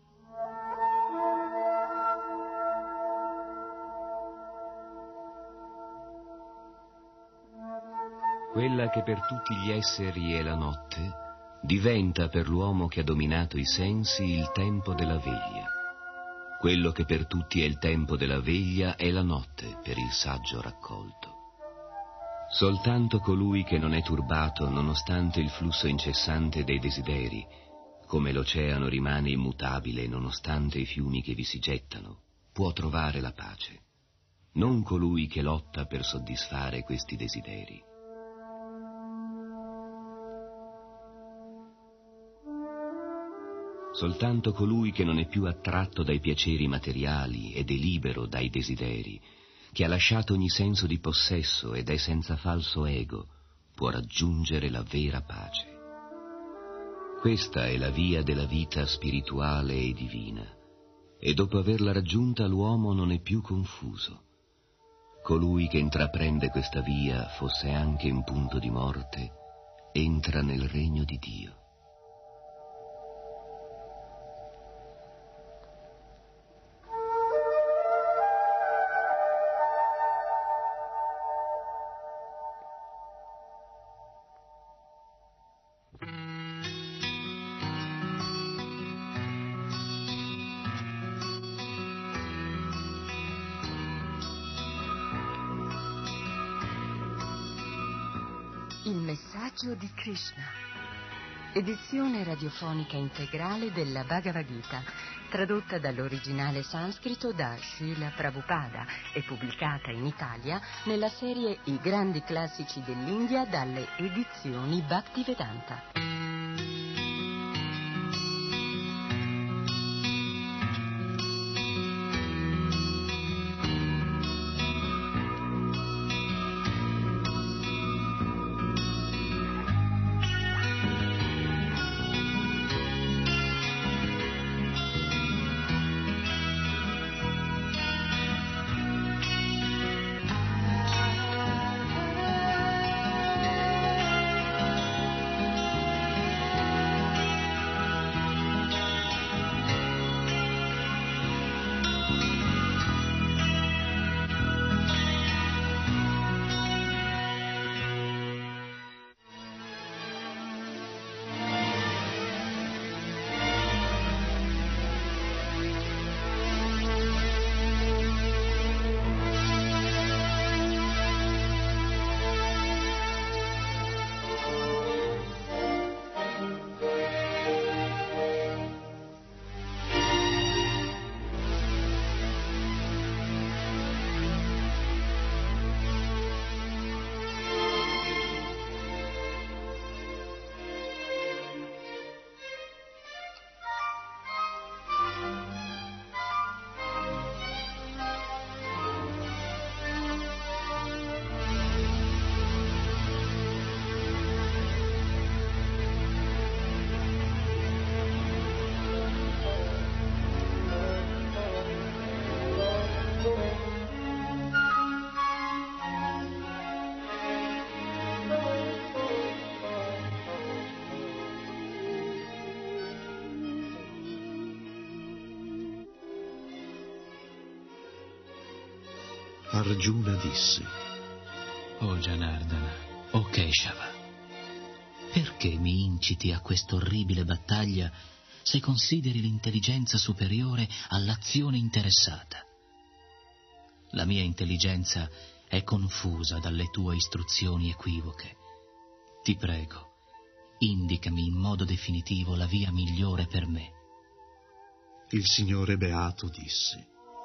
Quella che per tutti gli esseri è la notte, diventa per l'uomo che ha dominato i sensi il tempo della veglia. Quello che per tutti è il tempo della veglia è la notte per il saggio raccolto. Soltanto colui che non è turbato nonostante il flusso incessante dei desideri, come l'oceano rimane immutabile nonostante i fiumi che vi si gettano, può trovare la pace, non colui che lotta per soddisfare questi desideri. Soltanto colui che non è più attratto dai piaceri materiali ed è libero dai desideri, che ha lasciato ogni senso di possesso ed è senza falso ego, può raggiungere la vera pace. Questa è la via della vita spirituale e divina, e dopo averla raggiunta l'uomo non è più confuso. Colui che intraprende questa via, fosse anche in punto di morte, entra nel regno di Dio. Il messaggio di Krishna. Edizione radiofonica integrale della Bhagavad Gita, tradotta dall'originale sanscrito da Srila Prabhupada e pubblicata in Italia nella serie I grandi classici dell'India dalle edizioni Bhaktivedanta. Arjuna disse: O Janardana, o Keshava, perché mi inciti a quest'orribile battaglia se consideri l'intelligenza superiore all'azione interessata? La mia intelligenza è confusa dalle tue istruzioni equivoche. Ti prego, indicami in modo definitivo la via migliore per me. Il Signore Beato disse: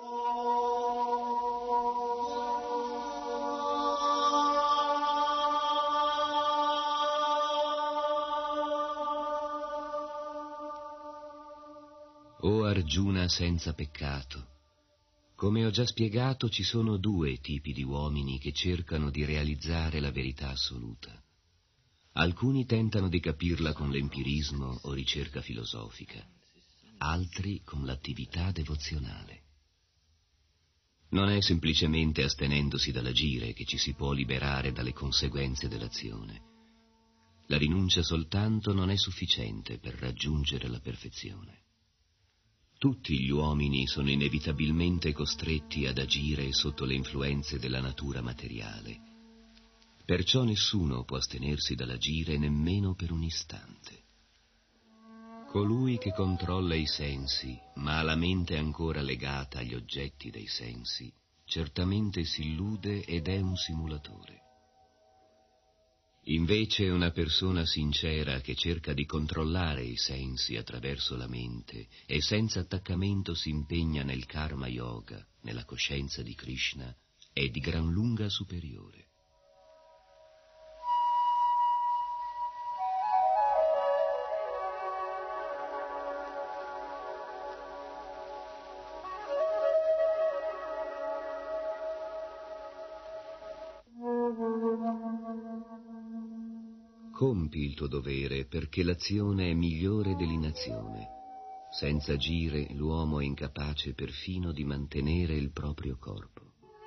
O Arjuna senza peccato, come ho già spiegato, ci sono due tipi di uomini che cercano di realizzare la verità assoluta. Alcuni tentano di capirla con l'empirismo o ricerca filosofica, altri con l'attività devozionale. Non è semplicemente astenendosi dall'agire che ci si può liberare dalle conseguenze dell'azione. La rinuncia soltanto non è sufficiente per raggiungere la perfezione. Tutti gli uomini sono inevitabilmente costretti ad agire sotto le influenze della natura materiale. Perciò nessuno può astenersi dall'agire nemmeno per un istante. Colui che controlla i sensi, ma ha la mente ancora legata agli oggetti dei sensi, certamente si illude ed è un simulatore. Invece una persona sincera che cerca di controllare i sensi attraverso la mente e senza attaccamento si impegna nel karma yoga, nella coscienza di Krishna, è di gran lunga superiore. Compi il tuo dovere perché l'azione è migliore dell'inazione. Senza agire l'uomo è incapace perfino di mantenere il proprio corpo.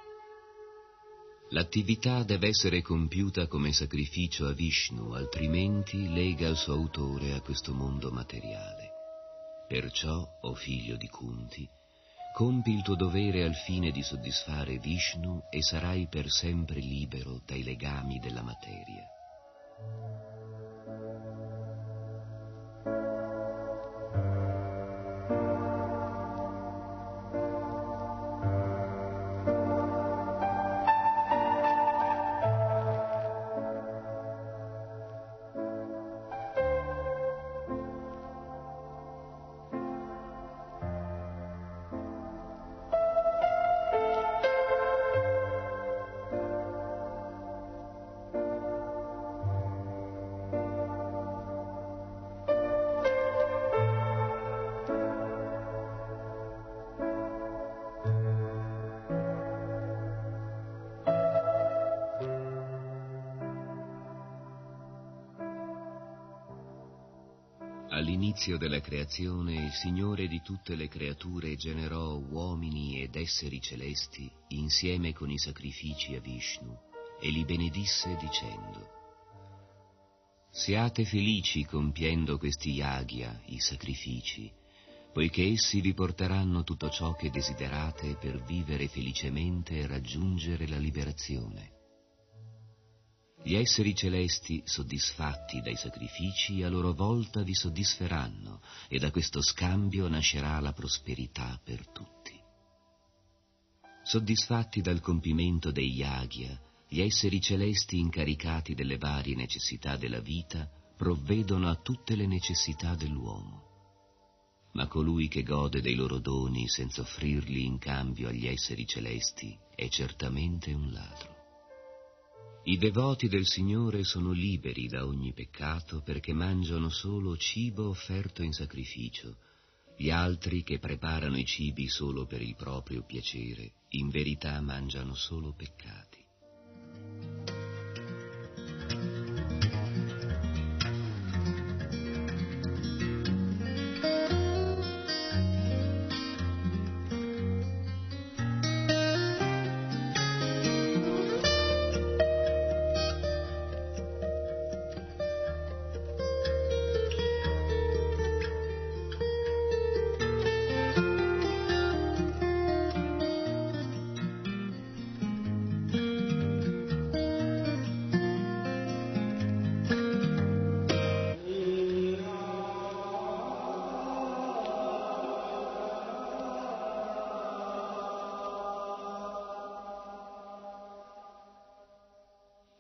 L'attività deve essere compiuta come sacrificio a Vishnu, altrimenti lega il suo autore a questo mondo materiale. Perciò, o figlio di Kunti, compi il tuo dovere al fine di soddisfare Vishnu e sarai per sempre libero dai legami della materia. All'inizio della creazione il Signore di tutte le creature generò uomini ed esseri celesti insieme con i sacrifici a Vishnu e li benedisse dicendo: Siate felici compiendo questi yagya, i sacrifici, poiché essi vi porteranno tutto ciò che desiderate per vivere felicemente e raggiungere la liberazione. Gli esseri celesti, soddisfatti dai sacrifici, a loro volta vi soddisferanno, e da questo scambio nascerà la prosperità per tutti. Soddisfatti dal compimento dei yagya, gli esseri celesti incaricati delle varie necessità della vita provvedono a tutte le necessità dell'uomo. Ma colui che gode dei loro doni senza offrirli in cambio agli esseri celesti è certamente un ladro. I devoti del Signore sono liberi da ogni peccato perché mangiano solo cibo offerto in sacrificio. Gli altri, che preparano i cibi solo per il proprio piacere, in verità mangiano solo peccati.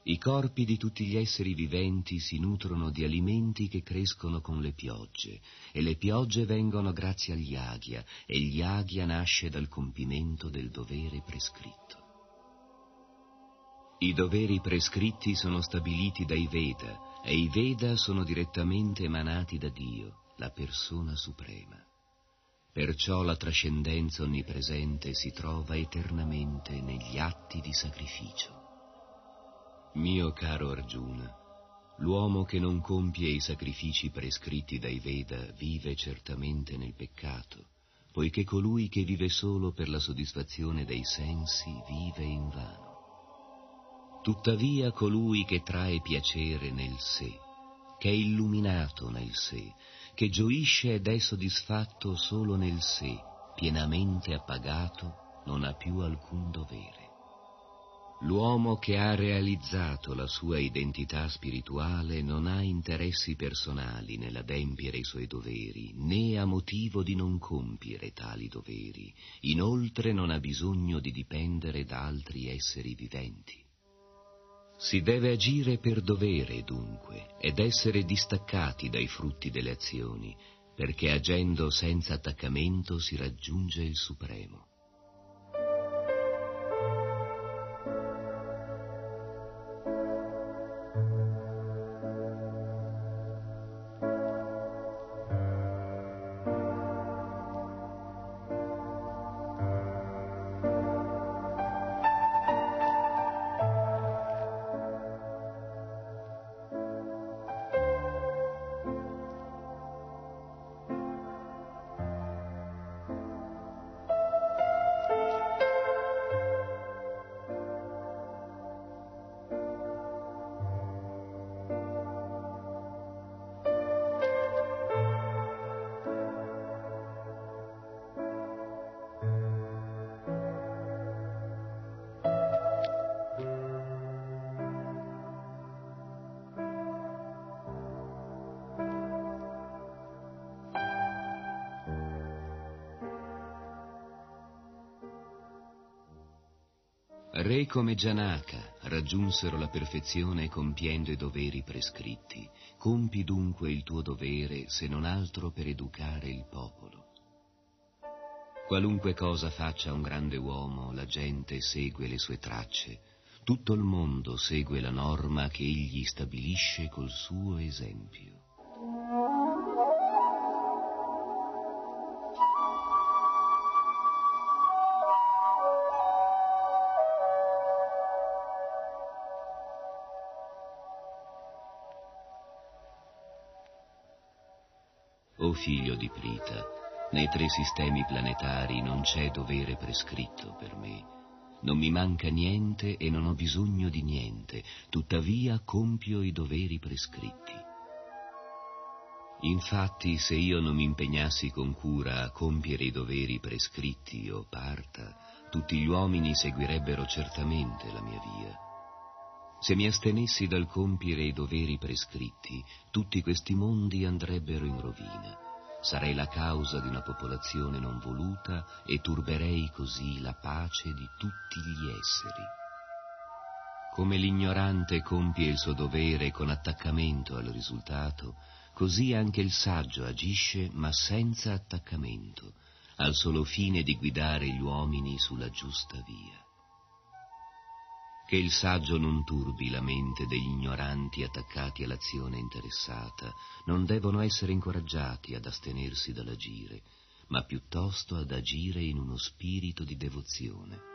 I corpi di tutti gli esseri viventi si nutrono di alimenti che crescono con le piogge, e le piogge vengono grazie agli Yagya, e gli Yagya nasce dal compimento del dovere prescritto. I doveri prescritti sono stabiliti dai Veda, e i Veda sono direttamente emanati da Dio, la persona suprema. Perciò la trascendenza onnipresente si trova eternamente negli atti di sacrificio. Mio caro Arjuna, l'uomo che non compie i sacrifici prescritti dai Veda vive certamente nel peccato, poiché colui che vive solo per la soddisfazione dei sensi vive invano. Tuttavia colui che trae piacere nel sé, che è illuminato nel sé, che gioisce ed è soddisfatto solo nel sé, pienamente appagato, non ha più alcun dovere. L'uomo che ha realizzato la sua identità spirituale non ha interessi personali nell'adempiere i suoi doveri, né ha motivo di non compiere tali doveri, inoltre non ha bisogno di dipendere da altri esseri viventi. Si deve agire per dovere, dunque, ed essere distaccati dai frutti delle azioni, perché agendo senza attaccamento si raggiunge il Supremo. Re come Janaka raggiunsero la perfezione compiendo i doveri prescritti. Compi dunque il tuo dovere, se non altro per educare il popolo. Qualunque cosa faccia un grande uomo, la gente segue le sue tracce. Tutto il mondo segue la norma che egli stabilisce col suo esempio. O figlio di Prita, nei 3 sistemi planetari non c'è dovere prescritto per me. Non mi manca niente e non ho bisogno di niente, tuttavia compio i doveri prescritti. Infatti, se io non mi impegnassi con cura a compiere i doveri prescritti, o Partha, tutti gli uomini seguirebbero certamente la mia via. Se mi astenessi dal compiere i doveri prescritti, tutti questi mondi andrebbero in rovina. Sarei la causa di una popolazione non voluta e turberei così la pace di tutti gli esseri. Come l'ignorante compie il suo dovere con attaccamento al risultato, così anche il saggio agisce ma senza attaccamento, al solo fine di guidare gli uomini sulla giusta via. Che il saggio non turbi la mente degli ignoranti attaccati all'azione interessata, non devono essere incoraggiati ad astenersi dall'agire, ma piuttosto ad agire in uno spirito di devozione.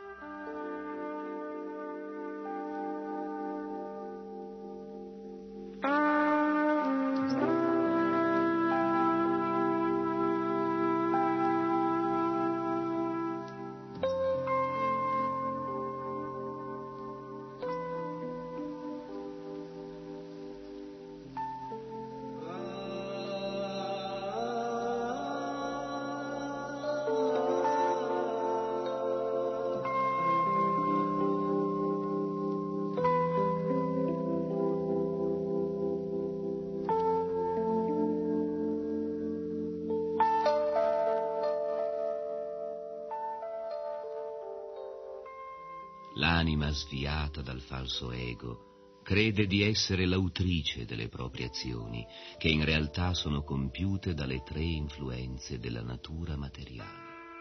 L'anima sviata dal falso ego crede di essere l'autrice delle proprie azioni, che in realtà sono compiute dalle tre influenze della natura materiale.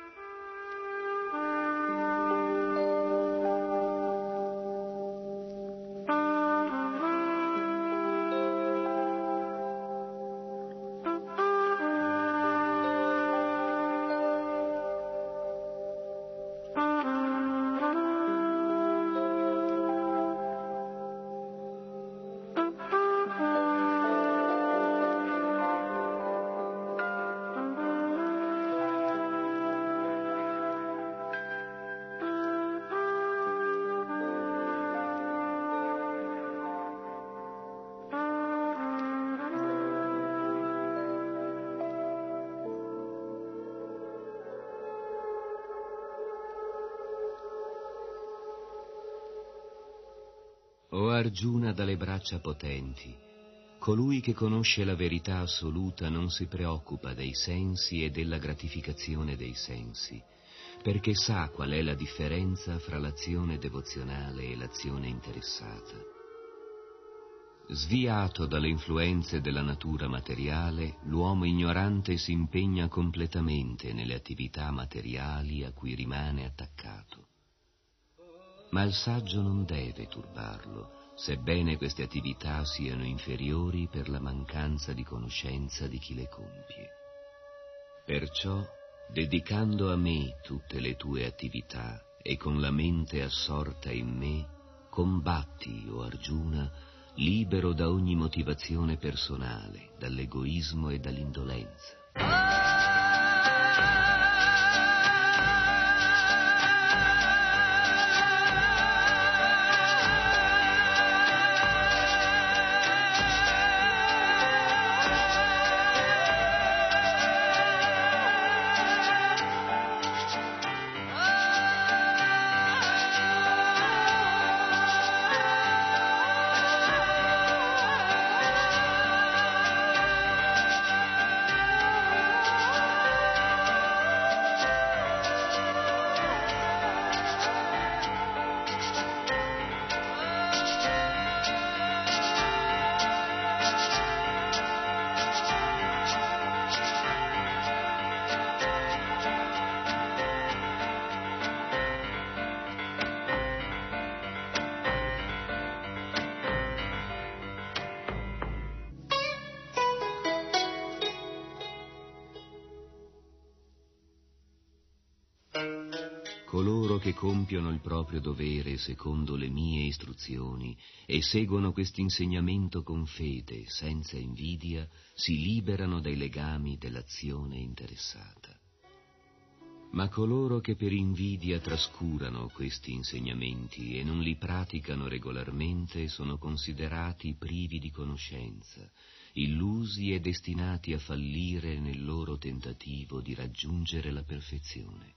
O Arjuna dalle braccia potenti, colui che conosce la verità assoluta non si preoccupa dei sensi e della gratificazione dei sensi, perché sa qual è la differenza fra l'azione devozionale e l'azione interessata. Sviato dalle influenze della natura materiale, l'uomo ignorante si impegna completamente nelle attività materiali a cui rimane attaccato. Ma il saggio non deve turbarlo, sebbene queste attività siano inferiori per la mancanza di conoscenza di chi le compie. Perciò, dedicando a me tutte le tue attività e con la mente assorta in me, combatti, o Arjuna, libero da ogni motivazione personale, dall'egoismo e dall'indolenza. Coloro che compiono il proprio dovere secondo le mie istruzioni e seguono quest'insegnamento con fede, senza invidia, si liberano dai legami dell'azione interessata. Ma coloro che per invidia trascurano questi insegnamenti e non li praticano regolarmente sono considerati privi di conoscenza, illusi e destinati a fallire nel loro tentativo di raggiungere la perfezione.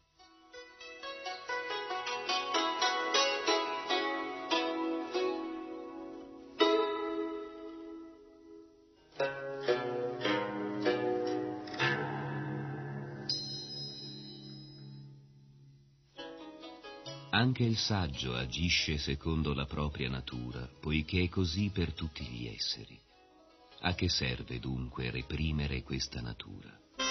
Anche il saggio agisce secondo la propria natura, poiché è così per tutti gli esseri. A che serve dunque reprimere questa natura?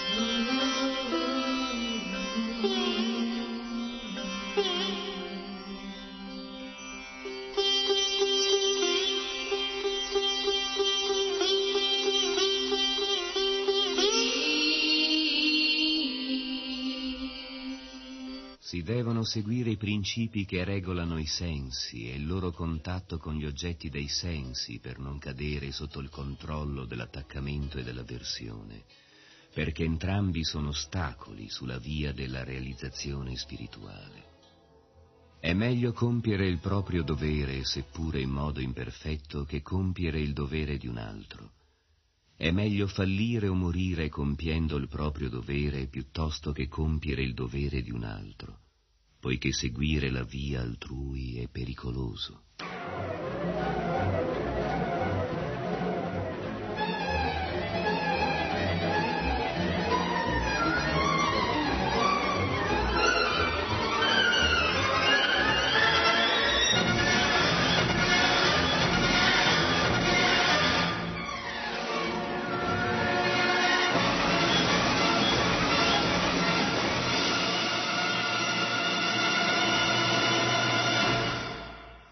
Si devono seguire i principi che regolano i sensi e il loro contatto con gli oggetti dei sensi per non cadere sotto il controllo dell'attaccamento e dell'avversione, perché entrambi sono ostacoli sulla via della realizzazione spirituale. È meglio compiere il proprio dovere, seppure in modo imperfetto, che compiere il dovere di un altro. È meglio fallire o morire compiendo il proprio dovere piuttosto che compiere il dovere di un altro, poiché seguire la via altrui è pericoloso.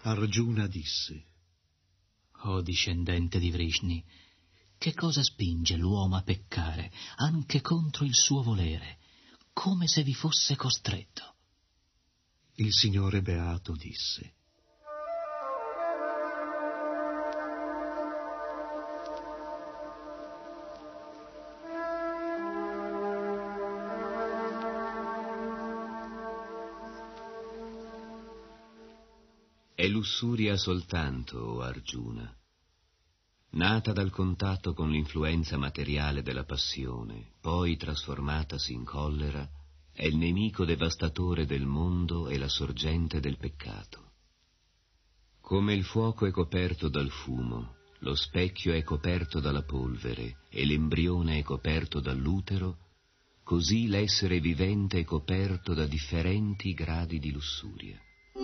Arjuna disse: O discendente di Vrishni, che cosa spinge l'uomo a peccare anche contro il suo volere, come se vi fosse costretto? Il Signore Beato disse: È lussuria soltanto, o Arjuna, nata dal contatto con l'influenza materiale della passione, poi trasformatasi in collera, è il nemico devastatore del mondo e la sorgente del peccato. Come il fuoco è coperto dal fumo, lo specchio è coperto dalla polvere e l'embrione è coperto dall'utero, così l'essere vivente è coperto da differenti gradi di lussuria.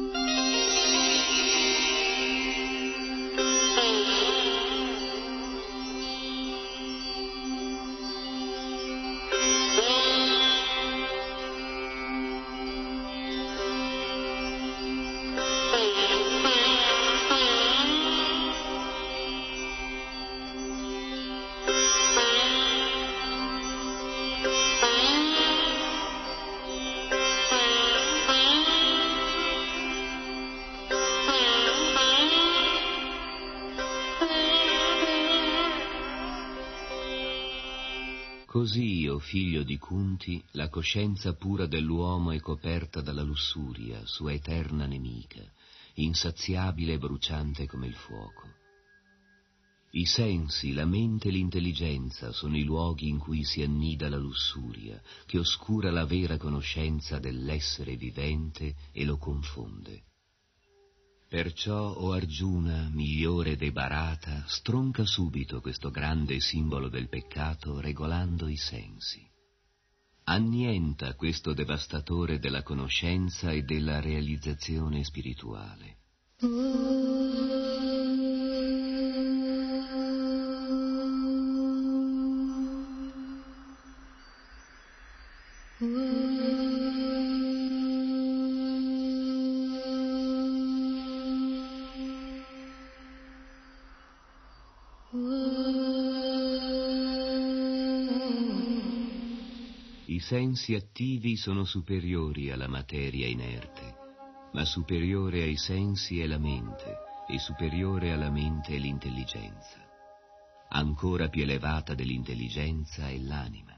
Così, o figlio di Kunti, la coscienza pura dell'uomo è coperta dalla lussuria, sua eterna nemica, insaziabile e bruciante come il fuoco. I sensi, la mente e l'intelligenza sono i luoghi in cui si annida la lussuria, che oscura la vera conoscenza dell'essere vivente e lo confonde. Perciò, o Arjuna, migliore dei Bharata, stronca subito questo grande simbolo del peccato regolando i sensi. Annienta questo devastatore della conoscenza e della realizzazione spirituale. I sensi attivi sono superiori alla materia inerte, ma superiore ai sensi è la mente, e superiore alla mente è l'intelligenza. Ancora più elevata dell'intelligenza è l'anima.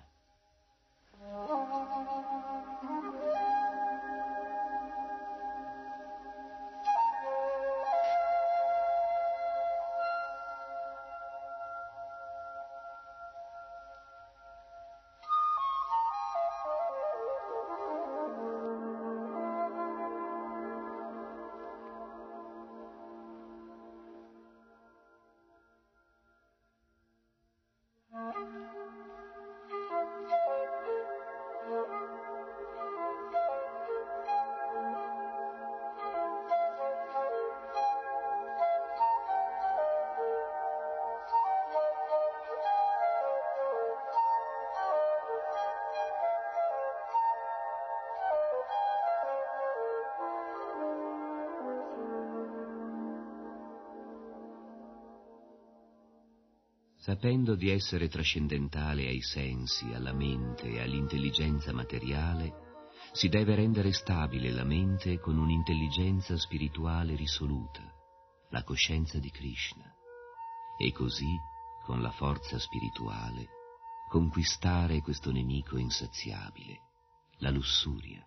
Sapendo di essere trascendentale ai sensi, alla mente e all'intelligenza materiale, si deve rendere stabile la mente con un'intelligenza spirituale risoluta, la coscienza di Krishna, e così, con la forza spirituale, conquistare questo nemico insaziabile, la lussuria.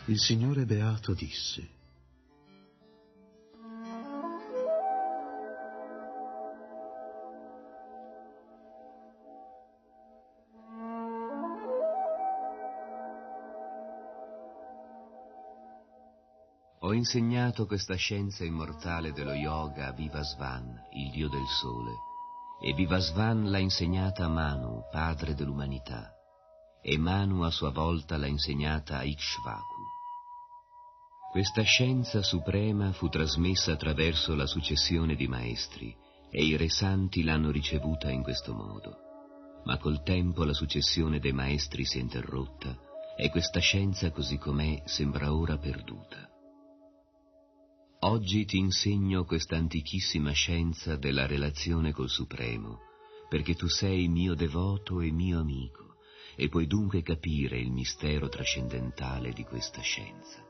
Il Signore Beato disse: Ho insegnato questa scienza immortale dello yoga a Vivasvan, il dio del sole, e Vivasvan l'ha insegnata a Manu, padre dell'umanità, e Manu a sua volta l'ha insegnata a Ikshvaku. Questa scienza suprema fu trasmessa attraverso la successione di maestri, e i re santi l'hanno ricevuta in questo modo. Ma col tempo la successione dei maestri si è interrotta, e questa scienza così com'è sembra ora perduta. Oggi ti insegno questa antichissima scienza della relazione col Supremo, perché tu sei mio devoto e mio amico, e puoi dunque capire il mistero trascendentale di questa scienza.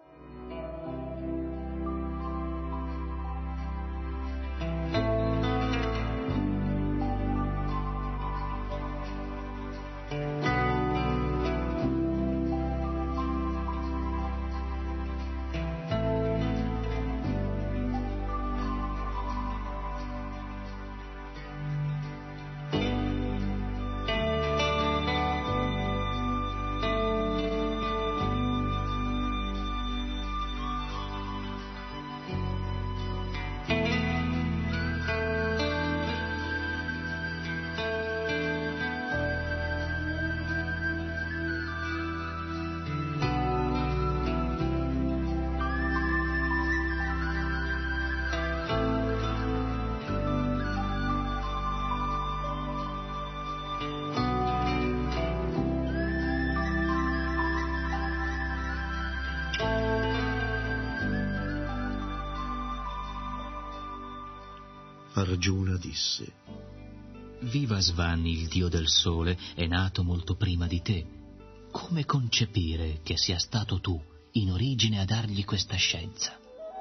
Arjuna disse: Vivasvan, il dio del sole, è nato molto prima di te. Come concepire che sia stato tu, in origine, a dargli questa scienza?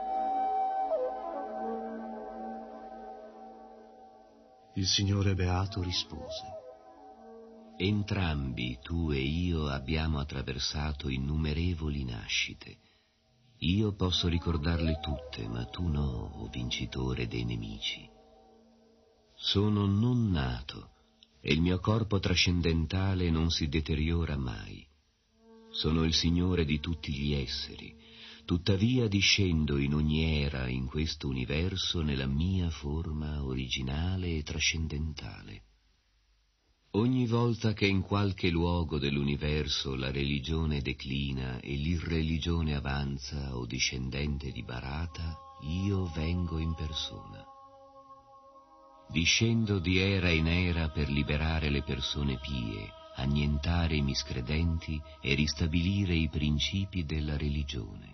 Il Signore Beato rispose: Entrambi, tu e io, abbiamo attraversato innumerevoli nascite. Io posso ricordarle tutte, ma tu no, o vincitore dei nemici. Sono non nato, e il mio corpo trascendentale non si deteriora mai. Sono il Signore di tutti gli esseri, tuttavia discendo in ogni era in questo universo nella mia forma originale e trascendentale. Ogni volta che in qualche luogo dell'universo la religione declina e l'irreligione avanza o discendente di Bharata, io vengo in persona. Discendo di era in era per liberare le persone pie, annientare i miscredenti e ristabilire i principi della religione.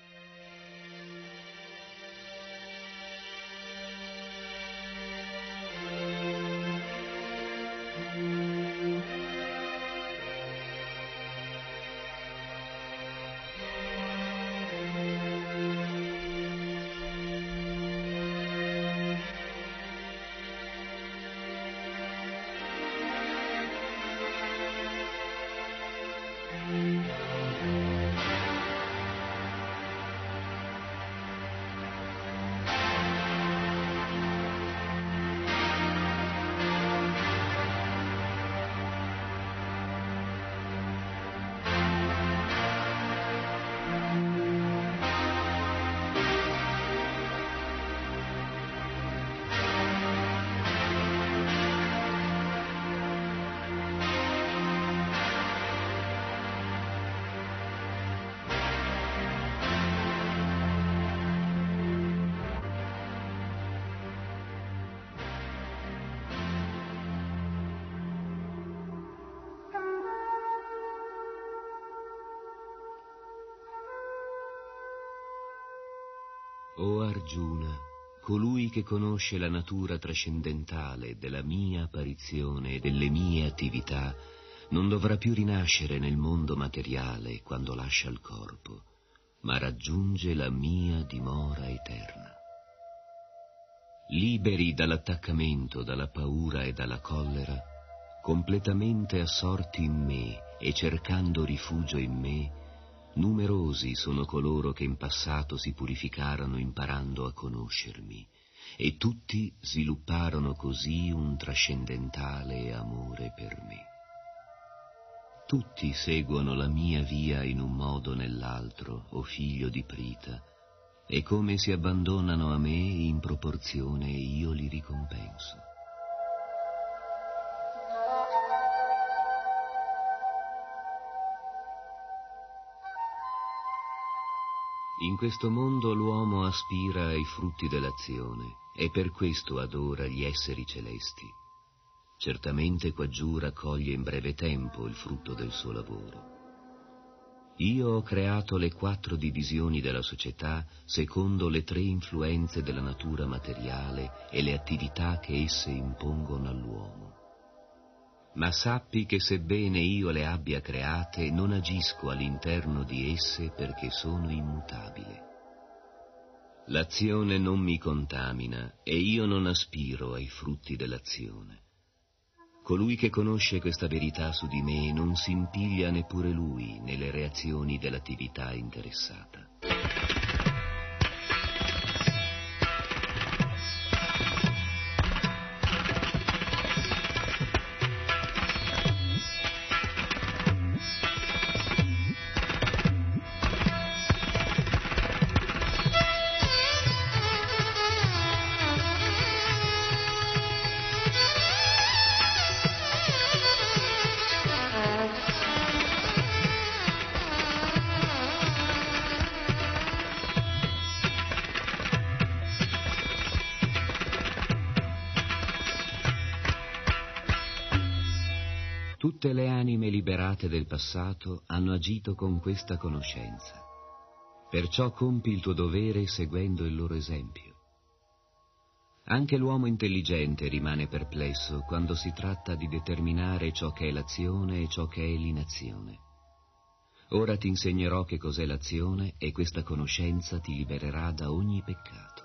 O Arjuna, colui che conosce la natura trascendentale della mia apparizione e delle mie attività, non dovrà più rinascere nel mondo materiale quando lascia il corpo, ma raggiunge la mia dimora eterna. Liberi dall'attaccamento, dalla paura e dalla collera, completamente assorti in me e cercando rifugio in me, Numerosi sono coloro che in passato si purificarono imparando a conoscermi, e tutti svilupparono così un trascendentale amore per me. Tutti seguono la mia via in un modo o nell'altro, o figlio di Prita, e come si abbandonano a me in proporzione io li ricompenso. In questo mondo l'uomo aspira ai frutti dell'azione e per questo adora gli esseri celesti. Certamente quaggiù raccoglie in breve tempo il frutto del suo lavoro. Io ho creato le 4 divisioni della società secondo le 3 influenze della natura materiale e le attività che esse impongono all'uomo. Ma sappi che sebbene io le abbia create, non agisco all'interno di esse perché sono immutabile. L'azione non mi contamina e io non aspiro ai frutti dell'azione. Colui che conosce questa verità su di me non si impiglia neppure lui nelle reazioni dell'attività interessata. Tutte le anime liberate del passato hanno agito con questa conoscenza. Perciò compi il tuo dovere seguendo il loro esempio. Anche l'uomo intelligente rimane perplesso quando si tratta di determinare ciò che è l'azione e ciò che è l'inazione. Ora ti insegnerò che cos'è l'azione e questa conoscenza ti libererà da ogni peccato.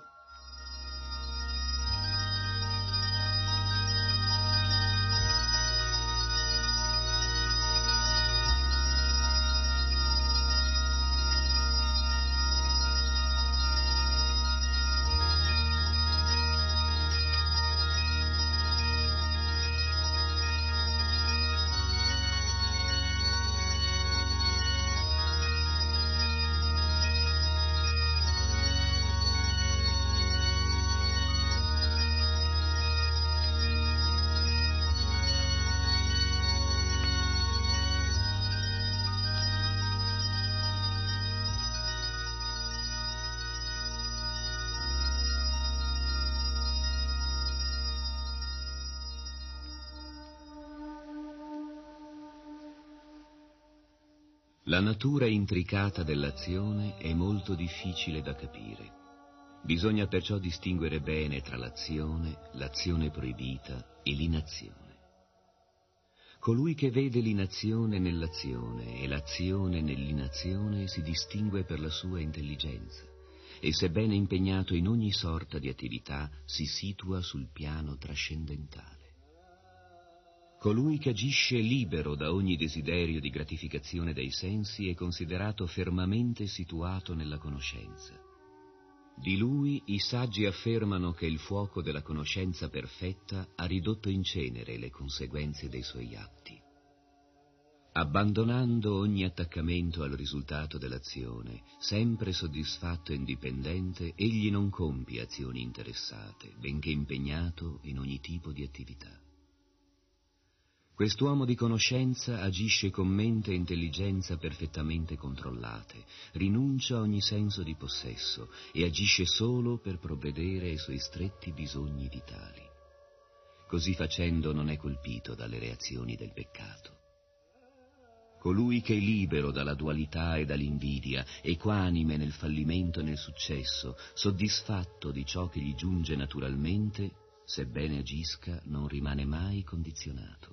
La natura intricata dell'azione è molto difficile da capire. Bisogna perciò distinguere bene tra l'azione proibita e l'inazione. Colui che vede l'inazione nell'azione e l'azione nell'inazione si distingue per la sua intelligenza e, sebbene impegnato in ogni sorta di attività, si situa sul piano trascendentale. Colui che agisce libero da ogni desiderio di gratificazione dei sensi è considerato fermamente situato nella conoscenza. Di lui i saggi affermano che il fuoco della conoscenza perfetta ha ridotto in cenere le conseguenze dei suoi atti. Abbandonando ogni attaccamento al risultato dell'azione, sempre soddisfatto e indipendente, egli non compie azioni interessate, benché impegnato in ogni tipo di attività. Quest'uomo di conoscenza agisce con mente e intelligenza perfettamente controllate, rinuncia a ogni senso di possesso e agisce solo per provvedere ai suoi stretti bisogni vitali. Così facendo non è colpito dalle reazioni del peccato. Colui che è libero dalla dualità e dall'invidia, equanime nel fallimento e nel successo, soddisfatto di ciò che gli giunge naturalmente, sebbene agisca, non rimane mai condizionato.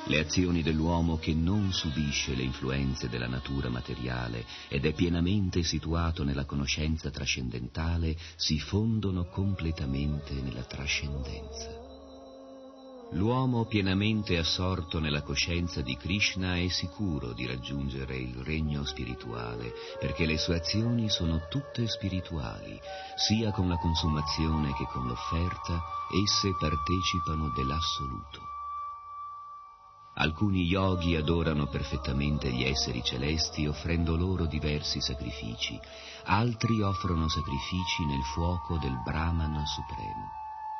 Le azioni dell'uomo che non subisce le influenze della natura materiale ed è pienamente situato nella conoscenza trascendentale si fondono completamente nella trascendenza. L'uomo pienamente assorto nella coscienza di Krishna è sicuro di raggiungere il regno spirituale, perché le sue azioni sono tutte spirituali, sia con la consumazione che con l'offerta, esse partecipano dell'assoluto. Alcuni yogi adorano perfettamente gli esseri celesti offrendo loro diversi sacrifici, altri offrono sacrifici nel fuoco del Brahman supremo.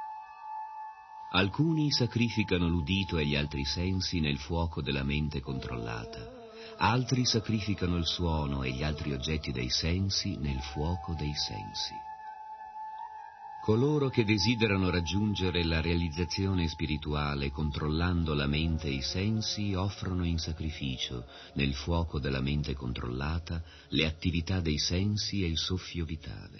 Alcuni sacrificano l'udito e gli altri sensi nel fuoco della mente controllata, altri sacrificano il suono e gli altri oggetti dei sensi nel fuoco dei sensi. Coloro che desiderano raggiungere la realizzazione spirituale controllando la mente e i sensi offrono in sacrificio, nel fuoco della mente controllata, le attività dei sensi e il soffio vitale.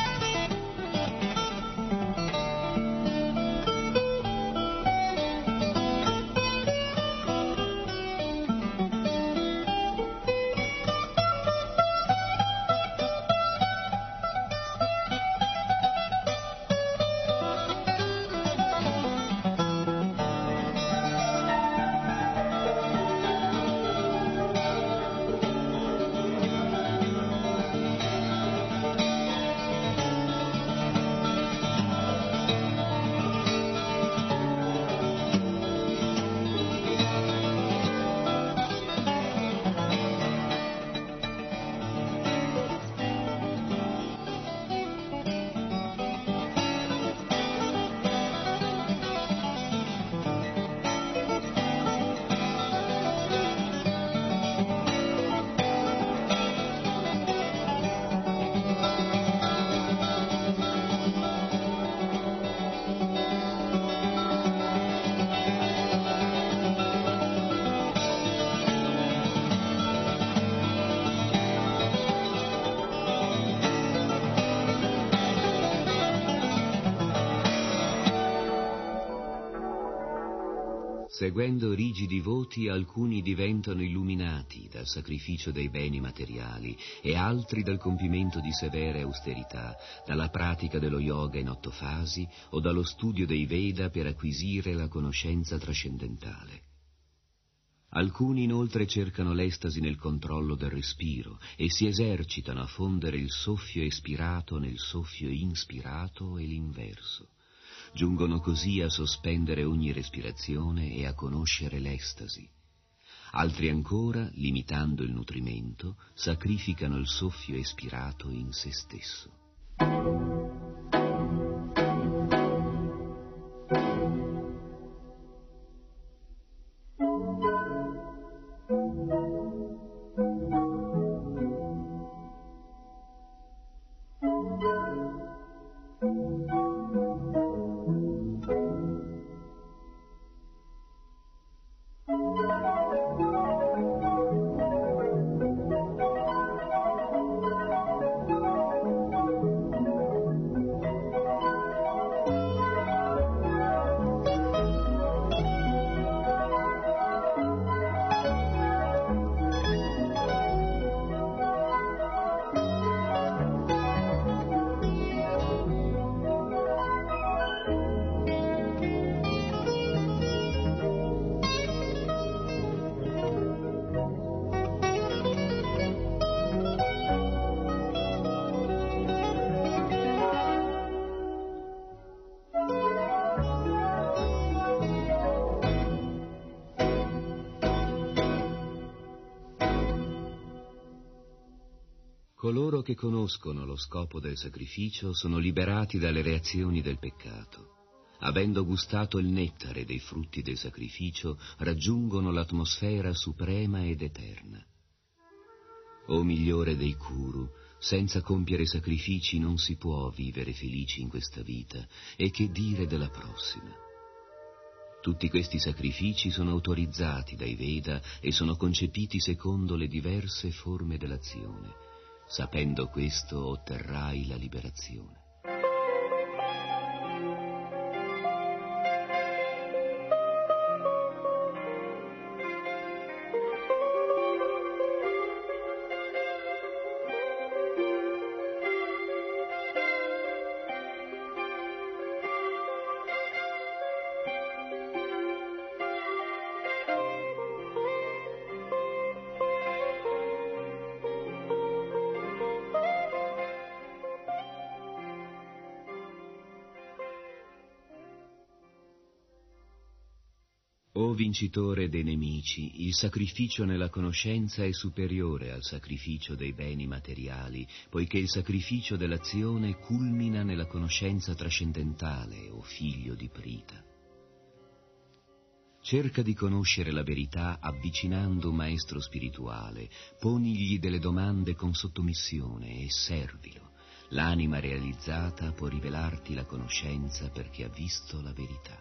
Seguendo rigidi voti, alcuni diventano illuminati dal sacrificio dei beni materiali e altri dal compimento di severe austerità, dalla pratica dello yoga in 8 fasi o dallo studio dei Veda per acquisire la conoscenza trascendentale. Alcuni inoltre cercano l'estasi nel controllo del respiro e si esercitano a fondere il soffio espirato nel soffio inspirato e l'inverso. Giungono così a sospendere ogni respirazione e a conoscere l'estasi. Altri ancora, limitando il nutrimento, sacrificano il soffio espirato in se stesso. Coloro che conoscono lo scopo del sacrificio sono liberati dalle reazioni del peccato. Avendo gustato il nettare dei frutti del sacrificio, raggiungono l'atmosfera suprema ed eterna. O migliore dei Kuru, senza compiere sacrifici non si può vivere felici in questa vita, e che dire della prossima. Tutti questi sacrifici sono autorizzati dai Veda e sono concepiti secondo le diverse forme dell'azione. Sapendo questo otterrai la liberazione. O vincitore dei nemici, il sacrificio nella conoscenza è superiore al sacrificio dei beni materiali, poiché il sacrificio dell'azione culmina nella conoscenza trascendentale, o figlio di Prita. Cerca di conoscere la verità avvicinando un maestro spirituale, ponigli delle domande con sottomissione e servilo. L'anima realizzata può rivelarti la conoscenza perché ha visto la verità.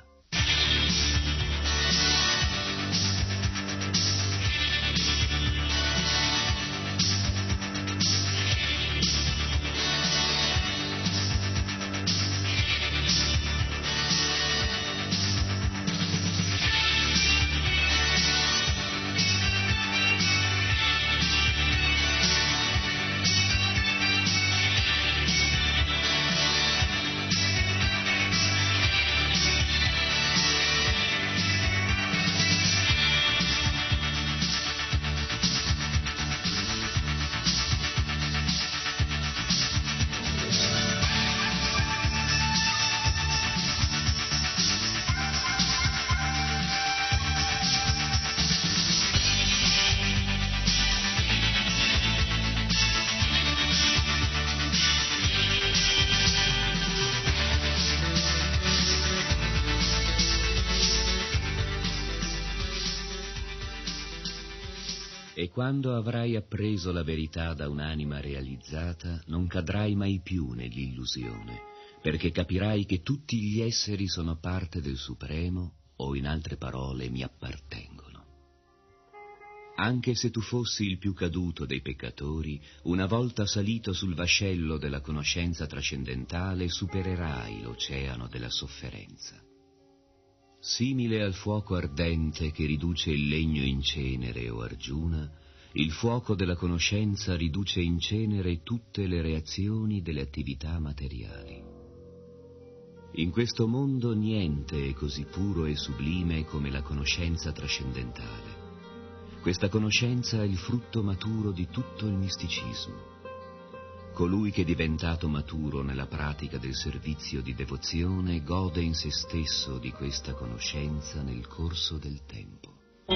E quando avrai appreso la verità da un'anima realizzata, non cadrai mai più nell'illusione, perché capirai che tutti gli esseri sono parte del Supremo, o in altre parole mi appartengono. Anche se tu fossi il più caduto dei peccatori, una volta salito sul vascello della conoscenza trascendentale, supererai l'oceano della sofferenza. Simile al fuoco ardente che riduce il legno in cenere, o Arjuna, il fuoco della conoscenza riduce in cenere tutte le reazioni delle attività materiali. In questo mondo niente è così puro e sublime come la conoscenza trascendentale. Questa conoscenza è il frutto maturo di tutto il misticismo. Colui che è diventato maturo nella pratica del servizio di devozione gode in se stesso di questa conoscenza nel corso del tempo.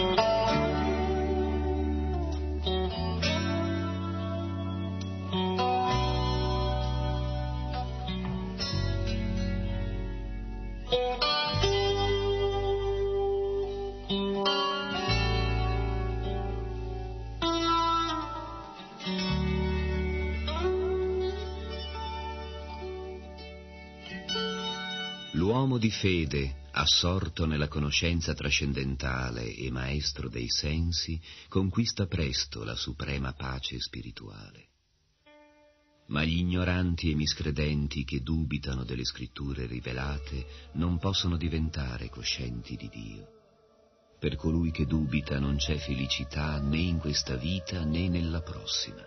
L'uomo di fede, assorto nella conoscenza trascendentale e maestro dei sensi, conquista presto la suprema pace spirituale. Ma gli ignoranti e miscredenti che dubitano delle scritture rivelate non possono diventare coscienti di Dio. Per colui che dubita non c'è felicità né in questa vita né nella prossima.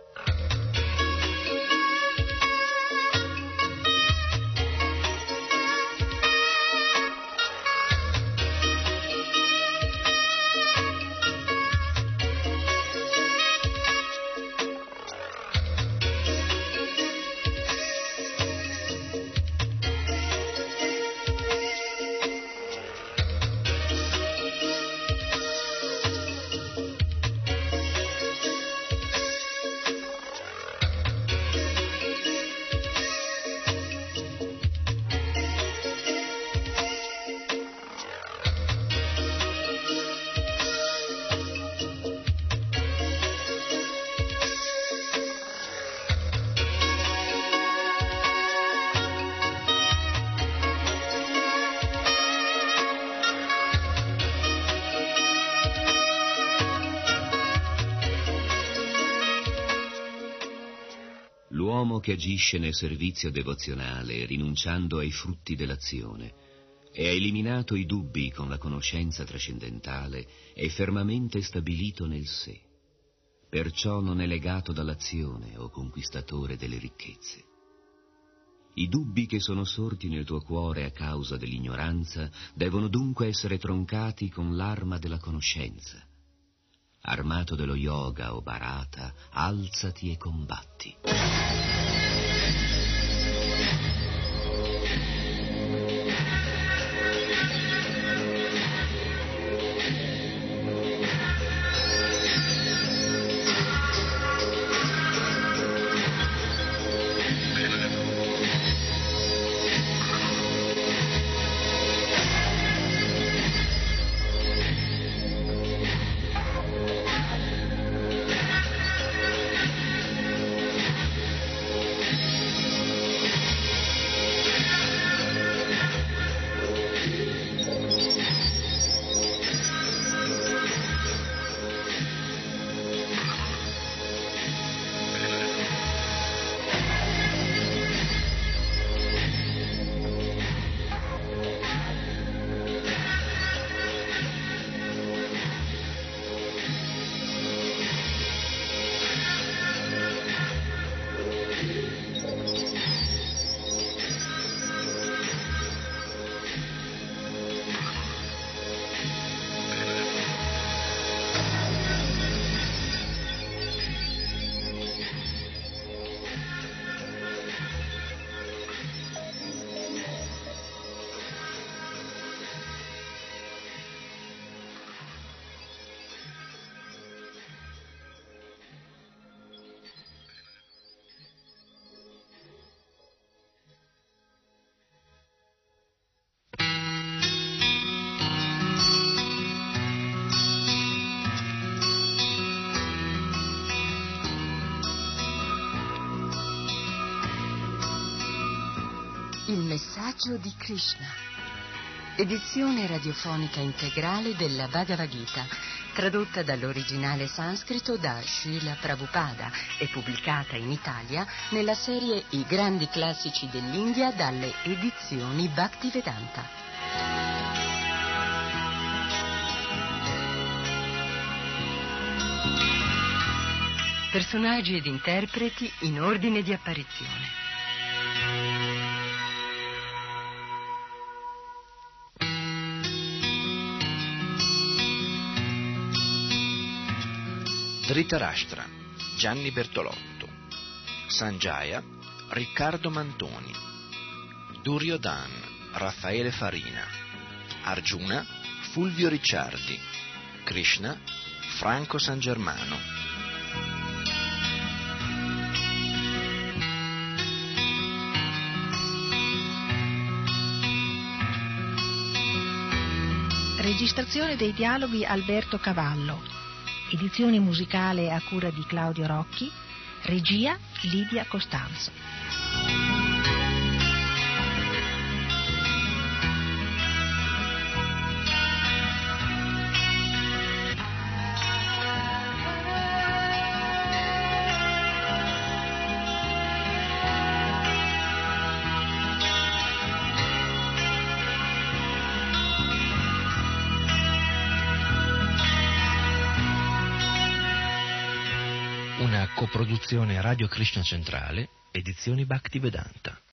L'uomo che agisce nel servizio devozionale, rinunciando ai frutti dell'azione, e ha eliminato i dubbi con la conoscenza trascendentale, è fermamente stabilito nel sé. Perciò non è legato dall'azione o conquistatore delle ricchezze. I dubbi che sono sorti nel tuo cuore a causa dell'ignoranza devono dunque essere troncati con l'arma della conoscenza. Armato dello yoga o bharata, alzati e combatti. Raggio di Krishna. Edizione radiofonica integrale della Bhagavad Gita, tradotta dall'originale sanscrito da Srila Prabhupada e pubblicata in Italia nella serie I grandi classici dell'India dalle edizioni Bhaktivedanta. Personaggi ed interpreti in ordine di apparizione. Dhritarashtra, Gianni Bertolotto. Sanjaya, Riccardo Mantoni. Duryodhan, Raffaele Farina. Arjuna, Fulvio Ricciardi. Krishna, Franco San Germano. Registrazione dei dialoghi Alberto Cavallo. Edizione musicale a cura di Claudio Rocchi. Regia Lidia Costanzo. Una coproduzione Radio Krishna Centrale, edizioni Bhaktivedanta.